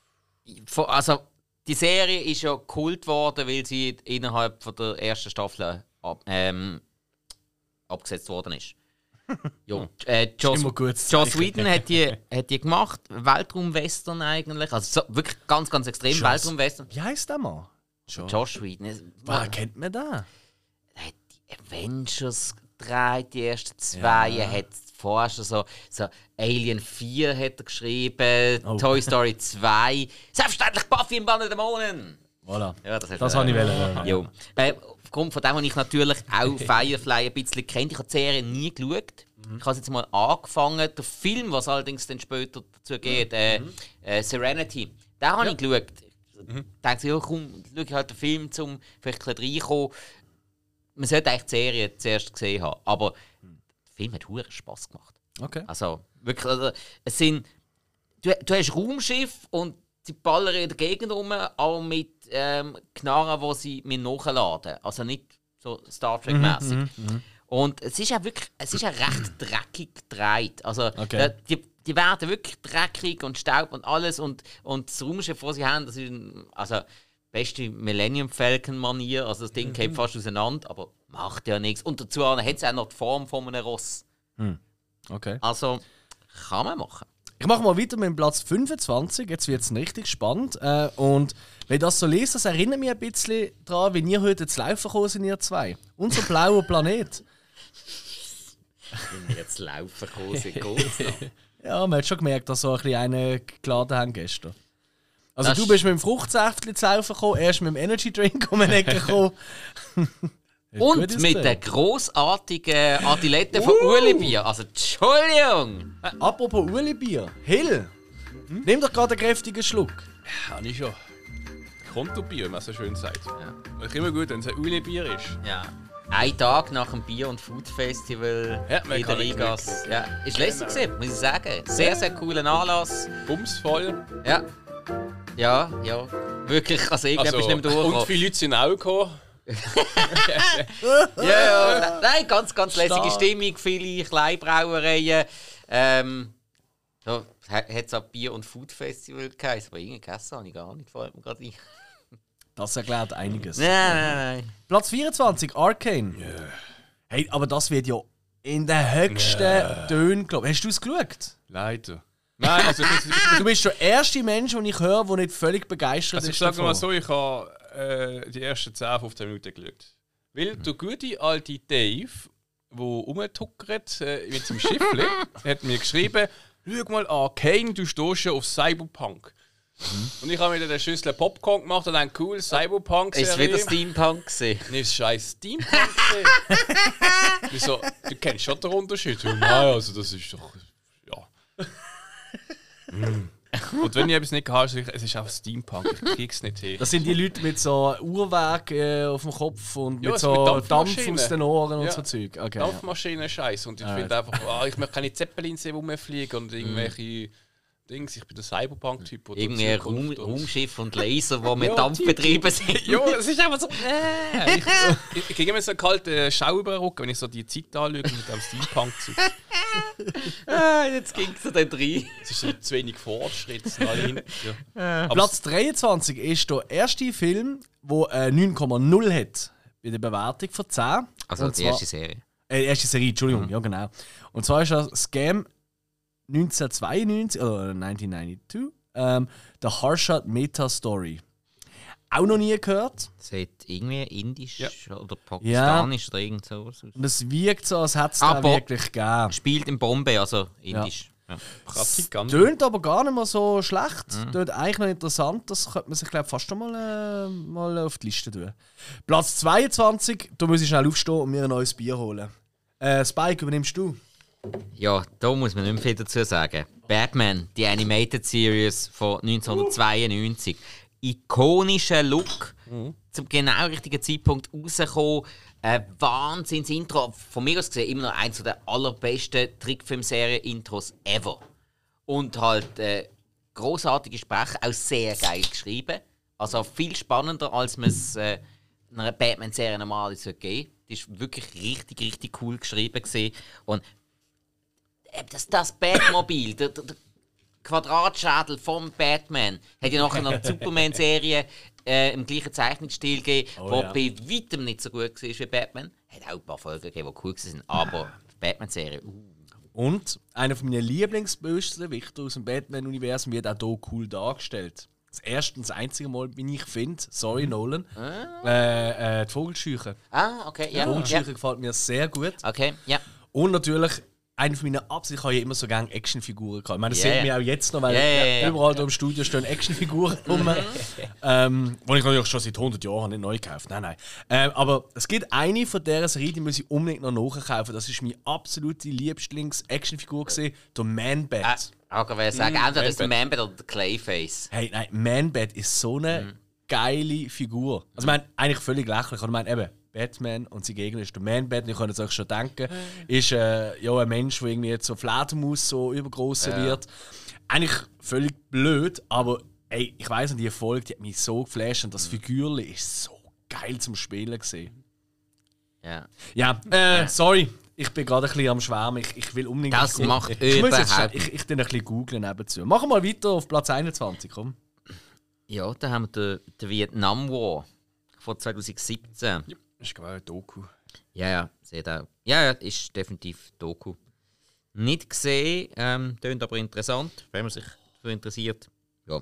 B: von- also die Serie ist ja Kult worden, weil sie innerhalb von der ersten Staffel ab, ähm, abgesetzt worden ist. Ja, äh, Joss,
A: immer gutes
B: Joss
A: Zeichen.
B: Whedon hat die, hat die gemacht, Weltraumwestern eigentlich, also so, wirklich ganz, ganz extrem
A: Joss.
B: Weltraumwestern.
A: Wie heisst der Mann? Schon.
B: Josh Whedon.
A: Woher kennt man den?
B: Er hat die Avengers gedreht, die ersten zwei.
A: Ja.
B: Er hat vorher schon so, so Alien vier hat er geschrieben,
A: Oh.
B: Toy Story zwei. Selbstverständlich Buffy im Bann der Dämonen!
A: Voilà.
B: Ja, das hat
A: Das
B: er,
A: habe ich
B: äh,
A: wollen.
B: Jo. Äh, aufgrund von dem habe ich natürlich auch Firefly ein bisschen kennt. Ich habe die Serie nie geschaut. Ich habe es jetzt mal angefangen. Der Film, was allerdings dann später dazu geht, äh, äh, Serenity, den habe ich geschaut. Ich dachte, ja, komm, schau ich halt den Film, um vielleicht ein bisschen reinkommen. Man sollte eigentlich die Serie zuerst gesehen haben. Aber der Film hat verdammt Spass gemacht.
A: Okay.
B: Also, wirklich, also, es sind. Du, du hast Raumschiff und sie ballern in der Gegend rum, aber mit ähm, Knarren, die sie mir nachladen. Also nicht so Star Trek-mäßig. Und es ist ja wirklich, es ist ja recht dreckig gedreht. Also,
A: Okay.
B: da, die, die werden wirklich dreckig und Staub und alles. Und, und das Raumschiff, das sie haben, das ist ein, also beste Millennium Falcon-Manier. Also das Ding geht fast auseinander, aber macht ja nichts. Und dazu hat es auch noch die Form von einem Ross.
A: Okay.
B: Also, kann man machen.
A: Ich mache mal weiter mit dem Platz fünfundzwanzig. Jetzt wird es richtig spannend. Äh, und wenn ich das so lese, das erinnert mich ein bisschen daran, wie ihr heute zu laufen gekommen sind, ihr zwei. Unser blauer Planet.
B: Wenn wir jetzt laufen kommen, sind geht's noch.
A: Ja, man hat schon gemerkt, dass so ein bisschen einen geladen haben gestern. Also
B: Das
A: du
B: ist-
A: bist mit dem Fruchtsäftchen zu laufen gekommen, erst mit dem Energy Drink um den Ecke gekommen. Gut
B: Und
A: ist
B: mit
A: der.
B: der grossartigen Adilette von Ueli Bier. Also, Entschuldigung!
A: Äh, apropos Uli Bier. Hill, nimm doch gerade einen kräftigen Schluck.
C: Habe ich schon. Kontobier, wie man so schön sagt. Ja. Ich immer gut, wenn es ein Uli-Bier ist.
B: Ja. Ein Tag nach dem Bier- und Food-Festival
C: Ja, man
B: in der
C: kann nicht
B: Rigas.
C: genug.
B: Ja, ist lässig gewesen, muss ich sagen. Sehr, sehr cooler Anlass.
C: Bumsvoll.
B: Ja. Ja, ja. Wirklich, also irgendwann bist du nicht mehr
C: und
B: durchgekommen.
C: viele Leute sind auch gekommen.
B: Ja, ja. Nein, ganz, ganz lässige
A: Stark.
B: Stimmung, viele Kleinbrauereien. Ähm, so, hat es auch Bier- und Food-Festival geheißen, aber irgendwie gegessen habe ich gar nicht, fällt mir gerade ein.
A: Das erklärt einiges.
B: Nein, nein, nein.
A: Platz vierundzwanzig, Arcane. Hey, aber das wird ja in den höchsten Tönen, glaube ich. Hast du es geschaut?
C: Leider. Nein, also ich, ich,
A: Du bist der erste Mensch, den ich höre, der nicht völlig begeistert
C: also ich
A: ist.
C: sage mal
A: davon.
C: so, ich habe äh, die ersten zehn, fünfzehn Minuten geschaut. Weil der gute alte Dave, der rumtuckert äh, mit seinem Schiffli, hat mir geschrieben, schau mal Arcane, du stehst ja auf Cyberpunk. Mhm. Und ich habe mir dann eine Schüssel Popcorn gemacht und dann cool, Cyberpunk-Serie.
B: Ist wieder Steampunk gesehen?
C: Nicht das scheiß Steampunk gesehen. Wieso? Du kennst schon den Unterschied. Nein, also das ist doch... Ja. mm. Und wenn ich etwas nicht habe, es ist auch Steampunk. Ich krieg's nicht hin.
A: Das sind die Leute mit so Uhrwerk äh, auf dem Kopf und
C: Ja,
A: mit
C: so
A: so
C: mit
A: Dampf
C: Dampfmaschinen.
A: aus den Ohren und
C: Ja.
A: so Zeug. Okay,
C: Dampfmaschinen-Scheiß. Und ich
A: Ah,
C: finde einfach, ah, ich möchte keine Zeppelins sehen, rumfliegen und irgendwelche Dings. Ich bin der Cyberpunk-Typ. oder
B: Irgendwie ein
C: Zukunft
B: Raum,
C: und-
B: Raumschiff und Laser, die mit
C: Ja,
B: Dampf
C: die-
B: betrieben sind.
C: Ja, es ist einfach so. Äh, ich ich, ich kriege immer so einen kalten Schau über den Rücken, wenn ich so die Zeit anschaue mit dem Steampunk-Zeug.
B: Ah, jetzt ging es dann rein.
C: Es ist so zu wenig Fortschritt. es sind alle hinten. Ja. Aber
A: Platz dreiundzwanzig ist der erste Film, der äh, neun Komma null hat bei der Bewertung von zehn.
B: Also
A: Und
B: die
A: zwar-
B: erste Serie.
A: Äh, erste Serie, Entschuldigung,
C: Mhm.
A: ja genau. Und zwar ist das Scam neunzehnhundertzweiundneunzig oder neunzehnhundertneunundneunzig, ähm, der Harshad Meta Story. Auch noch nie gehört.
B: Das hat irgendwie indisch
C: Ja.
B: oder pakistanisch oder irgend sowas aus.
A: Und es wirkt so, als hätte es da
B: Aber-
A: wirklich gegeben.
B: Spielt in Bombay, also indisch. Ja.
C: Praktikant.
A: Tönt aber gar nicht mal so schlecht. Tönt eigentlich noch interessant. Das könnte man sich, glaube fast mal, äh, mal auf die Liste tun. Platz zweiundzwanzig, da muss ich schnell aufstehen und mir ein neues Bier holen. Äh, Spike, übernimmst du?
B: Ja, da muss man nicht mehr viel dazu sagen. Batman, die Animated Series von neunzehnhundertzweiundneunzig. Ikonischer Look, zum genau richtigen Zeitpunkt rausgekommen. Ein Wahnsinns-Intro. Von mir aus gesehen immer noch eines der allerbesten Trickfilmserien-Intros ever. Und halt äh, grossartige Sprecher, auch sehr geil geschrieben. Also viel spannender, als man es äh, in einer Batman-Serie normalerweise geben. Die ist wirklich richtig, richtig cool geschrieben gewesen. Und äh, das, das Batmobil, der, der, der Quadratschädel vom Batman, hat ja nachher noch die Superman-Serie äh, im gleichen Zeichnungsstil gegeben,
A: Oh,
B: wo
A: ja.
B: bei weitem nicht so gut war wie Batman. Hat auch ein paar Folgen gegeben, die cool waren, aber die Batman-Serie, uh.
A: Und einer von meinen Lieblingsbösewichter aus dem Batman-Universum wird auch hier cool dargestellt. Das erste und das einzige Mal, wie ich finde, sorry Nolan, äh, äh, die Vogelscheuche.
B: Ah, okay,
A: Die
B: ja. ja.
A: Vogelscheuche gefällt mir sehr gut.
B: Okay, ja.
A: Und natürlich, eine von meinen Absichten, ich habe ja immer so gerne Actionfiguren gehabt. Ich meine, das
B: Ja,
A: sieht
B: ja.
A: mir auch jetzt noch, weil
B: Ja, ja, ja.
A: überall hier im Studio stehen Actionfiguren rum. ähm, die ich natürlich schon seit hundert Jahren nicht neu gekauft. Nein, nein. Ähm, aber es gibt eine von dieser Serie, die muss ich unbedingt noch nachkaufen. Das ist meine absolute Lieblings-Actionfigur gesehen, der Man-Bat.
B: Ah, ich will sagen,
C: Mm,
B: entweder das ist der
C: Man-Bat.
B: Man-Bat oder der Clayface.
A: Hey, nein, Man-Bat ist so eine geile Figur. Also, ich meine, eigentlich völlig lächerlich. Ich meine, eben, Batman und sein Gegner ist der Man-Bat. Ihr könnt es euch schon denken. Ist äh, ja ein Mensch, der irgendwie jetzt so Fledermaus so übergroß
B: Ja.
A: wird. Eigentlich völlig blöd, aber ey, ich weiss nicht, die Folge die hat mich so geflasht und das Figürchen ist so geil zum Spielen gesehen.
B: Ja.
A: Ja, äh, sorry. Ich bin gerade ein bisschen am Schwärmen. Ich, ich will unbedingt.
B: Das
A: ich,
B: macht
A: ich muss jetzt
B: überhaupt-
A: schnell- Ich, ich tu ein bisschen googlen nebenzu. Machen wir mal weiter auf Platz einundzwanzig, komm.
B: Ja, da haben wir den, den Vietnam War von zwanzig siebzehn.
C: Das ist glaube ich ein Doku.
B: Ja, ja, seht auch. Ja, ja, ist definitiv Doku. Nicht gesehen, ähm, tönt aber interessant, wenn man sich dafür interessiert. Ja.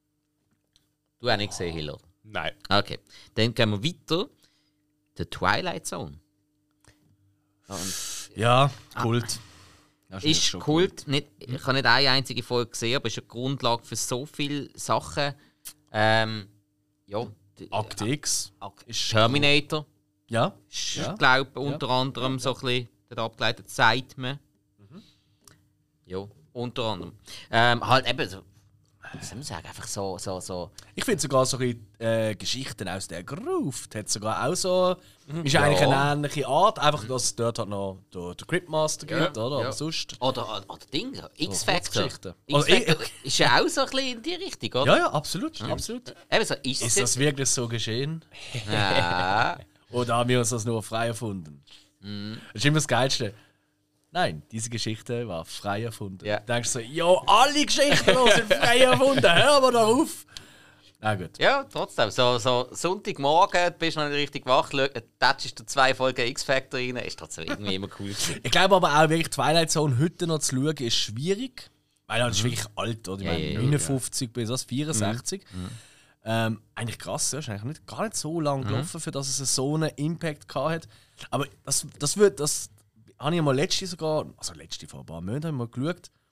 B: Du auch nicht gesehen, Hiller?
C: Nein.
B: Okay, dann gehen wir weiter. The Twilight Zone. Und
A: Ja, Kult. Das
B: ist
A: schon
B: Kult. Nicht, ich habe nicht eine einzige Folge gesehen, aber ist eine Grundlage für so viele Sachen. Ähm, ja. die-
A: Akte X.
B: Ak-
A: ist-
B: Terminator.
A: Ja.
B: Ich
A: Ja.
B: glaube, unter anderem so ein bisschen dort abgeleitet, sagt man.
A: Mhm.
B: Ja, unter anderem. Ähm, halt eben so, was soll man sagen, einfach so, so, so.
A: Ich finde sogar so ein bisschen, äh, Geschichten aus der Gruft hat sogar auch so. Ist
C: Ja.
A: eigentlich eine ähnliche Art, einfach dass es dort halt noch der, der Cryptmaster gibt,
C: Ja,
A: oder?
B: ja.
A: Aber sonst.
B: Oder, oder Ding, so, X-Factor.
A: Kurzgeschichten.
B: X-Factor
A: Also,
B: ist ja auch so ein bisschen in die Richtung, oder?
A: Ja, ja, absolut. absolut.
B: Eben so, ist,
A: Ist das wirklich so geschehen?
B: Ja.
A: Oder haben wir uns das nur frei erfunden?
B: Mhm.
A: Das ist immer das Geilste. Nein, diese Geschichte war frei erfunden.
B: Ja.
A: Du denkst so, jo, alle Geschichten hier sind frei erfunden, hör mal darauf! Na gut.
B: Ja, trotzdem. So, so Sonntagmorgen, bist du noch nicht richtig wach, tätschst du zwei Folgen X-Factor rein, ist trotzdem irgendwie immer cool gewesen.
A: Ich glaube aber auch, wirklich Twilight Zone heute noch zu schauen, ist schwierig. Weil das ist wirklich alt, oder? Ich
B: Ja,
A: meine,
B: ja, ja.
A: neunundfünfzig bis was, vierundsechzig. Ähm, eigentlich krass, ja. Ist eigentlich nicht, gar nicht so lang gelaufen, für dass es so einen Impact gehabt hat. Aber das, das wird, das habe ich mal letzte sogar, also letzte vor ein paar Monaten habe ich mal geschaut,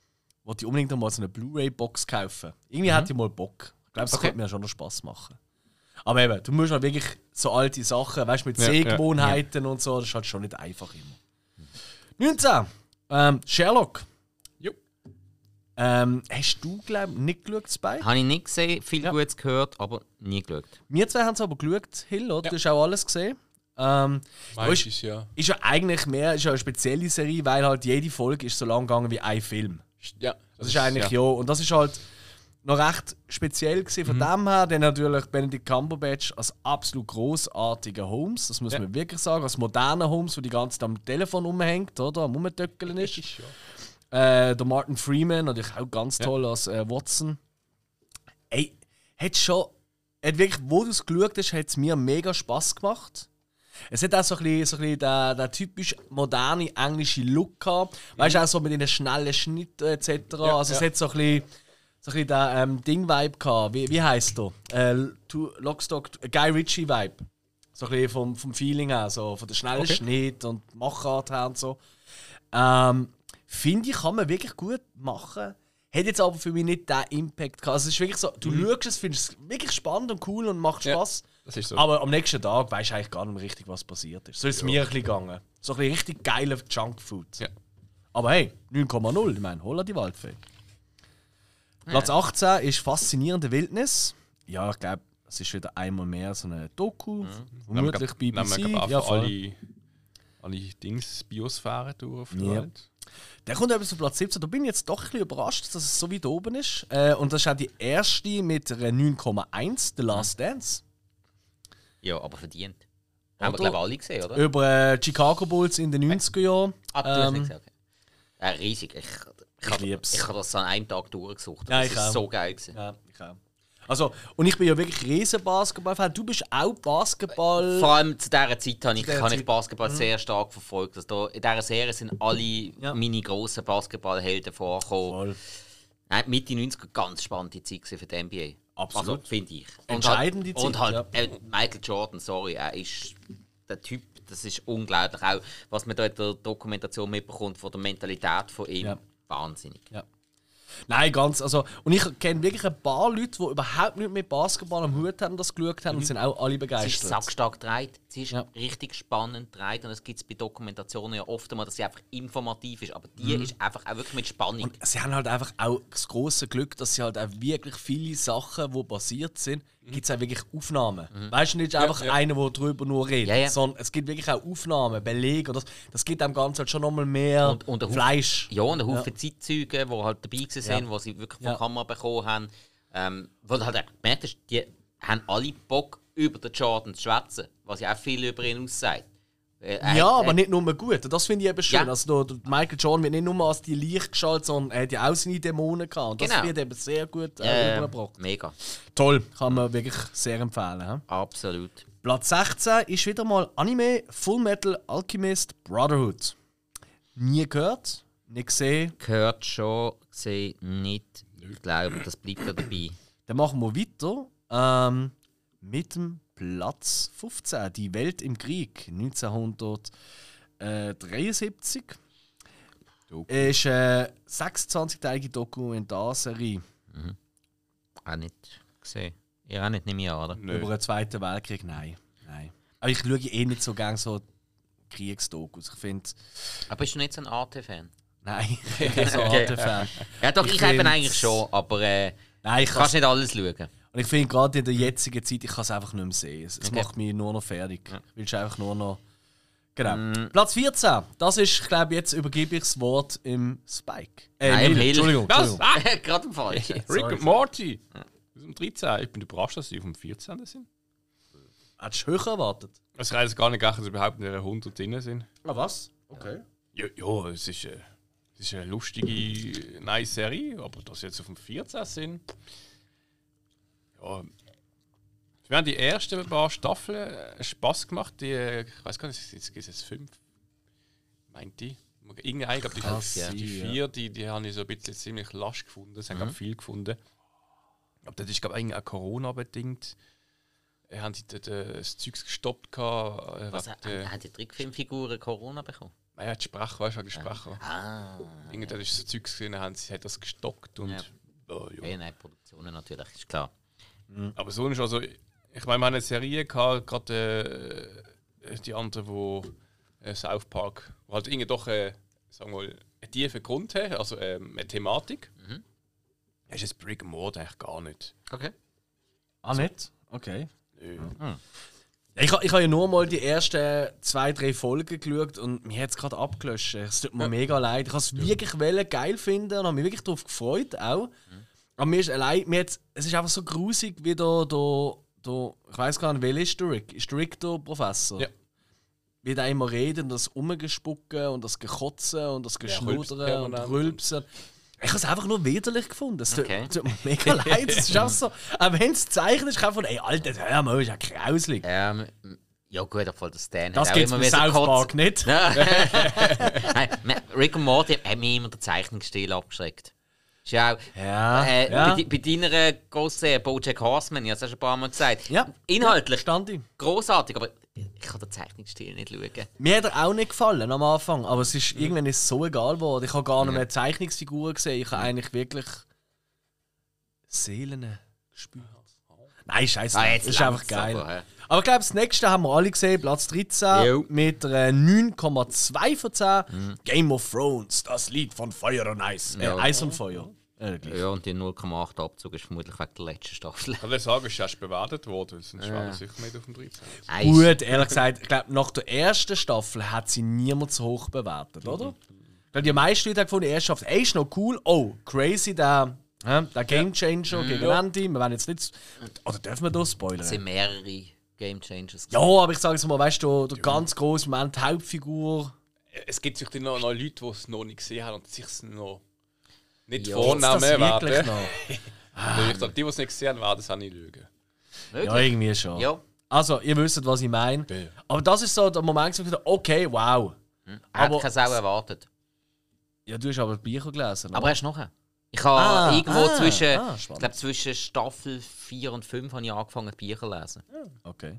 A: wollte ich unbedingt noch mal so eine Blu-ray-Box kaufen. Irgendwie mhm. hätte ich mal Bock. Ich glaube, es
C: okay.
A: könnte mir schon noch Spaß machen. Aber eben, du musst halt wirklich so alte Sachen, weißt du, mit
C: ja,
A: Sehgewohnheiten ja. und so, das ist halt schon nicht einfach immer. neunzehn. Ähm, Sherlock.
C: Jo.
A: Ähm, hast du, glaube ich, nicht geschaut, Spy?
B: Habe ich nicht gesehen, viel
A: Ja.
B: Gutes gehört, aber nie geschaut.
A: Wir zwei haben es aber geschaut, Hill, oder?
C: Ja.
A: Du hast auch alles gesehen. Ähm,
C: Meistens,
A: ist,
C: ja.
A: ist ja eigentlich mehr ist ja eine spezielle Serie, weil halt jede Folge ist so lang gegangen wie ein Film.
C: Ja.
A: Das ist eigentlich ja. ja. Und das ist halt noch recht speziell gewesen von mhm. dem her, denn natürlich Benedict Cumberbatch als absolut großartiger Holmes, das muss ja. man wirklich sagen, als moderner Holmes, der die ganze Zeit am Telefon rumhängt, oder am Rumtöckeln ist. Ja. Äh, der Martin Freeman, natürlich auch ganz toll ja. als äh, Watson. Ey, hat schon, hat wirklich, wo du es geschaut hast, hat es mir mega Spass gemacht. Es hat auch so ein bisschen, so ein bisschen den, den typisch moderne englische Look gehabt. Weißt du, auch so mit den schnellen Schnitten et cetera. Ja, also es ja. hat so ein bisschen, so ein bisschen den ähm, Ding-Vibe gehabt. Wie, wie heisst der? Äh, to, Lockstock, Guy Ritchie-Vibe. So ein bisschen vom, vom Feeling her, so von der schnellen okay. Schnitt und Machart her und so. Ähm, Finde ich, kann man wirklich gut machen. Hat jetzt aber für mich nicht den Impact gehabt. Also es ist wirklich so, du mhm. schaust es, findest es wirklich spannend und cool und macht Spass. Ja. Das ist so. Aber am nächsten Tag weisst du eigentlich gar nicht mehr richtig, was passiert ist. So ist es ja. mir ein bisschen gegangen. So ein bisschen richtig geiler Junkfood. Ja. Aber hey, neun Komma null, ich meine, holla die Waldfee. Ja. Platz achtzehn ist Faszinierende Wildnis. Ja, ich glaube, es ist wieder einmal mehr so eine Doku. Mhm. Vermutlich B B C.
C: Ja, alle, alle Dings, Biosphäre durch auf der
A: ja.
C: Welt.
A: Der kommt etwas auf Platz siebzehn. Da bin ich jetzt doch ein bisschen überrascht, dass es so weit oben ist. Äh, und das ist auch die erste mit einer neun Komma eins, The Last Dance.
B: Ja, aber verdient. Haben wir, glaube ich, alle gesehen, oder?
A: Über äh, Chicago Bulls in den neunziger Jahren.
B: Ah, du hast nicht gesehen, okay. Ja, riesig. Ich, ich, ich,
A: lieb's.
B: ich habe das an einem Tag durchgesucht.
A: Ja,
B: das
A: ich
B: ist
A: auch.
B: so geil gewesen.
A: Ja, ich auch. Also, und ich bin ja wirklich riesen Basketball-Fan. Du bist auch Basketball...
B: Vor allem zu dieser Zeit habe ich, habe ich
A: Zeit.
B: Basketball
A: Mhm.
B: sehr stark verfolgt. Also da, in dieser Serie sind alle
A: ja.
B: meine grossen Basketballhelden vorgekommen.
A: Voll.
B: Nein, Mitte neunziger ganz spannende Zeit für die N B A.
A: Absolut.
B: Also, finde ich. Und
A: Entscheidende
B: halt,
A: Zeit,
B: Und halt
A: ja.
B: äh, Michael Jordan, sorry, er ist der Typ, das ist unglaublich. Auch was man da in der Dokumentation mitbekommt von der Mentalität von ihm,
A: ja.
B: wahnsinnig.
A: Ja. Nein, ganz. Also, und ich kenne wirklich ein paar Leute, die überhaupt nicht mit Basketball am Hut haben, das geschaut haben mhm. und sind auch alle
B: Sie
A: begeistert.
B: ist sackstark gedreht, sie ist
A: ja.
B: richtig spannend gedreht und das gibt es bei Dokumentationen ja oft mal, dass sie einfach informativ ist, aber die
A: mhm.
B: ist einfach auch wirklich mit Spannung.
A: Und sie haben halt einfach auch das grosse Glück, dass sie halt auch wirklich viele Sachen, die passiert sind, mhm. gibt es auch wirklich Aufnahmen. Mhm. Weißt du, nicht ja, einfach ja. einer, der darüber nur redet,
B: ja, ja. sondern
A: es gibt wirklich auch Aufnahmen, Belege. Das, das gibt dem Ganzen halt schon nochmal mehr
B: und, und
A: Fleisch.
B: Ja, und ein Haufen ja. Zeitzeugen, die halt dabei waren, ja. die sie wirklich von
A: ja.
B: Kamera bekommen haben. Ähm, wo du halt auch gemerkt hast, die haben alle Bock, über den Jordan zu schwätzen, was ja auch viel über ihn aussagt.
A: Äh, ja, äh, aber nicht nur gut. Das finde ich eben schön.
B: Ja.
A: Also, der Michael Jordan wird nicht nur als die Lichtgestalt, sondern er hat ja auch seine Dämonen gehabt. Und das
B: genau.
A: wird eben sehr gut äh,
B: äh,
A: übergebracht.
B: Mega.
A: Toll, kann man wirklich sehr empfehlen. He?
B: Absolut.
A: Platz sechzehn ist wieder mal Anime Full Metal Alchemist Brotherhood. Nie gehört, nicht gesehen.
B: Gehört schon, gesehen, nicht. Ich glaube, das bleibt ja dabei.
A: Dann machen wir weiter ähm, mit dem Platz fünfzehn, Die Welt im Krieg, neunzehnhundertdreiundsiebzig. Es ist eine sechsundzwanzig-teilige Dokumentarserie.
B: Mhm. Auch nicht gesehen. Ihr auch nicht, nehme ich an, oder?
A: Nö. Über den Zweiten Weltkrieg, nein. nein. Aber ich schaue eh nicht so gerne so Kriegsdokus. Ich finde...
B: Aber bist du nicht so ein A T Fan?
A: Nein, ich bin so ein A T-Fan.
B: Ja doch, ich, ich eben eigentlich schon, aber äh,
A: nein, ich
B: kannst nicht alles schauen.
A: Und ich finde gerade in der jetzigen Zeit, ich kann es einfach nicht mehr sehen. Es, es
B: okay.
A: macht mich nur noch fertig. Ja. Ich will einfach nur noch... Genau.
B: Mm.
A: Platz vierzehn. Das ist, ich glaube, jetzt übergebe ich das Wort im Spike. Äh,
B: Nein,
A: im
B: Hill.
A: Entschuldigung.
C: Was?
B: Ah, gerade im Fall.
C: Rick und Morty. Ja. Das ist um dreizehn. Ich bin überrascht, dass sie auf dem vierzehnten sind.
A: Hättest du höher erwartet?
C: Es reicht gar nicht, dass sie überhaupt in der hundert drin sind.
A: Ah, was? Okay.
C: Ja, ja es, ist, äh, es ist eine lustige, nice Serie, aber dass sie jetzt auf dem vierzehn sind. Ja. Wir haben die ersten paar Staffeln Spaß gemacht. Die, ich weiß gar nicht, jetzt gibt es fünf. Meint die? Irgendeine, glaube
A: Krass,
C: die,
A: ja.
C: die vier, ja. die, die habe ich so ein bisschen ziemlich lasch gefunden. Es haben mhm. viel gefunden. Aber das ist, glaube ich, auch Corona-bedingt. Haben sie das Zeugs gestoppt?
B: Was, haben die Trickfilmfiguren Corona bekommen?
C: Naja, die Sprache, weißt du, die Sprache.
B: Ah.
C: Irgendwann ist so Zeug gesehen, haben sie hat das gestockt und.
B: Ja.
C: Oh, ja.
B: Okay, nein, Produktionen natürlich, ist klar.
C: Mhm. Aber sonst, also, ich meine, wir haben eine Serie gehabt, gerade äh, die andere, wo äh, South Park, wo halt irgendwie doch äh, sagen wir mal, einen tiefen Grund hat, also äh, eine Thematik.
B: Mhm.
C: Das ist Brick and Mortar eigentlich gar nicht.
B: Okay.
A: Ah, nicht? Okay.
C: Nö.
B: Mhm.
A: Ich, ha- ich habe ja nur mal die ersten zwei, drei Folgen geschaut und mir hat es gerade abgelöscht. Es tut mir
C: Ja.
A: mega leid. Ich habe es wirklich wollen, geil finden und habe mich wirklich darauf gefreut. Auch.
B: Mhm.
A: Aber mir ist allein, mir hat's, es ist einfach so grusig, wie der, der, der ich weiß gar nicht, wer ist der Rick? Ist der Rick der Professor?
C: Ja.
A: Wie der immer redet und das Umgespucken und das Gekotzen und das
C: rülpst
A: Geschnuddern und
C: permanent.
A: Rülpsen. Ich habe es einfach nur widerlich gefunden. Es tut,
B: Okay.
A: tut mir mega leid. Es ist auch so, auch wenn es zeichnet, ist, ich von, ey, Alter, hör mal, ist ja grauslig.
B: Ähm, ja gut, obwohl der Stan
A: Das
B: hat
A: gibt es
B: auch
A: bei
B: immer
A: South
B: kotzen.
A: Park nicht.
B: Nein, me- Rick und Morty hat mich immer den Zeichnungsstil abgeschreckt. Ist ja auch,
A: Ja,
B: äh,
A: ja.
B: Bei, di- bei deiner grossen BoJack Horseman, ich habe es ja schon ein paar Mal gesagt.
A: Ja.
B: Inhaltlich
A: Stand ich.
B: grossartig, aber ich kann den Zeichnungsstil nicht schauen.
A: Mir hat er auch nicht gefallen am Anfang, aber es ist, irgendwann ist es so egal geworden. Ich habe gar nicht mehr Zeichnungsfiguren gesehen. Ich habe eigentlich wirklich Seelen gespürt. Nein, scheiße.
B: Ah,
A: das
B: jetzt
A: ist einfach
B: langt's
A: geil.
B: aber, hä?
A: Aber ich glaube, das nächste haben wir alle gesehen, Platz dreizehn,
B: Jo.
A: mit einer neun Komma zwei von zehn.
B: Mhm.
A: Game of Thrones, das Lied von Feuer und Eis. Äh,
B: Ja.
A: Eis und Feuer. Äh, gleich.
B: Ja, und die null Komma acht Abzug ist vermutlich wegen der letzten Staffel.
C: Ich kann sagen, es ist erst bewertet worden, sonst wäre das sicher nicht auf dem dreizehn.
B: Eins.
A: Gut, ehrlich gesagt, ich glaube, nach der ersten Staffel hat sie niemand so hoch bewertet, oder? Ich glaube, die meisten Leute haben gefunden, die erste Staffel, ey, ist noch cool. Oh, crazy, der, hä, der Game Changer gegen Ende. Wir werden jetzt nicht. Oder dürfen wir das spoilern?
B: Es sind mehrere Game Changers.
A: Ja, aber ich sage es mal, weißt du, der ganz grosse Moment, die Hauptfigur.
C: Es gibt sicher noch, noch Leute, die es noch nicht gesehen haben und sich noch nicht
B: Ja.
C: vornehmen
A: Gibt's das wirklich
C: werden.
A: noch?
C: Nö, ich glaube, die, die es nicht gesehen haben, werden es auch nicht lügen.
A: Ja, irgendwie schon.
B: Ja.
A: Also, ihr wisst, was ich meine.
C: Ja.
A: Aber das ist so der Moment, wo ich dachte, okay, wow.
B: Aber
A: Aber-
B: ich habe es auch erwartet.
A: Ja, du hast aber die Bücher gelesen.
B: Aber erst nachher. Ich habe
A: Ah,
B: irgendwo
A: ah,
B: zwischen,
A: ah,
B: ich
A: spannend.
B: glaube, zwischen Staffel vier und fünf habe ich angefangen, die Bücher zu lesen.
A: Okay.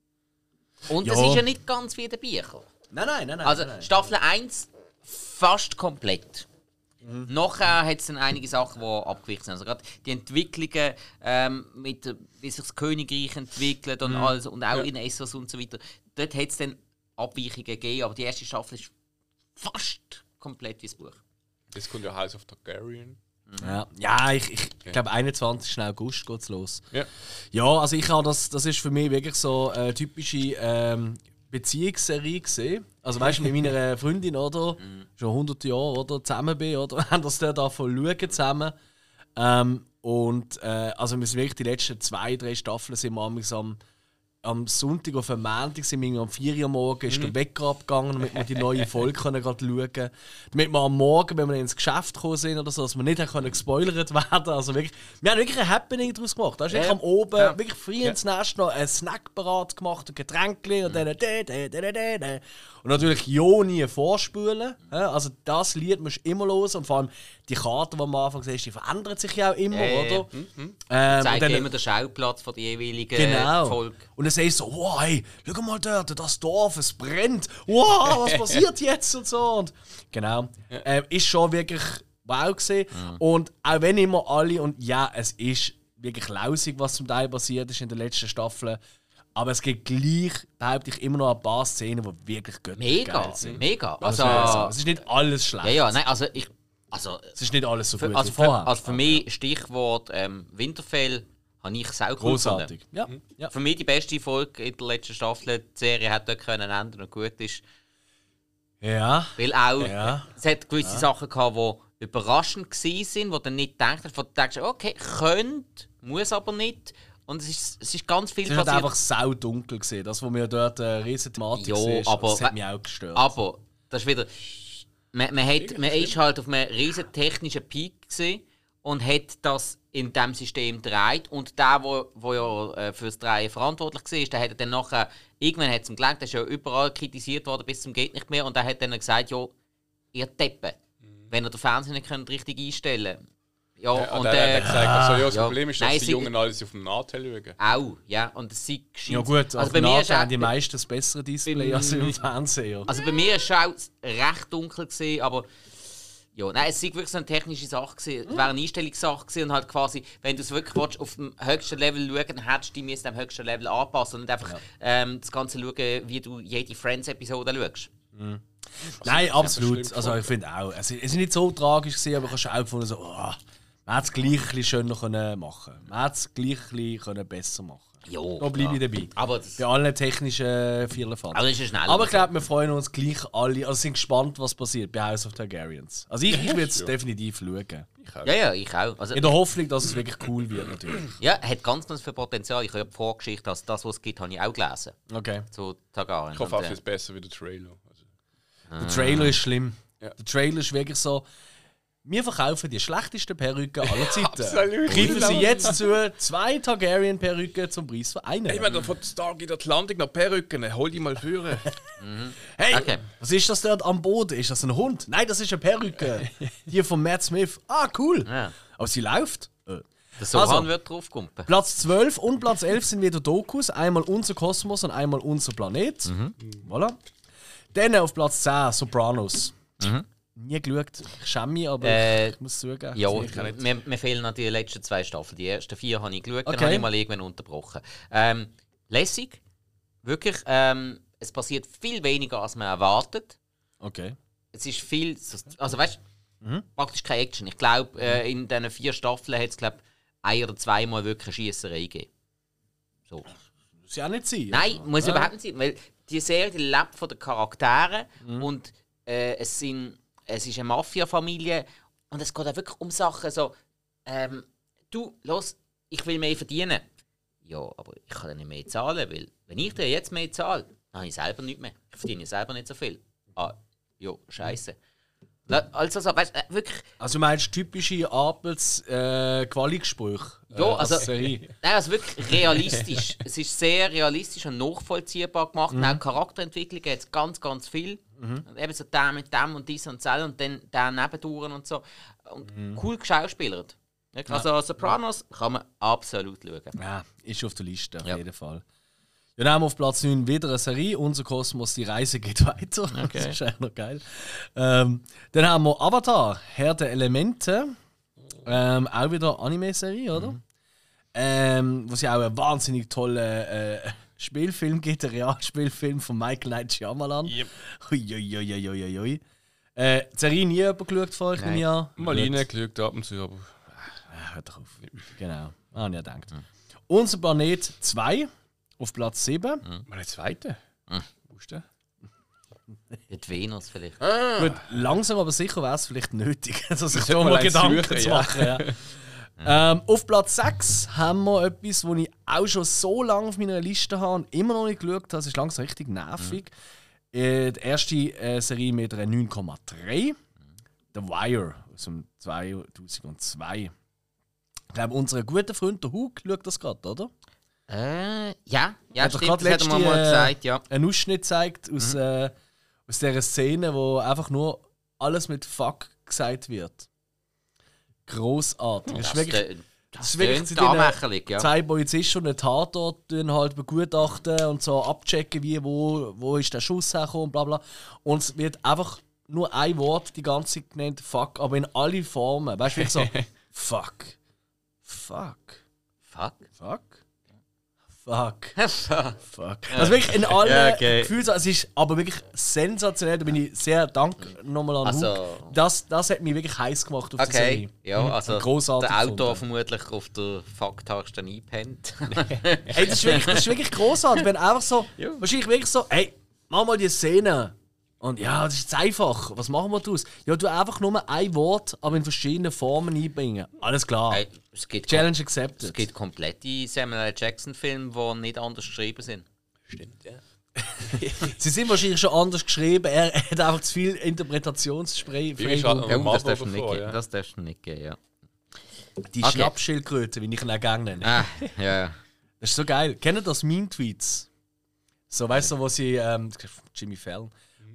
B: Und
A: Ja.
B: es ist ja nicht ganz wie in den Büchern.
A: Nein, nein, nein, nein.
B: Also
A: nein.
B: Staffel eins fast komplett. Nachher hat es dann einige Sachen, die abgewichen sind. Also gerade die Entwicklungen, ähm, mit, der- wie sich das Königreich entwickelt und alles, und auch in Essos und so weiter. Dort hat es dann Abweichungen gegeben, aber die erste Staffel ist fast komplett wie das Buch.
C: Jetzt kommt ja House of Targaryen.
A: Ja, ja ich, ich glaube, einundzwanzigsten August geht es los.
C: Ja.
A: Ja, also ich habe das, das ist für mich wirklich so eine typische ähm, Beziehungsserie gesehen. Also weißt du, mit meiner Freundin, oder? Schon hundert Jahre, oder? Zusammen bin, oder? Haben das dort davon schauen zusammen. Ähm, und äh, also wir sind wirklich die letzten zwei, drei Staffeln sind wir amigs am, am Sonntag auf am Montag sind wir um vier Uhr morgens ist der Wecker abgegangen, damit wir die neue Folge können gerade schauen können. Damit wir am Morgen, wenn wir ins Geschäft gekommen sind oder so, dass wir nicht haben können gespoilert werden. Also wirklich, wir haben wirklich ein Happening daraus gemacht. Da ist wirklich
B: Ja.
A: am Oben,
C: Ja.
A: wirklich früh ins Nest noch ein Snack parat gemacht, ein Getränkchen und dann dä, dä, dä, dä, dä, dä. Und natürlich ja nie vorspulen. Ja, also das Lied musst du immer los und vor allem die Karte, die man am Anfang siehst, die verändert sich ja auch immer,
B: Ja, ja, ja.
A: oder? Ähm,
B: Zeigt
A: und dann-
B: immer den Schauplatz von der jeweiligen
A: Genau.
B: Folge.
A: Und dann sagst du so, wow, hey, schau mal dort, das Dorf, es brennt. Wow, was passiert jetzt und so. Und genau. Ähm, ist schon wirklich wow gewesen. Und auch wenn immer alle, und ja, es ist wirklich lausig, was zum Teil passiert ist in der letzten Staffel. Aber es gibt gleich, behaupte ich, immer noch ein paar Szenen, die wirklich göttlich
B: Mega,
A: geil sind.
B: mega.
A: Also,
B: Also,
A: also, es ist nicht alles schlecht.
B: ja, ja, nein, also ich, also,
A: Es ist nicht alles so gut
B: für, also,
A: wie
B: für,
A: vorher.
B: also für mich Stichwort ähm, Winterfell habe ich sau cool
A: Großartig.
B: gefunden.
A: Ja, ja.
B: Für mich die beste Folge in der letzten Staffel. Die Serie hätte dort können enden und gut ist.
A: Ja.
B: Weil auch,
A: Ja.
B: es hat gewisse Sachen gehabt, die überraschend waren, wo du nicht gedacht hast, wo du denkst, okay, könnte, muss aber nicht. Und es ist, es ist ganz viel
A: Es ist halt
B: passiert.
A: einfach sau dunkel gesehen. Das, wo wir dort eine riesen Thematik
B: Ja,
A: sehen,
B: aber-
A: das hat mich auch gestört.
B: Aber das ist wieder. Man, man, hat, man ist halt auf einem riesen technischen Peak gewesen und hat das in diesem System gedreht. Und der, wo, wo ja äh, für das Drehen verantwortlich war, der hat dann nachher. Irgendwann hat es ihm gelangt, der ist ja überall kritisiert worden bis zum Geht nicht mehr. Und der hat dann gesagt: Ja, ihr Deppen, wenn ihr den Fernseher nicht könnt richtig einstellen könnt, Ja,
C: Ja,
B: und
C: und er
B: äh,
C: hat gesagt, also, ja, das
B: ja.
C: Problem ist, dass
B: Nein,
C: die
B: sie-
C: Jungen alles auf dem Nachteil schauen.
B: Auch, ja. Und es sei gescheit.
A: Ja gut,
B: also
A: also
B: bei mir ist
A: haben die
B: auch,
A: meisten das bessere Display als im Fernseher.
B: also bei mir war es auch recht dunkel, gewesen, aber ja, nein, es war wirklich so eine technische Sache. Gewesen. Es wäre eine Einstellungssache gewesen und halt quasi, wenn du es wirklich willst, auf dem höchsten Level schauen dann hättest du dich am höchsten Level anpassen und nicht einfach
A: Ja.
B: ähm, das Ganze schauen, wie du jede Friends-Episode schaust.
A: Nein,
C: das
A: absolut.
C: schlimm
A: Also ich finde auch, es es ist nicht so tragisch gewesen, aber ich habe schon auch gefunden, so, oh, man hätte es gleich ein bisschen schöner können machen können. Man hätte es gleich ein bisschen besser machen können.
B: Jo,
A: Da bleibe ich
B: klar.
A: dabei.
B: Aber das,
A: Bei allen technischen Viererfahrten.
B: aber das ist schnell.
A: Aber ich glaube, wir freuen uns gleich alle, also sind gespannt, was passiert bei House of Targaryens. Also ich, ich würde es
C: Ja.
A: definitiv schauen.
B: ja, ja, ich auch. Also,
A: In der Hoffnung, dass es wirklich cool wird, natürlich.
B: ja, hat ganz, ganz viel Potenzial. Ich habe ja die Vorgeschichte, also das, was es gibt, habe ich auch gelesen.
A: Okay.
B: Zu Targaryen.
C: Ich hoffe
B: Und,
C: auch,
B: äh,
C: es ist besser wie der Trailer. Also,
A: Der Trailer ist schlimm.
C: Ja.
A: Der Trailer ist wirklich so. Wir verkaufen die schlechtesten Perücken aller Zeiten.
C: Absolut.
A: Greifen sie jetzt zu zwei Targaryen-Perücken zum Preis von einer.
C: hey, wenn du von Stargate Atlantic nach Perücken, hol die mal führen.
A: Hey,
B: Okay.
A: was ist das dort am Boden? Ist das ein Hund? Nein, das ist eine Perücke. Die von Matt Smith. Ah, cool.
B: Ja.
A: Aber sie läuft. Äh.
B: Der Sohan
A: Also.
B: wird draufkumpen.
A: Platz zwölf und Platz elf sind wieder Dokus. Einmal unser Kosmos und einmal unser Planet. Voilà. Dann auf Platz zehn Sopranos. Nie geschaut. Ich schäme mich, aber
B: Äh,
A: ich muss zugeben.
B: Ja,
A: sicher nicht.
B: mir, mir fehlen noch die letzten zwei Staffeln. Die ersten vier habe ich geschaut, dann
A: Okay.
B: habe ich mal irgendwann unterbrochen. Ähm, lässig. Wirklich. Ähm, es passiert viel weniger, als man erwartet.
A: Okay.
B: Es ist viel. Also, weißt du, praktisch keine Action. Ich glaube, äh, in diesen vier Staffeln hat es, glaube ein oder zweimal wirklich eine Schiesserei gegeben. So.
A: Muss ja auch nicht sein.
B: Nein, muss
A: Ja.
B: überhaupt nicht sein. Weil die Serie die lebt von den Charakteren und äh, es, sind, es ist eine Mafia-Familie und es geht auch wirklich um Sachen so, ähm, du, los, ich will mehr verdienen. Ja, aber ich kann dir nicht mehr zahlen, weil wenn ich dir jetzt mehr zahle, dann habe ich selber nicht mehr. Ich verdiene selber nicht so viel. Ah, ja, scheiße. Also, so, weißt, äh, wirklich,
A: Also du meinst typische Abels äh, Quali-Gespräche? Äh,
B: Ja, also-
A: als Serie.
B: nein, also wirklich realistisch. Es ist sehr realistisch und nachvollziehbar gemacht. Und auch Charakterentwicklung hat es ganz, ganz viel. Und eben so der mit dem und dies und das und dann der nebendurch und so. Und cool geschauspielert. Nicht? Also Sopranos kann man absolut schauen.
A: Ja, ist auf der Liste, auf
B: Ja.
A: jeden Fall. Ja, dann haben wir auf Platz neun wieder eine Serie, Unser Kosmos, die Reise geht weiter.
B: Okay.
A: Das ist eigentlich noch geil. Ähm, dann haben wir Avatar, Herr der Elemente. Ähm, auch wieder Anime-Serie, oder? Ähm, wo es ja auch einen wahnsinnig tollen äh, Spielfilm gibt, ein Realspielfilm von Michael Night Shyamalan.
C: Yep.
A: Uiuiuiuiui. Äh, die Serie nie jemand geschaut von euch, nehme ich an?
C: Mal
A: Gut.
C: reingeschaut ab und zu, aber
A: Ah, hört doch auf. Genau. Ah, ich gedacht. Unser Planet zwei auf Platz sieben.
C: mal eine zweite. Wo ist der?
B: Die Venus vielleicht.
A: Gut, langsam aber sicher wäre es vielleicht nötig, also sich
C: sollte
A: da
C: man
A: mal
C: eins
A: Gedanken
C: suchen,
A: zu
C: ja.
A: machen. Ja. ähm, auf Platz sechs haben wir etwas, das ich auch schon so lange auf meiner Liste habe und immer noch nicht geschaut habe. Das ist langsam richtig nervig. Äh, die erste äh, Serie mit einer neun Komma drei. The Wire aus dem zweitausendzwei. Ich glaube, unser guter Freund, der Hug, schaut das gerade, oder?
B: Äh, ja, ja,
A: Hat doch
B: stimmt,
A: gerade
B: das hat er mir
A: letzte,
B: mal
A: äh,
B: gesagt, ja.
A: Einen Ausschnitt zeigt aus, äh, aus dieser Szene, wo einfach nur alles mit Fuck gesagt wird. Grossartig. Das ist
B: Das,
A: wirklich.
B: tö-
A: Das
B: das
A: ist wirklich
B: tönt
A: zu denen
B: anmächerlich, ja.
A: zwei Polizisten und ein Tatort tun halt begutachten und so abchecken, wie, wo, wo ist der Schuss hergekommen und bla bla. Und es wird einfach nur ein Wort die ganze Zeit genannt, Fuck, aber in alle Formen. Weißt du, wie so, Fuck. Fuck.
B: Fuck.
A: Fuck. Fuck.
B: Fuck.
A: Fuck. Also wirklich in allen
B: Ja, okay.
A: Gefühls, es ist aber wirklich sensationell, da bin ich sehr dankbar nochmal an
B: Also-
A: Hug. Das, das hat mich wirklich heiß gemacht auf die
B: Okay,
A: Serie.
B: ja, also
A: Grossartig
B: der Autor
A: gefunden.
B: vermutlich auf der Fuck-Tag dann eingepennt.
A: Hey, das ist wirklich, das ist wirklich grossartig, wenn einfach so,
B: Ja.
A: wahrscheinlich wirklich so, hey, mach mal die Szene. Und ja, das ist jetzt einfach. Was machen wir daraus? Ja, du einfach nur ein Wort, aber in verschiedenen Formen einbringen. Alles klar.
B: Hey, es gibt,
A: Challenge
B: es
A: accepted.
B: gibt komplette Samuel L. Jackson-Filme, die nicht anders geschrieben sind.
C: Stimmt, ja.
A: Sie sind wahrscheinlich schon anders geschrieben. Er hat einfach zu viel Interpretationsspray.
C: Wie ist halt-
B: Ja,
C: Marvel
B: das darfst du nicht
C: davor,
B: geben.
C: ja.
B: Das darfst du nicht geben, ja.
A: Die
B: Okay.
A: Schnappschildkröte, wie ich ihn auch gerne nenne.
B: Ah, ja, ja.
A: Das ist so geil. Kennt ihr das Meme-Tweets? So, weißt du, wo sie, ähm, Jimmy Fallon,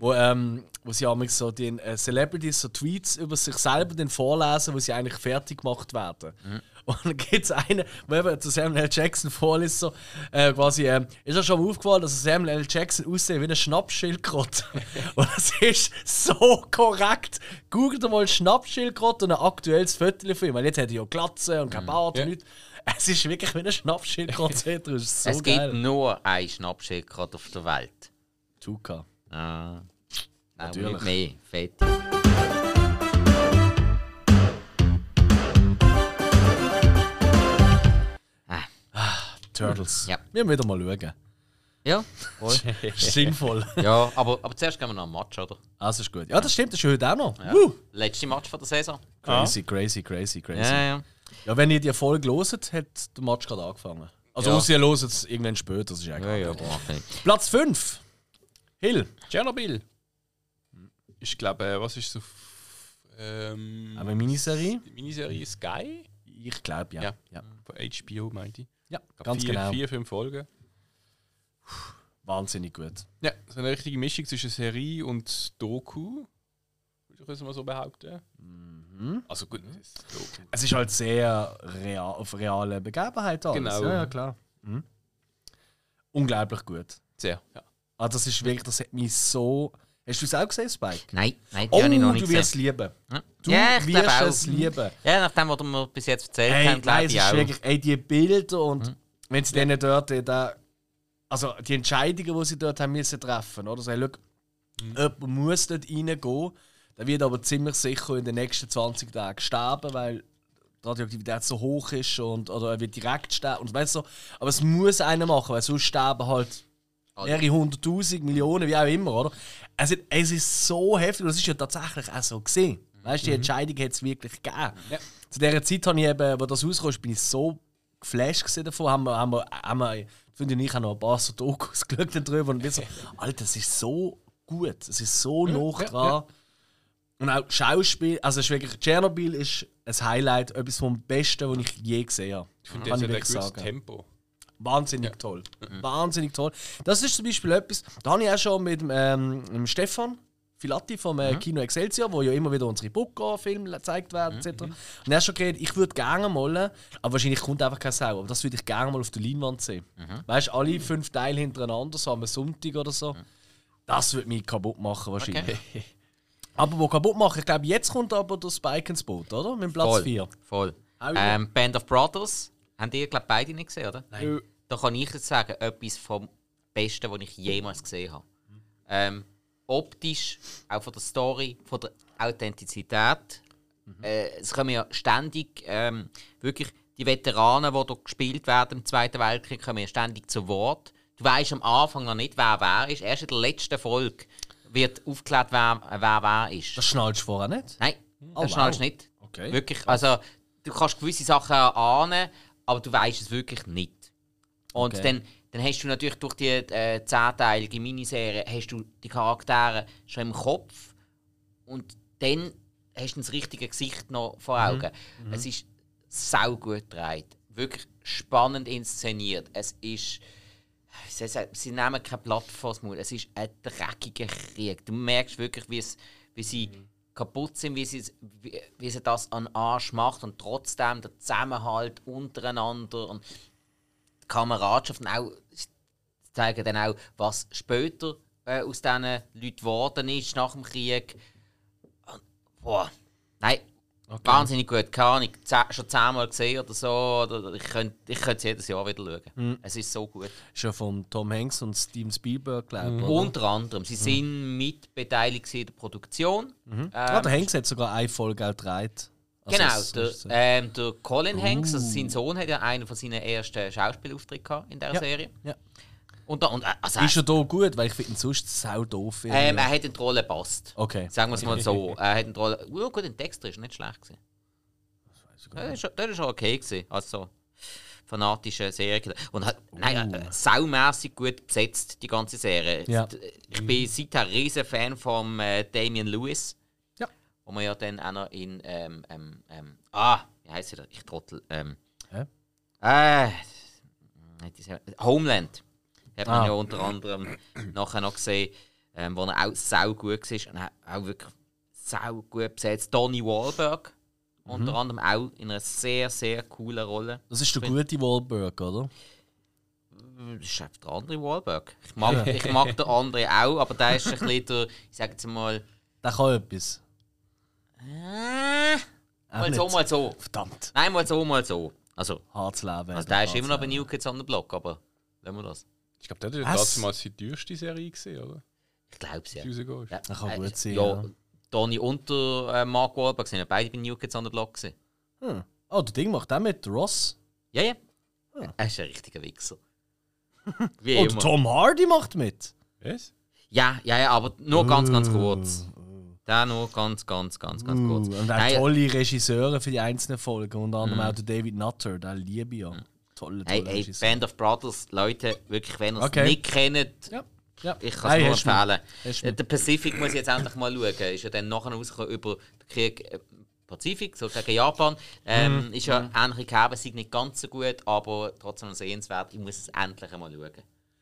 A: wo, ähm, wo sie manchmal so den äh, Celebrities so Tweets über sich selber dann vorlesen, wo sie eigentlich fertig gemacht werden. Mhm. Und dann gibt es einen, wo eben zu Samuel L. Jackson vorliest, so, äh, quasi, äh, ist ja schon mal aufgefallen, dass Samuel L. Jackson aussieht wie eine Schnappschildkröte. Und das ist so korrekt. Googelt mal Schnappschildkröte und ein aktuelles Foto von ihm. Weil jetzt hat er ja Glatze und kein Bart
C: ja.
A: und nichts. Es ist wirklich wie eine Schnappschildkröte. Das ist so
B: es
A: geil.
B: gibt nur eine Schnappschildkröte auf der Welt.
A: Tuka.
B: Ah. Nein,
A: Natürlich.
B: nicht mehr. Fertig.
A: Turtles.
B: Ja.
A: Wir müssen wieder mal schauen.
B: Ja, voll.
A: Sinnvoll.
B: ja, aber, aber zuerst gehen wir noch einen Match, oder?
A: Also ist gut. Ja, das stimmt, das ist heute auch noch.
B: Ja.
A: Woo!
B: Letzte Match von der Saison.
A: Crazy, crazy, crazy, crazy.
B: Ja, ja.
A: Ja, wenn ihr die Folge hört, hat der Match gerade angefangen. Also,
B: Ja.
A: außer ihr hört es irgendwann später, das ist eigentlich
B: Ja, ja,
A: okay.
B: okay.
A: Platz fünf. Hill.
C: Tschernobyl. Ich glaube, was ist so. f- Ähm,
A: Eine Miniserie?
C: Die Miniserie Sky?
A: Ich glaube, ja.
C: Ja.
A: ja.
C: Von H B O, meinte ich.
A: Ja,
C: Ich glaub,
A: ganz
C: vier,
A: genau.
C: Vier, fünf Folgen.
A: Wahnsinnig gut.
C: Ja, so eine richtige Mischung zwischen Serie und Doku. Würde ich jetzt mal so behaupten.
A: Mhm.
C: Also gut, das ist Doku.
A: Es ist halt sehr real, auf reale Begebenheit alles.
C: Genau.
A: Ja, ja, klar. Mhm. Unglaublich gut.
C: Sehr, ja.
A: Ah, das ist wirklich, das hat mich so... Hast du es auch gesehen, Spike?
B: Nein, nein, die
A: Oh,
B: habe ich noch
A: du
B: nicht
A: wirst es
B: gesehen.
A: lieben.
B: Ja.
A: Du
B: Ja, ich glaube
A: wirst
B: auch.
A: es lieben.
B: Ja, nach dem, was du mir bis jetzt erzählt
A: Hey,
B: hast, glaube
A: nein, es
B: ich
A: ist
B: auch.
A: wirklich, ey, die Bilder und
B: Mhm.
A: wenn sie denen dort, äh, da, also die Entscheidungen, die sie dort haben müssen treffen, oder? So, hey, schau, jemand muss dort reingehen, der wird aber ziemlich sicher in den nächsten zwanzig Tagen sterben, weil die Radioaktivität so hoch ist und, oder er wird direkt sterben und weißt du, aber es muss einer machen, weil sonst sterben halt mehrere hunderttausend, Millionen, wie auch immer, oder? Also, es ist so heftig und es ist ja tatsächlich auch so gesehen. Weißt du, die Entscheidung hat es wirklich gegeben.
C: Ja.
A: Zu dieser Zeit, habe ich eben, wo das rauskam, bin ich so geflasht gewesen davon. Haben wir, haben wir, haben wir finde ich, auch noch ein paar so Dokus geschaut darüber und wir so, Alter, das ist so gut, es ist so
C: Ja,
A: nah
C: ja,
A: dran.
C: ja.
A: Und auch Schauspiel, also es ist wirklich, Tschernobyl ist ein Highlight, etwas vom Besten, was ich je gesehen habe.
C: Ich finde,
A: Kann
C: das
A: ich
C: hat ein
A: wirklich
C: gutes
A: sagen.
C: Tempo.
A: Wahnsinnig toll. Wahnsinnig toll. Das ist zum Beispiel etwas, da habe ich auch schon mit ähm, dem Stefan Filatti vom äh, Kino Excelsior, wo ja immer wieder unsere Booker-Filme gezeigt werden, et cetera. Und er hat schon geredet, ich würde gerne mal, aber wahrscheinlich kommt einfach keine Sau, aber das würde ich gerne mal auf der Leinwand sehen. Weißt du, alle fünf Teile hintereinander, so am Sonntag oder so. Das würde mich kaputt machen wahrscheinlich.
B: Okay.
A: Aber wo kaputt machen, ich glaube, jetzt kommt aber der Spike ins Boot, oder? Mit dem Platz
B: Voll.
A: vier.
B: Voll.
A: Auch ja.
B: Ähm, Band of Brothers, haben die, glaube beide nicht gesehen, oder?
C: Nein.
B: Da kann ich jetzt sagen, etwas vom Besten, was ich jemals gesehen habe. Ähm, optisch, auch von der Story, von der Authentizität. Äh, es kommen ja ständig ähm, wirklich die Veteranen, die dort gespielt werden im Zweiten Weltkrieg, kommen ja ständig zu Wort. Du weißt am Anfang noch nicht, wer wer ist. Erst in der letzten Folge wird aufgeklärt, wer wer, wer ist.
A: Das schnallst du vorher nicht?
B: Nein,
A: Oh,
B: das schnallst du
A: wow.
B: nicht.
A: Okay.
B: Wirklich, also du kannst gewisse Sachen ahnen, aber du weißt es wirklich nicht. Und
A: Okay.
B: dann, dann hast du natürlich durch die äh, zehnteilige Miniserie hast du die Charaktere schon im Kopf und dann hast du das richtige Gesicht noch vor Augen. Mhm. Es ist sau gut gedreht, wirklich spannend inszeniert. Es ist, sie, sie nehmen kein Blatt vors Maul. Es ist ein dreckiger Krieg. Du merkst wirklich, wie, es, wie sie mhm. kaputt sind, wie sie, wie, wie sie das an den Arsch macht und trotzdem der Zusammenhalt untereinander und die Kameradschaft und auch zeigen dann auch, was später äh, aus diesen Leuten geworden ist nach dem Krieg. Und, boah, nein, okay. Wahnsinnig gut. Keine Ahnung, zeh, schon zehnmal gesehen oder so. Oder ich könnte ich könnt es jedes Jahr wieder schauen. Mhm. Es ist so gut.
A: Ist ja von Tom Hanks und Steven Spielberg, glaube ich.
B: Mhm. Unter anderem. Sie mhm. sind mitbeteiligt in der Produktion.
A: Mhm.
B: Ähm,
A: ah, der Hanks hat sogar eine Folge auch gedreht. Also
B: genau,
A: es,
B: der,
A: es,
B: ähm, der Colin
A: uh.
B: Hanks, also sein Sohn, hat ja einen von seinen ersten Schauspielauftritten in dieser
A: ja.
B: Serie.
A: Ja.
B: Und, und, also,
A: ist er da gut? Weil ich finde ihn sonst sau doof.
B: Ähm, er hat in die Rolle gepasst.
A: Okay.
B: Sagen wir es mal so. Er hat in die Rolle. Oh, gut, in Dexter ist nicht schlecht gewesen. Das war schon okay gewesen. Also fanatische Serie. Und hat, uh. nein, äh, saumässig gut besetzt, die ganze Serie.
A: Ja.
B: Ich bin seither ein riesen Fan von äh, Damian Lewis.
A: Ja.
B: Wo man ja dann auch noch in ähm, ähm, ähm, ah, wie heisst er? Ich trottel. Ähm,
A: Hä?
B: Äh, Homeland. Hat man
A: ah.
B: ja unter anderem nachher noch gesehen. ähm, wo er auch sau gut war. Und auch wirklich sau gut besetzt. Donnie Wahlberg, mhm. unter anderem auch in einer sehr, sehr coolen Rolle.
A: Das ist der gute Wahlberg, oder?
B: Das ist einfach der andere Wahlberg. Ich mag, ich mag den anderen auch, aber der ist ein bisschen der, ich sage jetzt mal...
A: Der kann etwas.
B: Äh, mal so, mal so.
A: Verdammt.
B: Nein, mal so, mal so. Also,
A: hartes Leben.
B: Also der ist immer noch bei New Kids on the Block, aber lassen wir das.
C: Ich glaube, der hat das mal die teuerste Serie gesehen, oder?
B: Ich glaube es ja.
C: Ja.
A: Das kann gut sein.
B: Ja,
A: Ja.
B: Donnie und der, äh, Mark Wahlberg sind ja beide bei New Kids on the Block gewesen.
A: Hm. Oh, der Ding macht auch mit Ross.
B: Ja, ja.
A: Ja.
B: Er ist ein richtiger Wichser. Wie
A: Und
B: immer.
A: Tom Hardy macht mit.
C: Was?
B: Ja, ja, ja, aber nur ganz, ganz
A: Uh,
B: kurz. Der nur ganz, ganz, ganz, ganz
A: Uh,
B: kurz.
A: und auch
B: Nein,
A: tolle Regisseure für die einzelnen Folgen. Unter anderem
B: Mhm.
A: auch der David Nutter, der liebe ich ja. Tolle, tolle
B: Hey, hey,
A: Regisseur.
B: Band of Brothers, Leute, wirklich, wenn ihr es
A: Okay.
B: nicht kennt,
A: Ja. Ja.
B: ich kann es
A: Hey,
B: nur
A: hast du
B: empfehlen.
A: Hast du
B: Äh, Der Pacific muss ich jetzt endlich mal schauen. Ist ja dann nachher rausgekommen über den Krieg äh, Pazifik, so gegen Japan. Ähm,
A: Mhm.
B: Ist ja ähnlich gegeben, ist nicht ganz so gut, aber trotzdem noch sehenswert. Ich muss es endlich einmal schauen.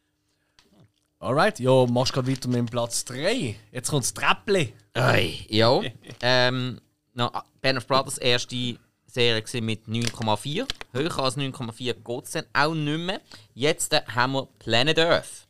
A: Alright, ja, machst gerade weiter mit dem Platz drei. Jetzt kommt das Treppli.
B: Oi, ja. ähm, no, Band of Brothers erste Serie war mit neun Komma vier. Höher als neun Komma vier geht es dann auch nicht mehr. Jetzt äh, haben wir Planet Earth.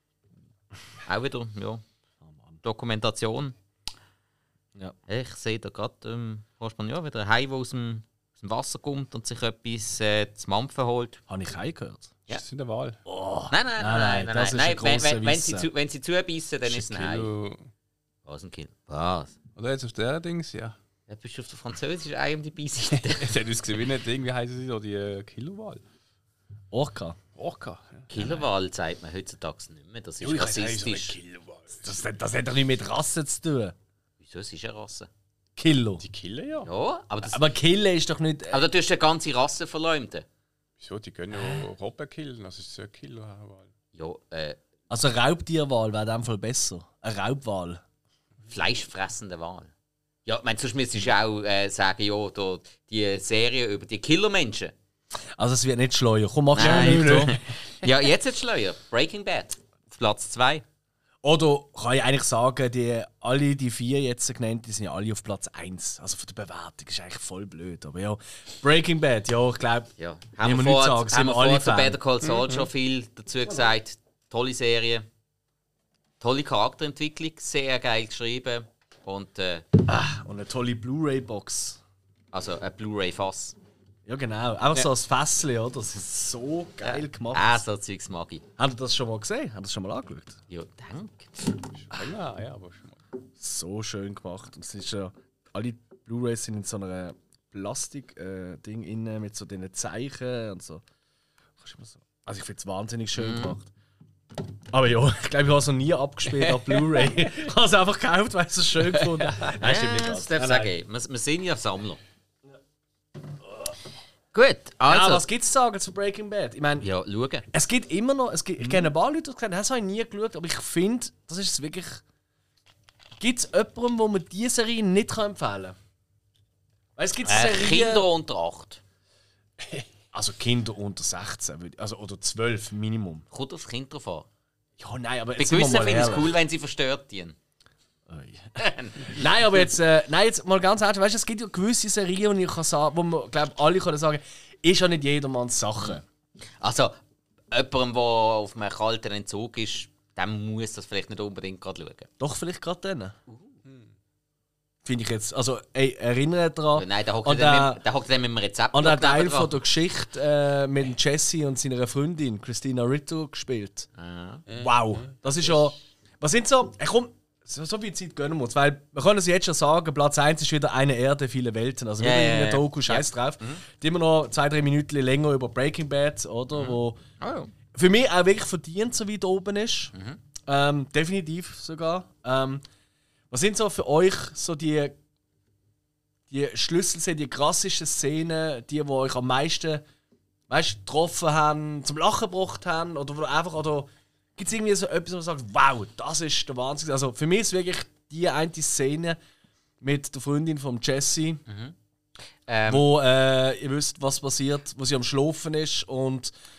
B: Auch wieder, ja. Dokumentation.
A: Ja.
B: Ich sehe da gerade ähm, Vorspann, ja, wieder ein Hai, der aus dem, aus dem Wasser kommt und sich etwas äh, zu mampfen holt.
A: Habe ich keinen gehört.
B: Ja.
C: Ist das in der Wahl?
B: Nein, nein, nein, nein, nein.
A: das ist
B: nein,
A: ein
B: wenn,
A: grosser
B: wenn, wenn, sie
A: Wissen.
B: zu, wenn sie zubeissen, dann ist es ein Hai.
C: Kilo.
B: Was ein Kill? Was?
C: Oder jetzt auf der Dings, ja.
B: Ja, bist du auf der französischen I M D B-Seite?
C: Es hat uns gesehen, wie nicht irgendwie heißen sie da, die äh, Kilowahl.
A: Orca.
C: Orca. Ja.
B: Killerwahl sagt man heutzutage nicht mehr. Das ist
C: Jo, ich weiss nicht, so eine
B: rassistisch.
C: Kilowahl.
A: Das, das hat doch nicht mit Rasse zu tun.
B: Wieso? Es ist eine Rasse.
A: Kilo.
C: Die killen ja.
B: Ja, aber, das,
A: Aber Killen ist doch nicht.
B: aber da tust du eine ganze Rasse verleumden.
C: Wieso? Die können ja Robben killen, also ist es eine Kilowahl.
B: Ja, äh,
A: Also eine Raubtierwahl wäre in dem Fall besser. Eine Raubwahl.
B: fleischfressende Wahl. Ja, ich meine, sonst müsstest du ja auch äh, sagen, ja, da, die Serie über die Killermenschen.
A: Also es wird nicht schleuer. Komm, mach
B: Nein.
A: schnell weiter.
B: Ja, jetzt jetzt Schleier. Breaking Bad. Auf Platz zwei.
A: Oder kann ich eigentlich sagen, die, alle die vier jetzt genannt, die sind ja alle auf Platz eins. Also von der Bewertung ist eigentlich voll blöd. Aber ja, Breaking Bad, ja, ich glaube,
B: Ja,
A: Müssen
B: haben wir
A: wir nicht
B: vorher
A: sagen, sind
B: haben wir
A: wir alle
B: vorher zu
A: Fan.
B: Better Call Saul schon viel dazu gesagt. Tolle Serie. Tolle Charakterentwicklung. Sehr geil geschrieben. Und äh,
A: und eine tolle Blu-ray-Box.
B: also ein Blu-ray-Fass.
A: Ja genau, einfach so als Fässchen, oder? Das ist so geil gemacht.
B: Ah, so Zeugs mag ich.
A: Habt ihr das schon mal gesehen? Habt ihr das schon mal angeschaut?
B: Ja, danke.
C: Ja, ja, aber schon mal.
A: So schön gemacht. Und es ist ja, alle Blu-rays sind in so einer Plastik-Ding äh, innen mit so diesen Zeichen und so. Kannst du immer so. Also ich finde es wahnsinnig schön
B: Mhm.
A: gemacht. Aber ja, ich glaube, ich habe es noch nie abgespielt auf Blu-ray. Ich habe es einfach gekauft, weil ich es so schön gefunden habe. Nein, stimmt nicht
B: Ja,
A: ganz.
B: das darf
A: Nein,
B: es auch
A: nein.
B: geben. Wir, wir sind ja Sammler. Gut,
A: Ja,
B: also.
A: was gibt es zu sagen zu Breaking Bad? Ich meine,
B: Ja, schauen.
A: es gibt immer noch, es gibt, ich kenne ein paar Leute, die gesagt haben, das habe ich nie geschaut, aber ich finde, das ist es wirklich. Gibt es jemanden, wo man diese Serie nicht kann empfehlen kann? Weil es gibt
B: Äh,
A: Serien.
B: Kinder unter acht.
A: Also Kinder unter sechzehn, würde ich- also, oder zwölf Minimum.
B: Kommt aufs Kind drauf an.
A: Ja, nein, aber
B: Bei
A: jetzt sind wir
B: gewissen
A: mal
B: finde ich es
A: ehrlich.
B: cool, wenn sie verstört sind.
A: Nein, aber jetzt, äh, nein, jetzt mal ganz ehrlich, weißt du, es gibt ja gewisse Serien, die ich kann sagen, wo man, glaube alle können sagen, ist ja nicht jedermanns Sache.
B: Also, jemandem, der auf einem kalten Entzug ist, dem muss das vielleicht nicht unbedingt gerade schauen.
A: Doch, vielleicht gerade dann. Finde ich jetzt, also, ey, erinnert daran.
B: Nein, der hockt
A: Und
B: dann
A: der-
B: mit, der hockt dann mit dem Rezept.
A: Und ein
B: neben
A: Teil
B: dran.
A: von der Geschichte äh, mit dem Jesse und seiner Freundin, Christina Ritto, gespielt.
B: Ah.
A: Wow, das ist ja. Was sind so. Ey, komm, so, so viel Zeit gönnen wir uns. Weil wir können es jetzt schon sagen, Platz eins ist wieder eine Erde, viele Welten. Also
B: Ja,
A: wieder
B: ja,
A: in der
B: ja.
A: Doku, scheiß drauf. Die immer noch zwei, drei Minuten länger über Breaking Bad, oder? Wo
B: Oh, ja.
A: für mich auch wirklich verdient, so weit oben ist. Ähm, definitiv sogar. Ähm, was sind so für euch so die, die Schlüsselszenen, die krassesten Szenen, die, die euch am meisten weißt, getroffen haben, zum Lachen gebracht haben? Oder wo einfach, oder gibt es irgendwie so etwas, wo man sagt, wow, das ist der Wahnsinn? Also für mich ist wirklich die eine Szene mit der Freundin von Jesse,
B: Ähm,
A: wo äh, ihr wisst, was passiert, wo sie am Schlafen ist und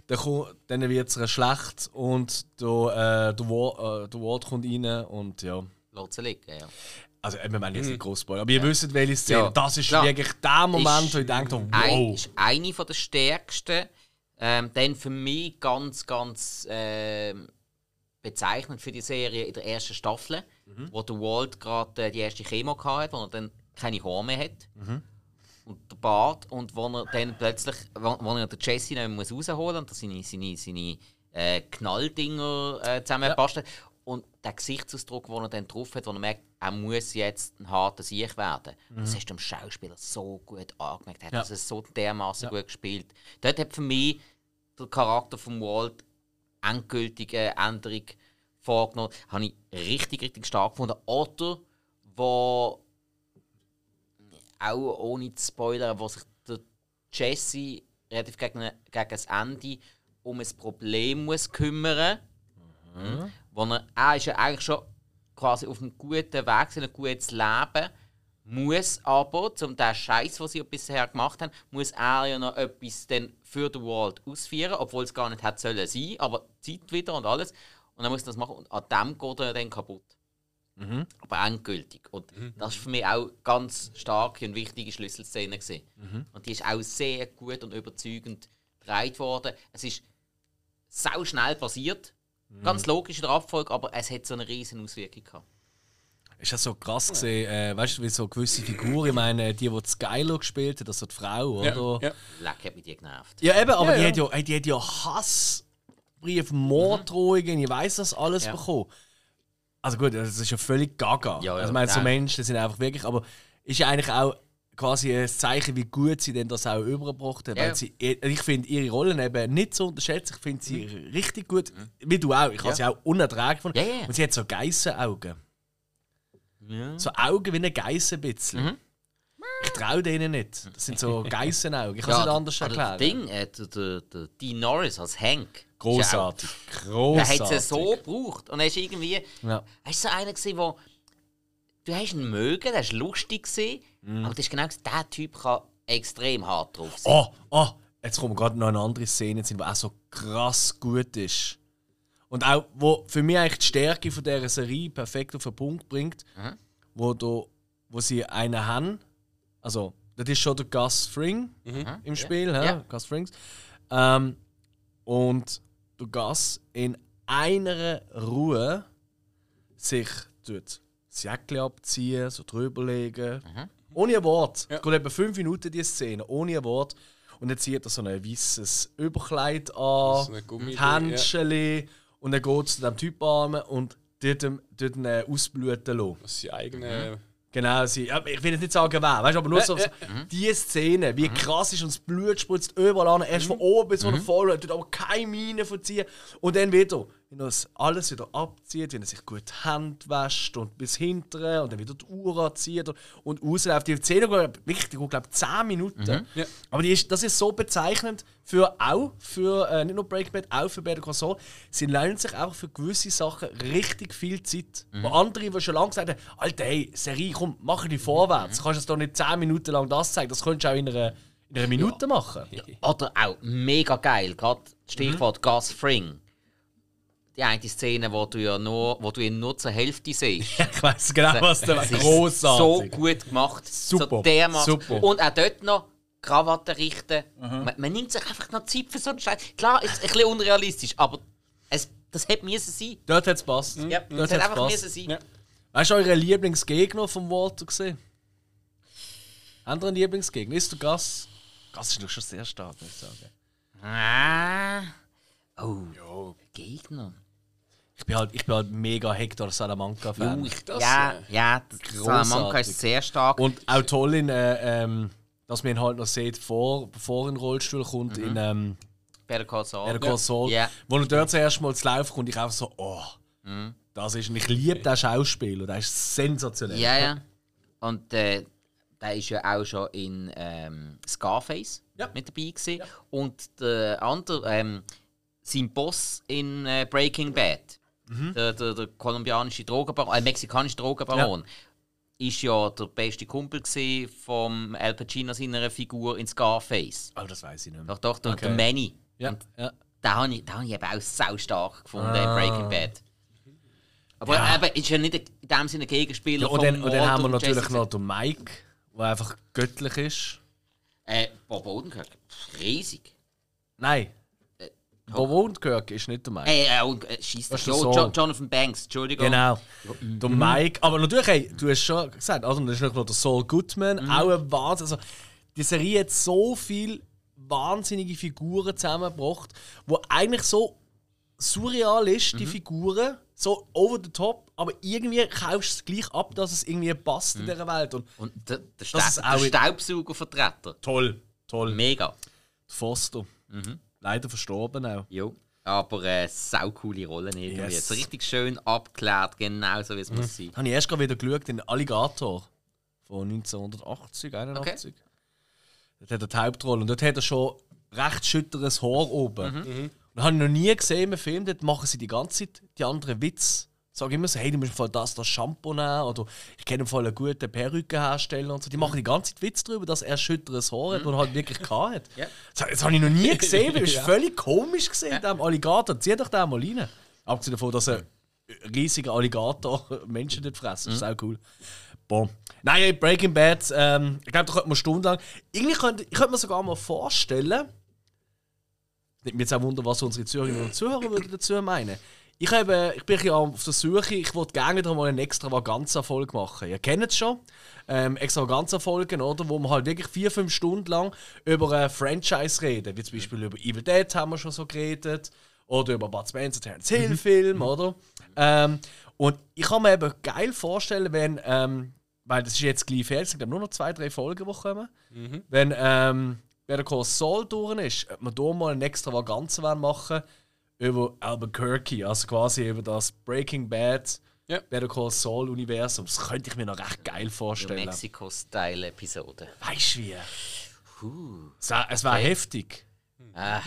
A: dann, ko- dann wird es ihr schlecht und der, äh, der, Ward, äh, der Ward kommt rein und ja.
B: Lass sie liegen, ja.
A: Also, wir meinen jetzt nicht groß Spoiler, aber ihr wisst, welche Szene.
B: Ja,
A: das ist
B: klar.
A: wirklich der Moment,
B: Ist
A: wo ich denke, wow.
B: Ein, ist eine von der stärksten. Ähm, dann für mich ganz, ganz ähm, bezeichnend für die Serie in der ersten Staffel,
A: Mhm.
B: wo der Walt gerade äh, die erste Chemo hatte, wo er dann keine Haare mehr hat.
A: Mhm.
B: Und der Bart. Und wo er dann plötzlich, wo, wo er den Jesse noch muss rausholen muss und seine, seine, seine äh, Knalldinger äh, zusammenbastelt. Und der Gesichtsausdruck, den er dann drauf hat, wo er merkt, er muss jetzt ein harter Sieg werden. Mhm. Das hast du dem Schauspieler so gut angemerkt. Er hat
A: Ja.
B: das so dermaßen
A: Ja.
B: gut gespielt. Dort hat für mich der Charakter von Walt endgültige Änderung vorgenommen. Habe ich richtig, richtig stark gefunden. Oder wo, auch ohne zu spoilern, wo sich der Jesse relativ gegen, gegen das Ende um ein Problem muss kümmern muss. Mhm. Wo er, er ist ja eigentlich schon quasi auf einem guten Weg, ein gutes Leben, muss aber, um den Scheiß, den sie bisher gemacht haben, muss er ja noch etwas dann für den Walt ausführen, obwohl es gar nicht hätte sollen sein, aber Zeit wieder und alles. Und dann muss er das machen und an dem geht er dann kaputt.
A: Mhm.
B: Aber endgültig. Und mhm. das war für mich auch ganz starke und wichtige Schlüsselszene gewesen. Mhm. Und die ist auch sehr gut und überzeugend gedreht worden. Es ist sau schnell passiert, mhm. ganz logisch in der Abfolge, aber es hat so eine riesen Auswirkung gehabt.
A: Ist das so krass gesehen, äh, weißt du, wie so gewisse Figuren, ich meine, die, die Skylo gespielt hat, also die Frau,
C: Ja,
A: oder?
C: ja.
B: Leck hat mich die genervt.
A: Ja, eben, aber
C: Ja,
A: die,
C: ja.
A: Hat ja, ey, die hat ja Hassbrief, Morddrohungen, ich weiss das alles
B: Ja.
A: bekommen. Also gut, das ist ja völlig gaga.
B: Ja, ja,
A: also ich meine, so
B: ja.
A: Menschen sind einfach wirklich, aber ist ja eigentlich auch quasi ein Zeichen, wie gut sie denn das auch übergebracht hat.
B: Ja.
A: Weil sie, ich finde ihre Rollen eben nicht so unterschätzt, ich finde sie richtig gut, wie du auch. Ich habe
B: Ja.
A: sie auch unerträglich gefunden.
B: Ja, ja.
A: Und sie hat so Geissenaugen.
B: Ja.
A: So Augen wie eine Geisse ein bisschen.
B: Mhm.
A: Ich traue denen nicht. Das sind so Geissenaugen. Ich kann es
B: Ja,
A: nicht anders
B: aber
A: erklären.
B: Das Ding, äh, der, der, der Dean Norris als Hank.
A: Großartig.
B: Er
A: Großartig.
B: hat es so gebraucht. Und er ist irgendwie.
A: Ja.
B: Er ist so einer gewesen, wo. Du hast ihn mögen, der war lustig gewesen,
A: Mhm.
B: aber das ist genau das, der Typ kann extrem hart drauf sein.
A: Oh, oh, jetzt kommt gerade noch eine andere Szene, die auch so krass gut ist. Und auch, wo für mich eigentlich die Stärke von dieser Serie perfekt auf den Punkt bringt,
B: Mhm.
A: wo, do, wo sie einen haben, also das ist schon der Gus Fring
C: Mhm.
A: im Spiel, ja.
B: Ja.
A: Gus Frings. Ähm, und der Gus in einer Ruhe sich tut das Jäckchen abziehen, so drüberlegen.
B: Mhm.
A: Ohne ein Wort.
C: Ja.
A: Es geht etwa fünf Minuten, die Szene, ohne ein Wort. Und dann zieht er so ein weißes Überkleid an,
C: So eine Gummiding,
A: Händchen und dann geht es zu dem Typ an und tut ihn, tut ihn äh, ausbluten lassen.
C: Das sind eigene.
A: Genau, sie, ja, ich will jetzt nicht sagen, wer, weißt, aber nur so,
C: Ja,
A: so die Szene, wie krass ist und das Blut spritzt überall an, erst von oben bis unten voll, er tut aber keine Miene verziehen. Und dann wieder, wenn er das alles wieder abzieht, wenn er sich gut die Hände wäscht und bis hinten und dann wieder die Uhr anzieht und, und rausläuft. Die Szene geht wirklich, die geht, glaube ich, zehn Minuten.
C: Ja.
A: Aber die ist, das ist so bezeichnend für auch, für äh, nicht nur Breaking Bad, auch für Better Call Saul. Sie lernen sich einfach für gewisse Sachen richtig viel Zeit. Wo andere, die schon lange gesagt haben, Alter, hey, Serie, komm, mach die vorwärts. Du kannst es doch nicht zehn Minuten lang das zeigen, das könntest du auch in einer, in einer Minute machen.
B: Oder auch mega geil, gerade Stichwort
A: Mhm.
B: Gus Fring. Die eine Szene, wo du, ja nur, wo du ihn nur zur Hälfte siehst.
A: Ich weiß genau, was da
B: Das ist
A: großartig.
B: so gut gemacht.
A: Super,
B: So dermaßen.
A: super.
B: Und auch dort noch Krawatte richten.
A: Mhm.
B: Man, man nimmt sich einfach noch Zeit für so einen Scheiß. Klar, ist ein bisschen unrealistisch, aber es, das hätte müssen sein.
A: Dort hat es passt.
B: Ja,
A: Dort
B: das
A: hat's
B: hätte einfach
A: gepasst.
B: müssen sein.
C: Ja.
A: Hast du euren Lieblingsgegner vom Walter gesehen? Anderen Lieblingsgegner? Ist der Gas? Gas ist doch schon sehr stark, muss ich sagen.
B: Ah. Oh,
C: Ja,
B: Gegner.
A: Ich bin halt, ich bin halt mega Hector Salamanca-Fan.
B: Uh, ich,
C: das,
B: ja,
C: äh,
B: ja, Salamanca
A: grossartig.
B: ist sehr stark.
A: Und auch toll, in, äh, ähm, dass man ihn halt noch sieht, vor, bevor er in den Rollstuhl kommt, in ähm,
B: Better Call Saul.
A: Better Call Saul.
B: Ja.
A: Wo er dort zuerst mal zu laufen kommt, ich auch so, oh, das ist, und ich liebe den Schauspieler, der ist sensationell.
B: Ja, ja. Und äh, der ist ja auch schon in ähm, Scarface
A: Ja.
B: mit dabei gewesen. Und der andere, ähm, sein Boss in äh, Breaking Bad, der, der, der kolumbianische Drogenbaron, äh, mexikanische Drogenbaron, ist ja der beste Kumpel gewesen vom Al Pacino seiner Figur in Scarface.
A: Oh, das weiß ich nicht mehr.
B: Doch, doch, der,
A: Okay.
B: der Manny.
A: Ja,
B: Und
A: ja.
B: den habe ich, den hab ich eben auch sau stark gefunden,
A: Ah.
B: Breaking Bad. Aber
A: Ja.
B: eben, ist ja nicht in dem Sinne Gegenspieler
A: Ja, und,
B: von
A: dann, und dann haben wir natürlich
B: Jessica.
A: noch den Mike, der einfach göttlich ist.
B: Äh, Bob Odenkirk, riesig.
A: Nein. Bob Odenkirk ist nicht der Mike.
B: Äh, äh, und, äh, scheiss
A: Was ist
B: doch.
A: der
B: Jo,
A: Sohn?
B: Jo- Jonathan Banks, Entschuldigung.
A: Genau. Der Mike. Aber natürlich, hey, du hast schon gesagt, also, das ist noch der Saul Goodman,
B: Mhm.
A: auch ein Wahnsinn. Also, die Serie hat so viele wahnsinnige Figuren zusammengebracht, wo eigentlich so surreal ist,
B: Mhm.
A: die Figuren, so over the top, aber irgendwie kaufst du es gleich ab, dass es irgendwie passt
B: Mhm.
A: in dieser Welt. Und
B: Und der, der,
A: Das
B: Sta
A: ist
B: der
A: auch-
B: Staubsaugervertreter.
A: toll, toll.
B: Mega.
A: Foster.
B: Mhm.
A: Leider verstorben auch.
B: Jo. Aber äh, sau coole Rollen irgendwie.
A: Yes.
B: So richtig schön abgeklärt, genau so wie es muss sein.
A: Habe ich erst gerade wieder geschaut in Alligator von neunzehnhundertachtzig, einundachtzig. Dort hat er die Hauptrolle und dort hat er schon recht schütteres Haar oben. Und das habe ich noch nie gesehen im Film, dort machen sie die ganze Zeit die anderen Witze. Sag immer so, hey, du musst im Fall das, das Shampoo nehmen oder ich kenne im Fall einen guten Perückenhersteller und so. Die machen die ganze Zeit Witze darüber, dass er schütteres Haar hat, das er halt wirklich gehabt hat.
B: Ja.
A: Das, das habe ich noch nie gesehen, das war völlig komisch gesehen, in diesem Alligator. Zieh doch den mal rein. Abgesehen davon, dass ein riesiger Alligator Menschen dort fressen. Das ist auch cool. Boom. Nein, hey, Breaking Bad, ähm, ich glaube, da könnte man stundenlang. Irgendwie könnte ich könnte mir sogar mal vorstellen, ich mich jetzt auch wundern, was unsere Zuhörerinnen und Zuhörer würden dazu meinen. Ich, habe, ich bin ja auf der Suche, ich wollte gerne wieder mal eine Extravaganza-Folge machen. Ihr kennt es schon. Ähm, Extravaganza-Folgen, oder? Wo wir halt wirklich vier, fünf Stunden lang über ein Franchise reden. Wie zum Beispiel über Evil Dead haben wir schon so geredet. Oder über Bud Spencer, Terence Hill-Film, oder? Ähm, und ich kann mir eben geil vorstellen, wenn, ähm, weil das ist jetzt gleich fertig, es sind nur noch zwei, drei Folgen, die kommen. Wenn ähm, Better Call Saul durch ist, ob wir hier mal eine Extravaganza machen über Albuquerque, also quasi über das Breaking Bad,
C: Ja.
A: Better Call Saul Universum. Das könnte ich mir noch recht geil
B: New
A: vorstellen.
B: Mexico-Style-Episode.
A: Weißt du wie?
B: Huh.
A: Es war, es war
B: Okay.
A: heftig.
B: Ah.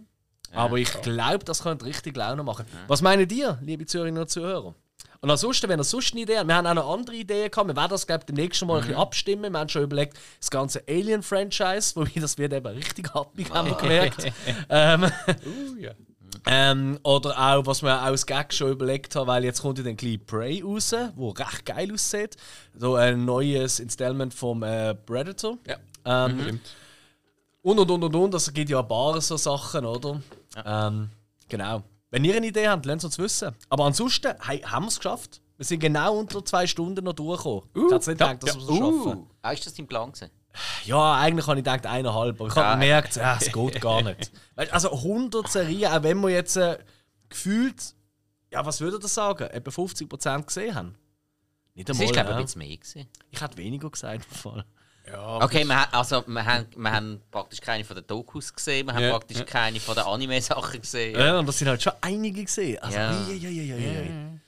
A: Aber ich glaube, das könnte richtig Laune machen. Was meinen ihr, liebe Zuhörerinnen und Zuhörer? Und ansonsten, wenn ihr sonst eine Idee habt, wir haben auch noch andere Ideen gehabt, wir werden das, glaube ich, beim nächsten Mal ein bisschen abstimmen. Wir haben schon überlegt, das ganze Alien-Franchise, wobei das wird eben richtig happig, haben wir gemerkt. ähm,
C: Uh, ja.
A: ähm, oder auch, was wir auch als Gag schon überlegt haben, weil jetzt kommt ja dann gleich Prey raus, wo recht geil aussieht. So ein neues Installment vom äh, Predator.
C: Ja.
A: Ähm,
C: Stimmt.
A: Und und und und und, das gibt ja ein paar so Sachen, oder? Ähm, genau. Wenn ihr eine Idee habt, lasst uns wissen. Aber ansonsten hey, haben wir es geschafft. Wir sind genau unter zwei Stunden noch durchgekommen. ich hätte nicht
C: ja,
A: gedacht, dass
C: ja.
A: wir es schaffen.
B: Uh. Ah, ist das dein Plan gewesen?
A: Ja, eigentlich habe ich gedacht eineinhalb, aber ich habe
B: Ja.
A: gemerkt, ja, es geht gar nicht. Weißt, also hundert Serien, auch wenn wir jetzt äh, gefühlt, ja, was würde ich sagen, etwa fünfzig Prozent gesehen haben. Nicht
B: Das
A: einmal,
B: ist, glaube ich,
A: ja.
B: ein bisschen mehr gewesen.
A: Ich hätte weniger gesagt. Im Fall.
C: Ja,
B: Okay, wir, ha- also, wir, haben, wir haben praktisch keine von den Dokus gesehen, wir haben
C: Ja,
B: praktisch
C: ja.
B: keine von den Anime-Sachen gesehen.
A: Ja, und das sind halt schon einige gesehen. Also,
B: Ja.
A: ja, ja, ja, ja, ja.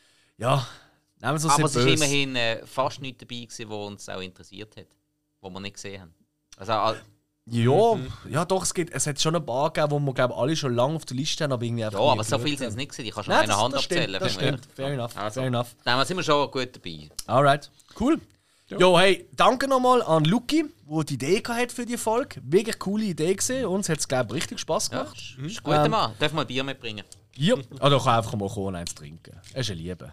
A: Ja, nehmen wir es uns
B: Aber
A: nicht
B: es war
A: böse.
B: immerhin äh, fast nichts dabei, gewesen, was uns auch interessiert hat, was wir nicht gesehen haben. Also, all-
A: Ja,
C: Mhm.
A: ja doch, es, gibt, es hat schon ein paar gegeben, wo wir glaub, alle schon lange auf der Liste haben, aber irgendwie einfach
B: ja,
A: nie
B: aber so
A: geschaut
B: viel sind es
A: haben.
B: nicht gewesen, ich kann schon
A: Nein,
B: eine
A: das,
B: Hand
A: das
B: abzählen.
A: stimmt, das
B: von mir.
A: stimmt. Fair enough,
B: Also.
A: fair enough.
B: Dann sind wir schon gut dabei.
A: Alright, cool. Jo, hey, danke nochmal an Luki, der die Idee hatte für die Folge. Wirklich coole Idee gesehen. Uns hat es, glaube ich, richtig Spass
B: Ja,
A: gemacht.
B: ist, ist gut, ähm, Mann. Darf mal ein Bier mitbringen?
A: Ja. Oder ich kann einfach mal kommen und eins trinken. Er ist eine Liebe.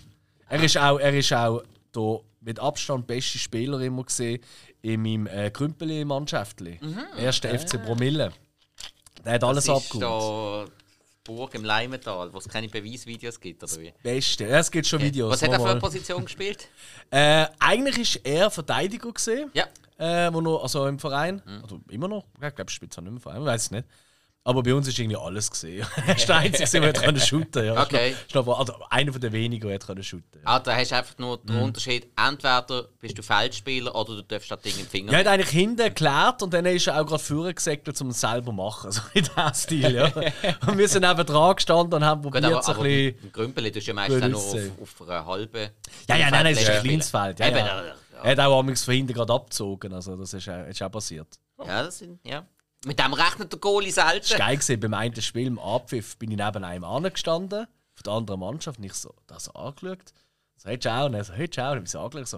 A: Er ist auch, er ist auch der mit Abstand beste Spieler immer gesehen in meinem äh, Krümpeli-Mannschaftli. Erster F C Promille. Der hat alles
B: das ist
A: abgeholt.
B: da die Burg im Leimental, wo es keine Beweisvideos gibt, oder wie?
A: Beste. Ja, es gibt schon Videos.
B: Was hat er für
A: mal.
B: eine Position gespielt?
A: Äh, eigentlich war er Verteidiger gesehen,
B: Ja.
A: äh, wo noch, also im Verein. Also immer noch. Ich glaube, er spielt zwar nicht mehr im Verein, ich weiß es nicht. Aber bei uns ist irgendwie alles gesehen. Er ist der Einzige, der konnte shooten. Ja.
B: Okay.
A: Ist noch, also einer von den wenigen, der konnte shooten. Ja.
B: Ah, da hast du einfach nur den Unterschied, entweder bist du Feldspieler oder du darfst das Ding im Finger.
A: Er hat eigentlich hinten geklärt und dann ist er auch gerade vorne gesegelt, um es selber zu machen. So in diesem Stil. Ja. Und wir sind neben dran gestanden und haben
B: Gut,
A: probiert,
B: aber,
A: so ein
B: aber
A: bisschen.
B: im Grümpeli tust du ja meistens auch nur
A: Größe.
B: auf, auf einer halben.
A: Ja, ja, nein, nein, es ist ein
B: Feld
A: kleines
B: spielen.
A: Feld. Ja,
B: Eben,
A: ja.
B: ja.
A: Er hat auch amigs von hinten gerade abgezogen. Also, das ist, äh, ist auch passiert.
B: Ja, das sind, ja. Mit dem rechnet der Goalie selten.
A: Das war geil gewesen. Beim einen Spiel im Abpfiff bin ich neben einem angestanden, von der anderen Mannschaft, und ich so das angeschaut. So, hey, ciao. Und er so, hey, ciao. Und ich so angeschaut, so,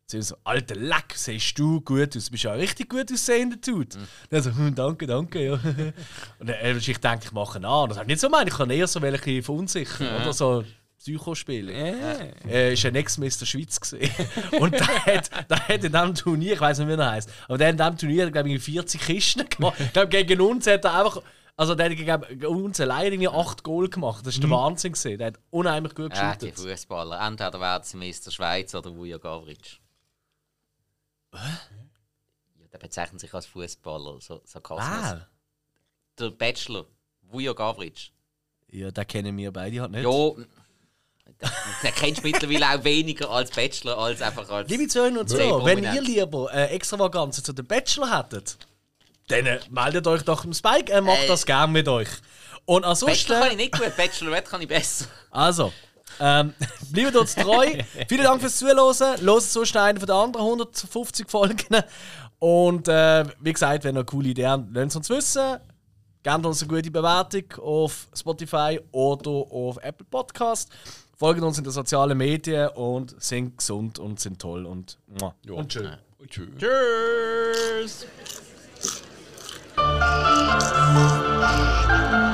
A: Sie so, alter Leck, siehst du gut aus, du bist ja ein richtig gut aussehender Dude. Mhm. Dann so, hm, danke, danke, ja. Und dann äh, ich denke, ich mache an. Das habe ich nicht so gemeint, ich kann eher so welche verunsichern, ja. Oder so Psychospiele. Äh. Er war ein Ex-Mister Schweiz gesehen. Und der hat, der hat in diesem Turnier, ich weiß nicht, wie er heißt, aber der hat in diesem Turnier, glaube ich, vierzig Kisten gemacht. Ich glaube, gegen uns hat er einfach. Also der hat gegen uns allein irgendwie acht Goal gemacht. Das war der Wahnsinn gewesen. Der hat unheimlich gut
B: ja,
A: geschüttet.
B: Die Fußballer. Entweder werden sie Mister Schweiz oder Vujo Gavric.
A: Was?
B: Ja, der bezeichnet sich als Fußballer. So, so
A: ah.
B: Der Bachelor, Vujo Gavric.
A: Ja, den kennen wir beide halt nicht.
B: Ja, den, den kennst du mittlerweile auch weniger als Bachelor als einfach als.
A: Liebe Zuhörer und Zuhörer, wenn ihr lieber äh, Extravaganzen zu den Bachelor hättet, dann äh, meldet euch doch im Spike, er macht äh, das gerne mit euch. Und ansonsten...
B: Bachelor kann ich nicht gut, Bachelorette kann ich besser.
A: Also, ähm, bleibt uns treu. Vielen Dank fürs Zuhören. Hört sonst einen von den anderen hundertfünfzig Folgen. Und äh, wie gesagt, wenn ihr coole Ideen habt, lasst uns wissen. Gebt uns eine gute Bewertung auf Spotify oder auf Apple Podcast. Folgt uns in den sozialen Medien und sind gesund und sind toll. Und, ja. Und tschüss.
C: Und tschüss.
A: Tschüss.